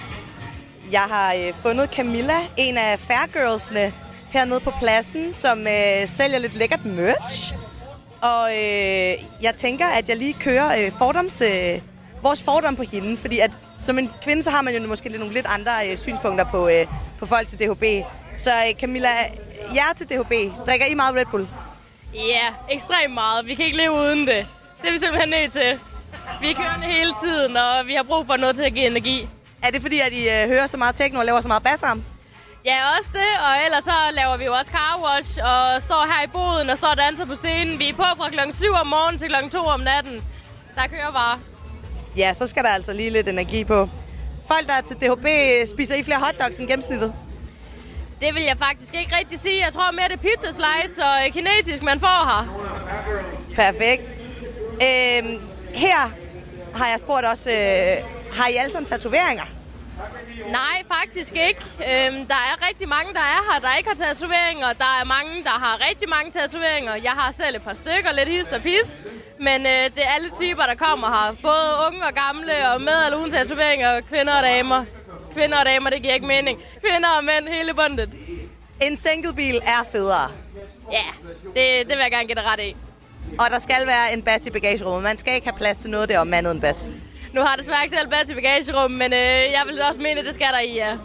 Jeg har øh, fundet Camilla, en af Fairgirlsene, hernede på pladsen, som øh, sælger lidt lækkert merch. Og øh, jeg tænker, at jeg lige kører øh, fordoms, øh, vores fordom på hende, fordi at som en kvinde, så har man jo måske lidt, nogle lidt andre øh, synspunkter på, øh, på folk til D H B. Så øh, Camilla, jer til D H B, drikker I meget Red Bull?
Ja, yeah, ekstremt meget. Vi kan ikke leve uden det. Det er vi simpelthen nødt til. Vi kører hele tiden, og vi har brug for noget til at give energi.
Er det fordi, at I øh, hører så meget techno og laver så meget bassarm?
Ja, også det. Og ellers så laver vi jo også car wash og står her i boden og står og danser på scenen. Vi er på fra klokken syv om morgenen til klokken to om natten. Der kører bare.
Ja, så skal der altså lige lidt energi på. Folk, der er til D H B, spiser I flere hotdogs end gennemsnittet?
Det vil jeg faktisk ikke rigtig sige. Jeg tror mere, det er pizza slice og kinesisk, man får her.
Perfekt. Øhm, her har jeg spurgt også... Øh, Har I alle sammen tatoveringer?
Nej, faktisk ikke. Øhm, der er rigtig mange, der er her, der ikke har tatoveringer. Der er mange, der har rigtig mange tatoveringer. Jeg har selv et par stykker, lidt hist og pist. Men øh, det er alle typer, der kommer her. Både unge og gamle, og med eller uden tatoveringer, kvinder og damer. Kvinder og damer, det giver ikke mening. Kvinder og mænd, hele bundet.
En singlebil er federe.
Ja, det, det vil jeg gerne give dig ret i.
Og der skal være en bas i bagagerummet. Man skal ikke have plads til noget der om andet end bas.
Nu har jeg desværre ikke selv bad til bagagerummet, men øh, jeg vil også mene, at det skal der i, ja.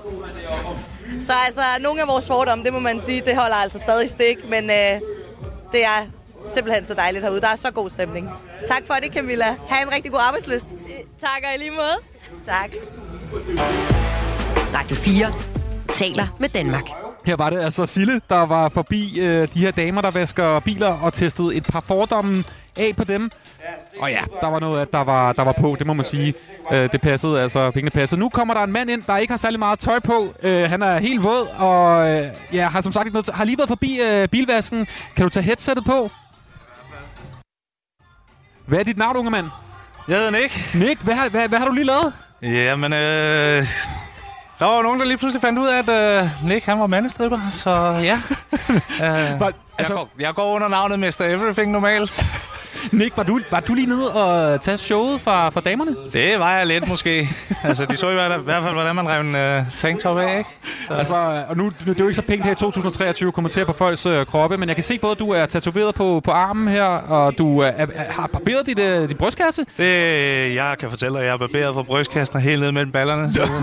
Så altså, nogle af vores fordomme, det må man sige, det holder altså stadig stik, men øh, det er simpelthen så dejligt herude. Der er så god stemning. Tak for det, Camilla. Ha' en rigtig god arbejdslyst.
Tak, og i lige måde.
Tak.
Radio fire taler med Danmark.
Her var det altså Sille, der var forbi øh, de her damer, der vasker biler og testede et par fordomme af på dem. Og ja, der var noget, der var, der var på, det må man sige. Øh, det passede, altså pengene passede. Nu kommer der en mand ind, der ikke har særlig meget tøj på. Øh, han er helt våd, og øh, ja, har som sagt ikke noget, har lige været forbi øh, bilvasken. Kan du tage headsettet på? Hvad er dit navn, unge mand?
Jeg hedder Nick.
Nick, hvad har, hvad, hvad har du lige lavet?
Jamen, øh... der var nogen, der lige pludselig fandt ud af, at øh, Nick, han var mandestripper, så ja. øh,
But,
altså, jeg, går, jeg går under navnet mister Everything normalt.
Nick, var du, var du lige nede og tage showet fra, fra damerne?
Det var jeg lidt måske. Altså, de så i hvert fald, hvordan man rev en øh, tanktop af, ikke? Så.
Altså, og nu det er jo ikke så pænt her i to tusind og treogtyve at kommentere på folks øh, kroppe, men jeg kan se både, at du er tatoveret på, på armen her, og du er, er, har barberet dit, øh, din brystkasse.
Det, jeg kan fortælle dig, at jeg er barberet fra brystkassen og helt ned mellem ballerne. Så.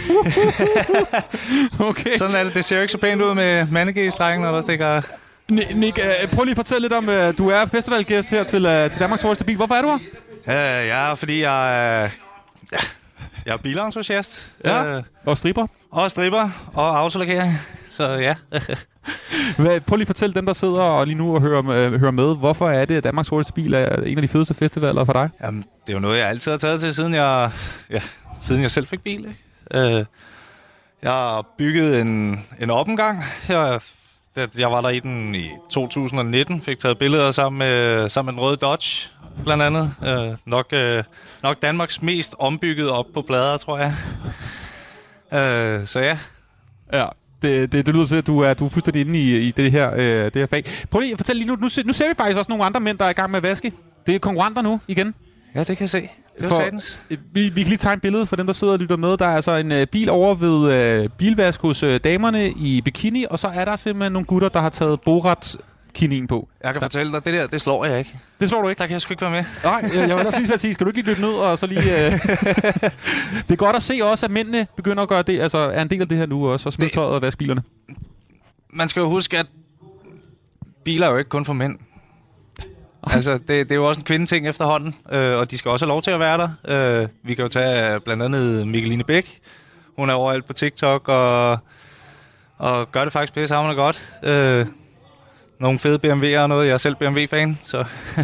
Okay.
Sådan er det. Det ser jo ikke så pænt ud med mandegæstrækken, når der stikker...
Nick, uh, prøv lige at fortælle lidt om, uh, du er festivalgæst her til, uh, til Danmarks hurtigste bil. Hvorfor er du her?
Uh, ja, fordi jeg, uh, ja, jeg er bilentusiast.
Ja, uh, og stripper.
Og stripper, og autolakering. Så ja.
Hvad, prøv lige at fortælle dem, der sidder og lige nu og hører, uh, hører med. Hvorfor er det, at Danmarks hurtigste bil er en af de fedeste festivaler for dig?
Jamen, det er jo noget, jeg altid har taget til, siden jeg, ja, siden jeg selv fik bil. Ikke? Uh, jeg har bygget en, en oppengang. Jeg Jeg var der i den i to tusind og nitten, fik taget billeder sammen med, sammen med den røde Dodge, blandt andet. Øh, nok, øh, nok Danmarks mest ombygget op på plader, tror jeg. Øh, så ja.
Ja, det, det, det lyder til, at du er, du er fuldstændig inde i, i det, her, øh, det her fag. Prøv lige at fortælle lige nu, nu, nu ser vi faktisk også nogle andre mænd, der er i gang med at vaske. Det er konkurrenter nu igen.
Ja, det kan jeg se. Det
for, vi, vi kan lige tage et billede for dem, der sidder og lytter med. Der er altså en uh, bil over ved uh, bilvask hos uh, damerne i bikini, og så er der simpelthen nogle gutter, der har taget Borat-kinien på.
Jeg kan
der.
fortælle dig, det der, det slår jeg ikke.
Det slår du ikke?
Der kan jeg sgu ikke være med.
Nej, jeg, jeg vil også lige sige, skal du ikke lige løbe ned og så lige... Uh... det er godt at se også, at mændene begynder at gøre det, altså er en del af det her nu også, og smide tøjet og vaske bilerne.
Man skal jo huske, at biler er jo ikke kun for mænd. Altså, det, det er jo også en kvindeting efterhånden, øh, og de skal også have lov til at være der. Øh, vi kan jo tage blandt andet Mikkeline Bæk. Hun er overalt på TikTok, og, og gør det faktisk pisse hamrende godt. Øh, nogle fede B M W'er og noget. Jeg er selv B M W-fan, så...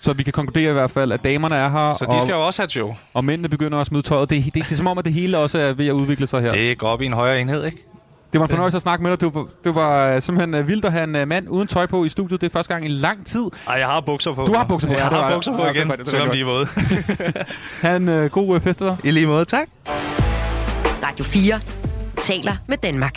Så vi kan konkludere i hvert fald, at damerne er her.
Så de skal jo også have et show.
Og mændene begynder at smide tøjet. Det, det, det er som om, at det hele også er ved at udvikle sig her.
Det går op i en højere enhed, ikke?
Det var en fornøjelse at snakke med dig. Det var, det var simpelthen vildt at have en mand uden tøj på i studiet. Det er første gang i lang tid.
Ej, jeg har bukser på.
Du har bukser på.
Jeg
ja,
har
var,
bukser på
ja,
igen,
det, det,
selvom de er våde.
Ha' en uh, god uh, festival.
I lige måde, tak.
Radio fire taler med Danmark.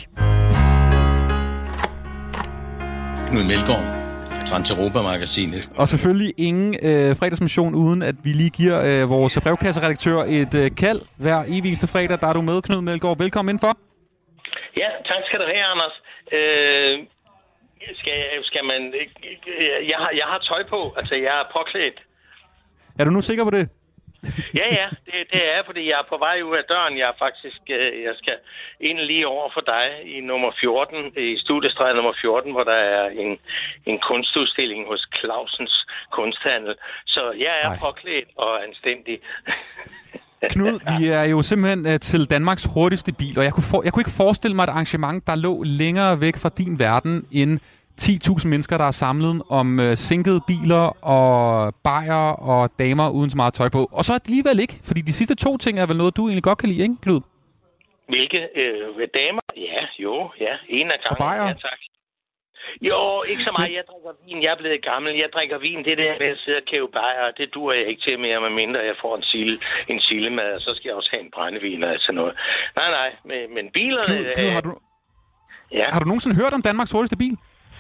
Knud Melgaard, Trans-Europa-magasinet.
Og selvfølgelig ingen øh, fredagsmission, uden at vi lige giver øh, vores brevkasseredaktør et øh, kald hver evigste fredag. Der er du med, Knud Melgaard. Velkommen indenfor.
Ja, tak skal du have, Anders. Øh, skal, skal man... Jeg har, jeg har tøj på, altså jeg er påklædt.
Er du nu sikker på det?
Ja, ja, det, det er fordi jeg er på vej ud af døren. Jeg er faktisk... Jeg skal ind lige over for dig i nummer fjorten, i studiestreg nummer fjorten, hvor der er en, en kunstudstilling hos Clausens Kunsthandel. Så jeg er Ej. påklædt og anstændig.
Knud, vi er jo simpelthen uh, til Danmarks hurtigste bil, og jeg kunne, for, jeg kunne ikke forestille mig et arrangement, der lå længere væk fra din verden end ti tusind mennesker, der er samlet om uh, sænkede biler og bajer og damer uden så meget tøj på. Og så alligevel ikke, fordi de sidste to ting er vel noget, du egentlig godt kan lide, ikke, Knud?
Hvilke øh, damer? Ja, jo, ja. En af gangen.
Og bajer?
Ja, tak. Jo, ikke så meget. Jeg drikker vin. Jeg er blevet gammel. Jeg drikker vin. Det der med at sidde og kæve bajer, det duer jeg ikke til mere, medmindre jeg får en sille, en sillemad, og så skal jeg også have en brændevin og sådan noget. Nej, nej, men, men bilerne...
Knud, Knud, har, du,
ja.
har du nogensinde hørt om Danmarks hurtigste bil?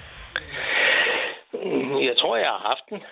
Jeg tror, jeg har haft den.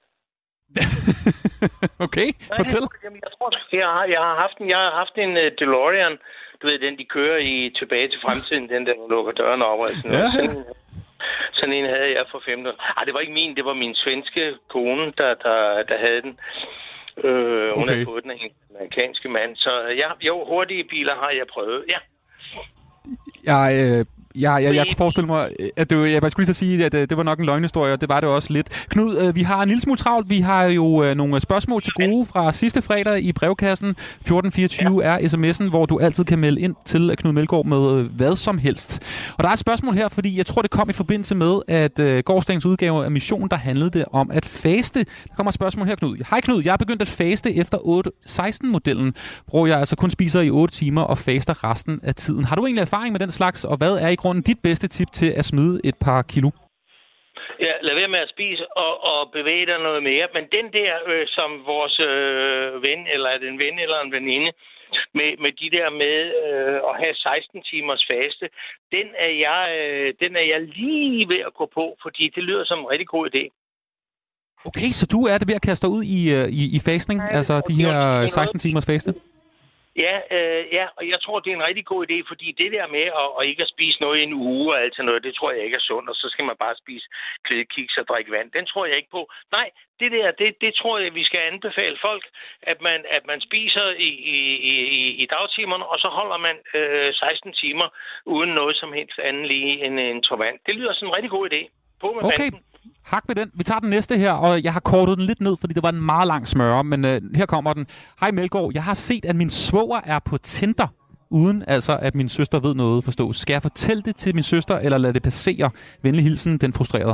Okay,
nej,
fortæl.
Jamen, jeg tror, jeg har, jeg har haft den. Jeg har haft en uh, DeLorean. Du ved, den de kører i tilbage til fremtiden, den der lukker døren over. Sådan, ja. sådan, sådan en havde jeg for femten år. Ej, det var ikke min, det var min svenske kone, der, der, der havde den. Øh, hun okay. havde fået den af en amerikanske mand. Så ja, jo, hurtige biler har jeg prøvet, ja.
Jeg, øh, jeg, jeg, jeg kunne forestille mig, at det, jeg skulle lige sige, at det var nok en løgnhistorie, og det var det også lidt. Knud, øh, vi har en lille smule travlt. Vi har jo øh, nogle spørgsmål til gode fra sidste fredag i brevkassen. fjorten fireogtyve ja. er sms'en, hvor du altid kan melde ind til Knud Melgaard med øh, hvad som helst. Og der er et spørgsmål her, fordi jeg tror, det kom i forbindelse med, at øh, gårsdagens udgave af Mission, der handlede det om at faste. Der kommer et spørgsmål her, Knud. Hej Knud, jeg er begyndt at faste efter otte seksten-modellen, hvor jeg altså kun spiser i otte timer og faster resten af tiden. Har du egentlig erfaring med den slags, og hvad er i grunden dit bedste tip til at smide et par kilo?
Ja, lad være med at spise og, og bevæge dig noget mere. Men den der, øh, som vores øh, ven, eller er det en ven eller en veninde, med, med de der med øh, at have seksten timers faste, den er, jeg, øh, den er jeg lige ved at gå på, fordi det lyder som en rigtig god idé.
Okay, så du er det ved at kaste dig ud i, i, i fastning, ja, altså de her seksten timers faste?
Ja, øh, ja, og jeg tror, det er en rigtig god idé, fordi det der med at, at ikke at spise noget i en uge og alt sådan noget, det tror jeg ikke er sundt, og så skal man bare spise klædekiks og drikke vand. Den tror jeg ikke på. Nej, det der, det, det tror jeg, vi skal anbefale folk, at man, at man spiser i, i, i, i dagtimerne, og så holder man øh, seksten timer uden noget som helst andet lige end en tår vand. Det lyder sådan en rigtig god idé. På med
okay.
Vanden.
Hak ved den. Vi tager den næste her, og jeg har kortet den lidt ned, fordi det var en meget lang smøre, men øh, her kommer den. Hej Melgaard, jeg har set, at min svoger er på Tinder, uden altså, at min søster ved noget forstås. Skal jeg fortælle det til min søster, eller lade det passere? Venlig hilsen, den frustrerede.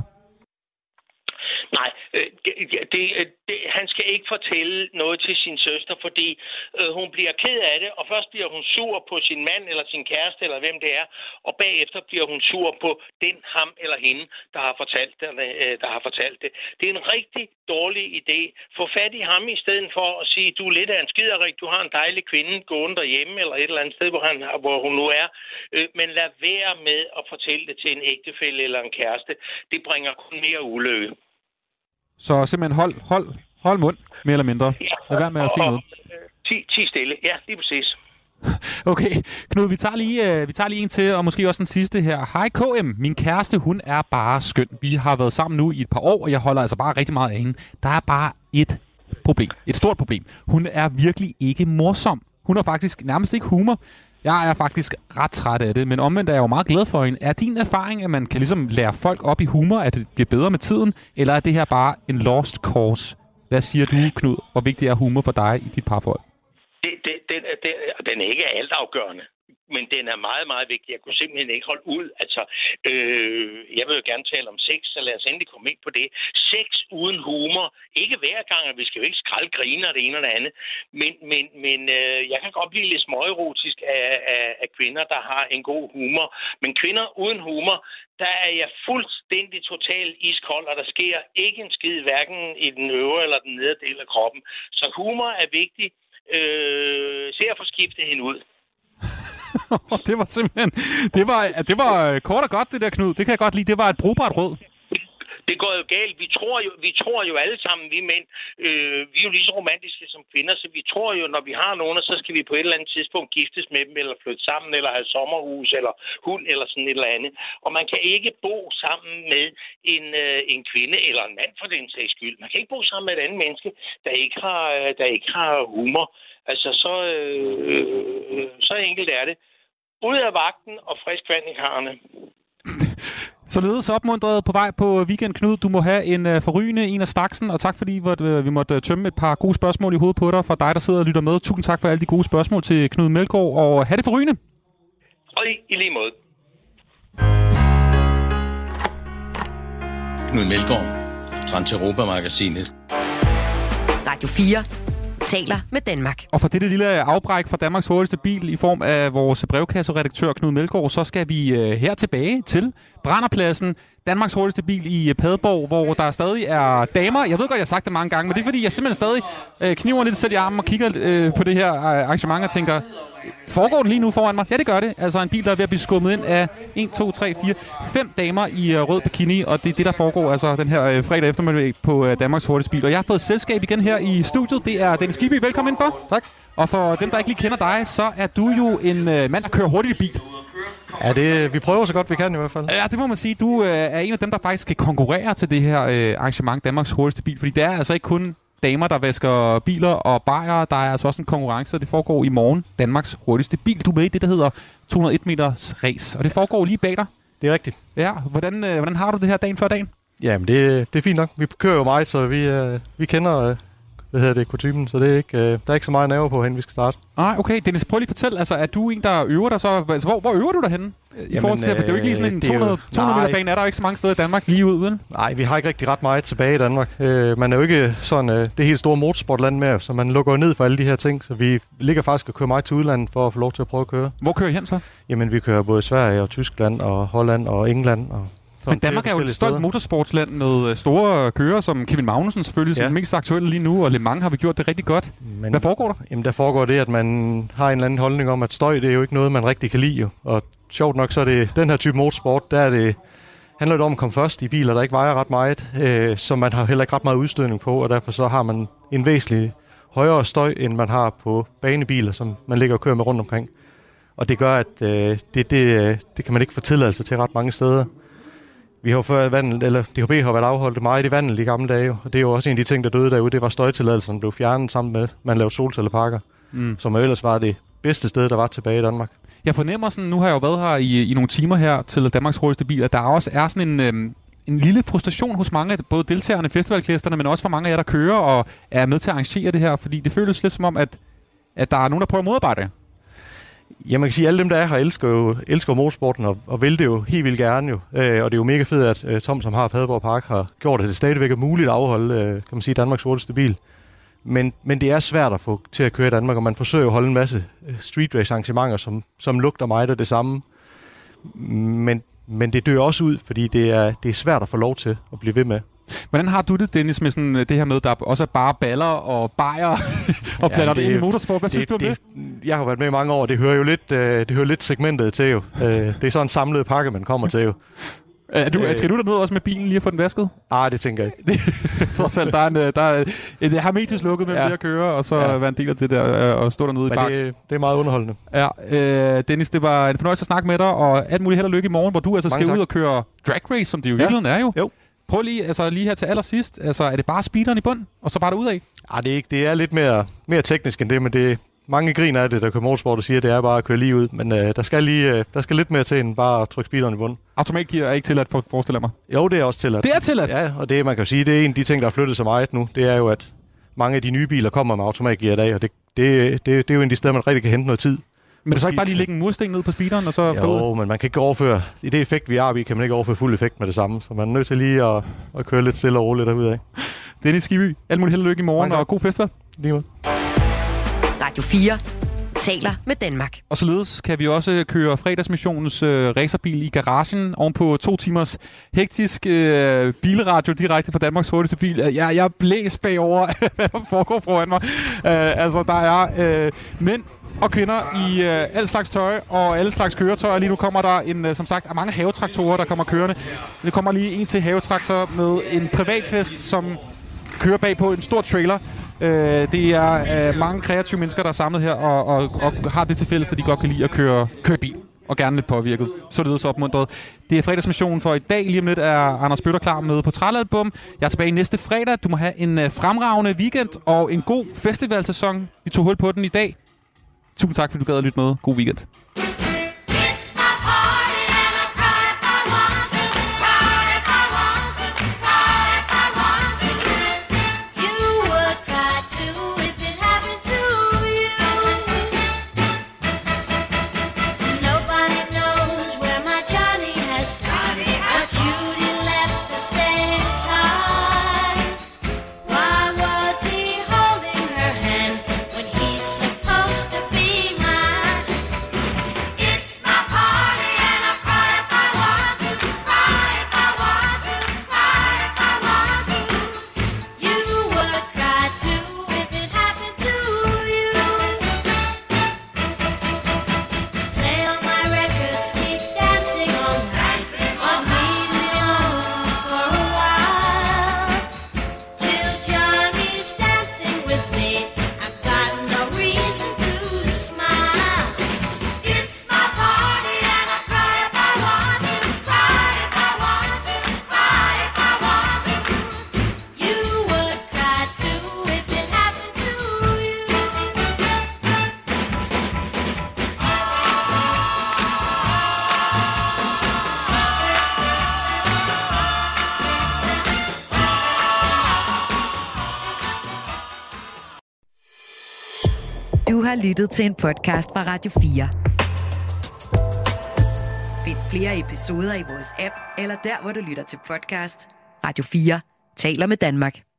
Nej, det, det, det, han skal ikke fortælle noget til sin søster, fordi øh, hun bliver ked af det, og først bliver hun sur på sin mand eller sin kæreste, eller hvem det er, og bagefter bliver hun sur på den, ham eller hende, der har fortalt det. Øh, der har fortalt det. Det er en rigtig dårlig idé. Få fat i ham i stedet for at sige, du er lidt af en skiderik, du har en dejlig kvinde gående derhjemme, eller et eller andet sted, hvor, han, hvor hun nu er. Øh, men lad være med at fortælle det til en ægtefælle eller en kæreste. Det bringer kun mere ulykke.
Så simpelthen hold, hold, hold mund, mere eller mindre. Lad være med at sige noget.
Ti, ti stille. Ja, lige præcis.
Okay, Knud, vi tager, lige, uh, vi tager lige en til, og måske også den sidste her. Hej K M, min kæreste, hun er bare skøn. Vi har været sammen nu i et par år, og jeg holder altså bare rigtig meget af hende. Der er bare et problem, et stort problem. Hun er virkelig ikke morsom. Hun har faktisk nærmest ikke humor. Jeg er faktisk ret træt af det, men omvendt er jeg jo meget glad for hende. Er din erfaring, at man kan ligesom lære folk op i humor, at det bliver bedre med tiden, eller er det her bare en lost cause? Hvad siger du, Knud? Hvor vigtig er humor for dig i dit parforhold?
Det, det, det, det, den er ikke altafgørende. men den er meget, meget vigtig. Jeg kunne simpelthen ikke holde ud. Altså, øh, jeg vil jo gerne tale om sex, så lad os endelig komme ind på det. Sex uden humor. Ikke hver gang, at vi skal jo ikke skralde griner det ene eller det andet. Men, men, men øh, jeg kan godt blive lidt småerotisk af, af, af kvinder, der har en god humor. Men kvinder uden humor, der er jeg fuldstændig totalt iskold, og der sker ikke en skid, hverken i den øvre eller den nedre del af kroppen. Så humor er vigtig. Øh, se at få skiftet hende ud.
Det var simpelthen... Det var, det var kort og godt, det der, Knud. Det kan jeg godt lide. Det var et brugbart råd.
Det går jo galt. Vi tror jo, vi tror jo alle sammen, vi mænd, øh, vi er jo lige så romantiske som kvinder, så vi tror jo, når vi har nogen, så skal vi på et eller andet tidspunkt giftes med dem, eller flytte sammen, eller have sommerhus, eller hund, eller sådan et eller andet. Og man kan ikke bo sammen med en, øh, en kvinde, eller en mand for den sags skyld. Man kan ikke bo sammen med et andet menneske, der ikke har, der ikke har humor. Altså, så, øh, så enkelt er det. Ud af vagten og frisk vand i karrene.
Således opmuntret på vej på weekend, Knud. Du må have en uh, forrygende en af staksen, og tak fordi uh, vi måtte tømme et par gode spørgsmål i hovedet på dig fra dig, der sidder og lytter med. Tusind tak for alle de gode spørgsmål til Knud Meldgaard, og have det forrygende.
Og i, i lige måde.
Knud Meldgaard, Trans Europa-magasinet.
Radio fire taler med Danmark.
Og for dette lille afbræk fra Danmarks hurtigste bil i form af vores brevkasseredaktør Knud Meldgaard, så skal vi uh, her tilbage til Branderpladsen, Danmarks hurtigste bil i Padborg, hvor der stadig er damer. Jeg ved godt, jeg har sagt det mange gange, men det er fordi, jeg simpelthen stadig øh, kniver lidt selv i armen og kigger øh, på det her arrangement og tænker, foregår det lige nu foran mig? Ja, det gør det. Altså en bil, der er ved at blive skummet ind af en, to, tre, fire, fem damer i øh, rød bikini, og det er det, der foregår altså den her øh, fredag eftermiddag på øh, Danmarks hurtigste bil. Og jeg har fået selskab igen her i studiet. Det er Dennis Skibby. Velkommen indenfor.
Tak.
Og for dem, der ikke lige kender dig, så er du jo en øh, mand, der kører hurtigt i bil.
Ja, det, vi prøver så godt vi kan i hvert fald.
Ja, det må man sige. Du øh, er en af dem, der faktisk skal konkurrere til det her øh, arrangement, Danmarks hurtigste bil. Fordi det er altså ikke kun damer, der vasker biler og bajer. Der er altså også en konkurrence, og det foregår i morgen. Danmarks hurtigste bil. Du er med i det, der hedder to hundrede og en meters race. Og det foregår lige bag dig.
Det er rigtigt.
Ja, hvordan, øh, hvordan har du det her dagen før dagen?
Jamen, det, det er fint nok. Vi kører jo meget, så vi, øh, vi kender... Øh hvad hedder det, kutymen, så det er ikke, øh, der er ikke så meget nerve på, hen vi skal starte.
Nej, okay. Dennis, prøv lige at fortælle, altså, er du en, der øver dig så? Altså, hvor, hvor øver du dig henne? I Jamen, forhold til det, det er jo ikke lige sådan en to hundrede meter bane, er der jo ikke så mange steder i Danmark lige ud, vel?
Nej, vi har ikke rigtig ret meget tilbage i Danmark. Øh, man er jo ikke sådan øh, det helt store motorsportland med, så man lukker jo ned for alle de her ting, så vi ligger faktisk og kører meget til udlandet for at få lov til at prøve at køre.
Hvor kører I hen så?
Jamen, vi kører både Sverige og Tyskland og Holland og England og...
Men Danmark er jo et stolt motorsportsland med store kører, som Kevin Magnussen selvfølgelig, som ja. er mest aktuelle lige nu, og Le Mans har vi gjort det rigtig godt. Men, hvad foregår der?
Jamen, der foregår det, at man har en eller anden holdning om, at støj, det er jo ikke noget, man rigtig kan lide. Jo. Og sjovt nok, så er det den her type motorsport, der er det, handler det om at komme først i biler, der ikke vejer ret meget, øh, så man har heller ikke ret meget udstødning på, og derfor så har man en væsentlig højere støj, end man har på banebiler, som man ligger og kører med rundt omkring. Og det gør, at øh, det, det, det kan man ikke få tilladelse til ret mange steder. Vi har før vandet, eller D H B har været afholdt meget i vandet i gamle dage, og det er jo også en af de ting, der døde derude. Det var støjtilladelsen, der blev fjernet sammen med, man lavede solcelleparker, mm. som ellers var det bedste sted, der var tilbage i Danmark.
Jeg fornemmer sådan, nu har jeg jo været her i, i nogle timer her til Danmarks hurtigste bil, at der også er sådan en, øhm, en lille frustration hos mange af både deltagerne, festivalklæsterne, men også for mange af jer, der kører og er med til at arrangere det her, fordi det føles lidt som om, at, at der er nogen, der prøver at modarbejde.
Ja, man kan sige, at alle dem, der er her, elsker jo elsker motorsporten og, og vil det jo helt vildt gerne jo. Øh, og det er jo mega fedt, at øh, Tom, som har Padborg Park, har gjort, at det stadigvæk er muligt at afholde, øh, kan man sige, Danmarks hurtigste bil. Men, men det er svært at få til at køre i Danmark, og man forsøger at holde en masse street race arrangementer, som, som lugter meget af det samme. Men, men det dør også ud, fordi det er, det er svært at få lov til at blive ved med.
Hvordan har du det, Dennis, med sådan det her med, der også er bare baller og bajer og blander ja, det, det ind i motorsport? Hvad det, synes du om det,
det? Jeg har været med i mange år, det hører jo lidt, øh, det hører lidt segmentet til jo. Øh, det er sådan en samlet pakke, man kommer til jo.
Er du, skal du derned også med bilen lige at få den vasket?
Nej, det tænker jeg ikke.
Trods alt, der er, en, der er et hermetisk lukket mellem ja. det at køre, og så ja. være en del af det der og stå dernede
Men
i bakken.
Det, det er meget underholdende.
Ja, øh, Dennis, det var en fornøjelse at snakke med dig, og alt muligt held og lykke i morgen, hvor du altså Mange skal tak. ud og køre drag race, som det jo i ja. virkeligheden er jo.
Jo.
Prøv lige, altså lige her til allersidst, altså er det bare speederen i bund, og så bare derudad?
Ja, det er ikke. Det er lidt mere, mere teknisk end det, men det mange griner af det, der kører motorsport og siger, at det er bare at køre lige ud. Men øh, der, skal lige, øh, der skal lidt mere til end bare at trykke speederen i bund.
Automatgear er ikke tilladt, for forestiller mig?
Jo, det er også tilladt.
Det er tilladt?
Ja, og det man kan jo sige, det er en af de ting, der har flyttet så meget nu. Det er jo, at mange af de nye biler kommer med automatgear i dag, og det, det, det, det er jo en af de steder, man rigtig kan hente noget tid.
Men det er så ikke bare lige lægge en mursten ned på speederen, og så...
Jo, men man kan ikke overføre... I det effekt, vi er i, kan man ikke overføre fuld effekt med det samme. Så man er nødt til lige at, at køre lidt stille og roligt derudad.
Dennis Skibby, alt muligt held og lykke i morgen, og god festival.
Lige måde.
Radio fire taler med Danmark.
Og således kan vi også køre fredagsmissionens øh, racerbil i garagen oven på to timers hektisk øh, bilradio direkte fra Danmarks hurtigste bil. Jeg, jeg er blæst bagover, hvad der foregår foran mig. Uh, altså, der er øh, mænd og kvinder i øh, alle slags tøj og alle slags køretøjer. Lige nu kommer der en, øh, som sagt, er mange havetraktorer, der kommer kørende. Det kommer lige en til havetraktor med en privatfest, som kører bag på en stor trailer. Øh, det er øh, mange kreative mennesker, der er samlet her og, og, og har det til fælles, så de godt kan lide at køre, køre bil. Og gerne lidt påvirket. Således opmuntret. Det er fredagsmissionen for i dag. Lige om lidt er Anders Bøtter klar med Portrætalbum. Jeg er tilbage næste fredag. Du må have en øh, fremragende weekend og en god festivalsæson. Vi tog hul på den i dag. Tusind tak, fordi du gad at lytte med. God weekend.
Du har lyttet til en podcast fra Radio fire. Find flere episoder i vores app, eller der, hvor du lytter til podcast. Radio fire taler med Danmark.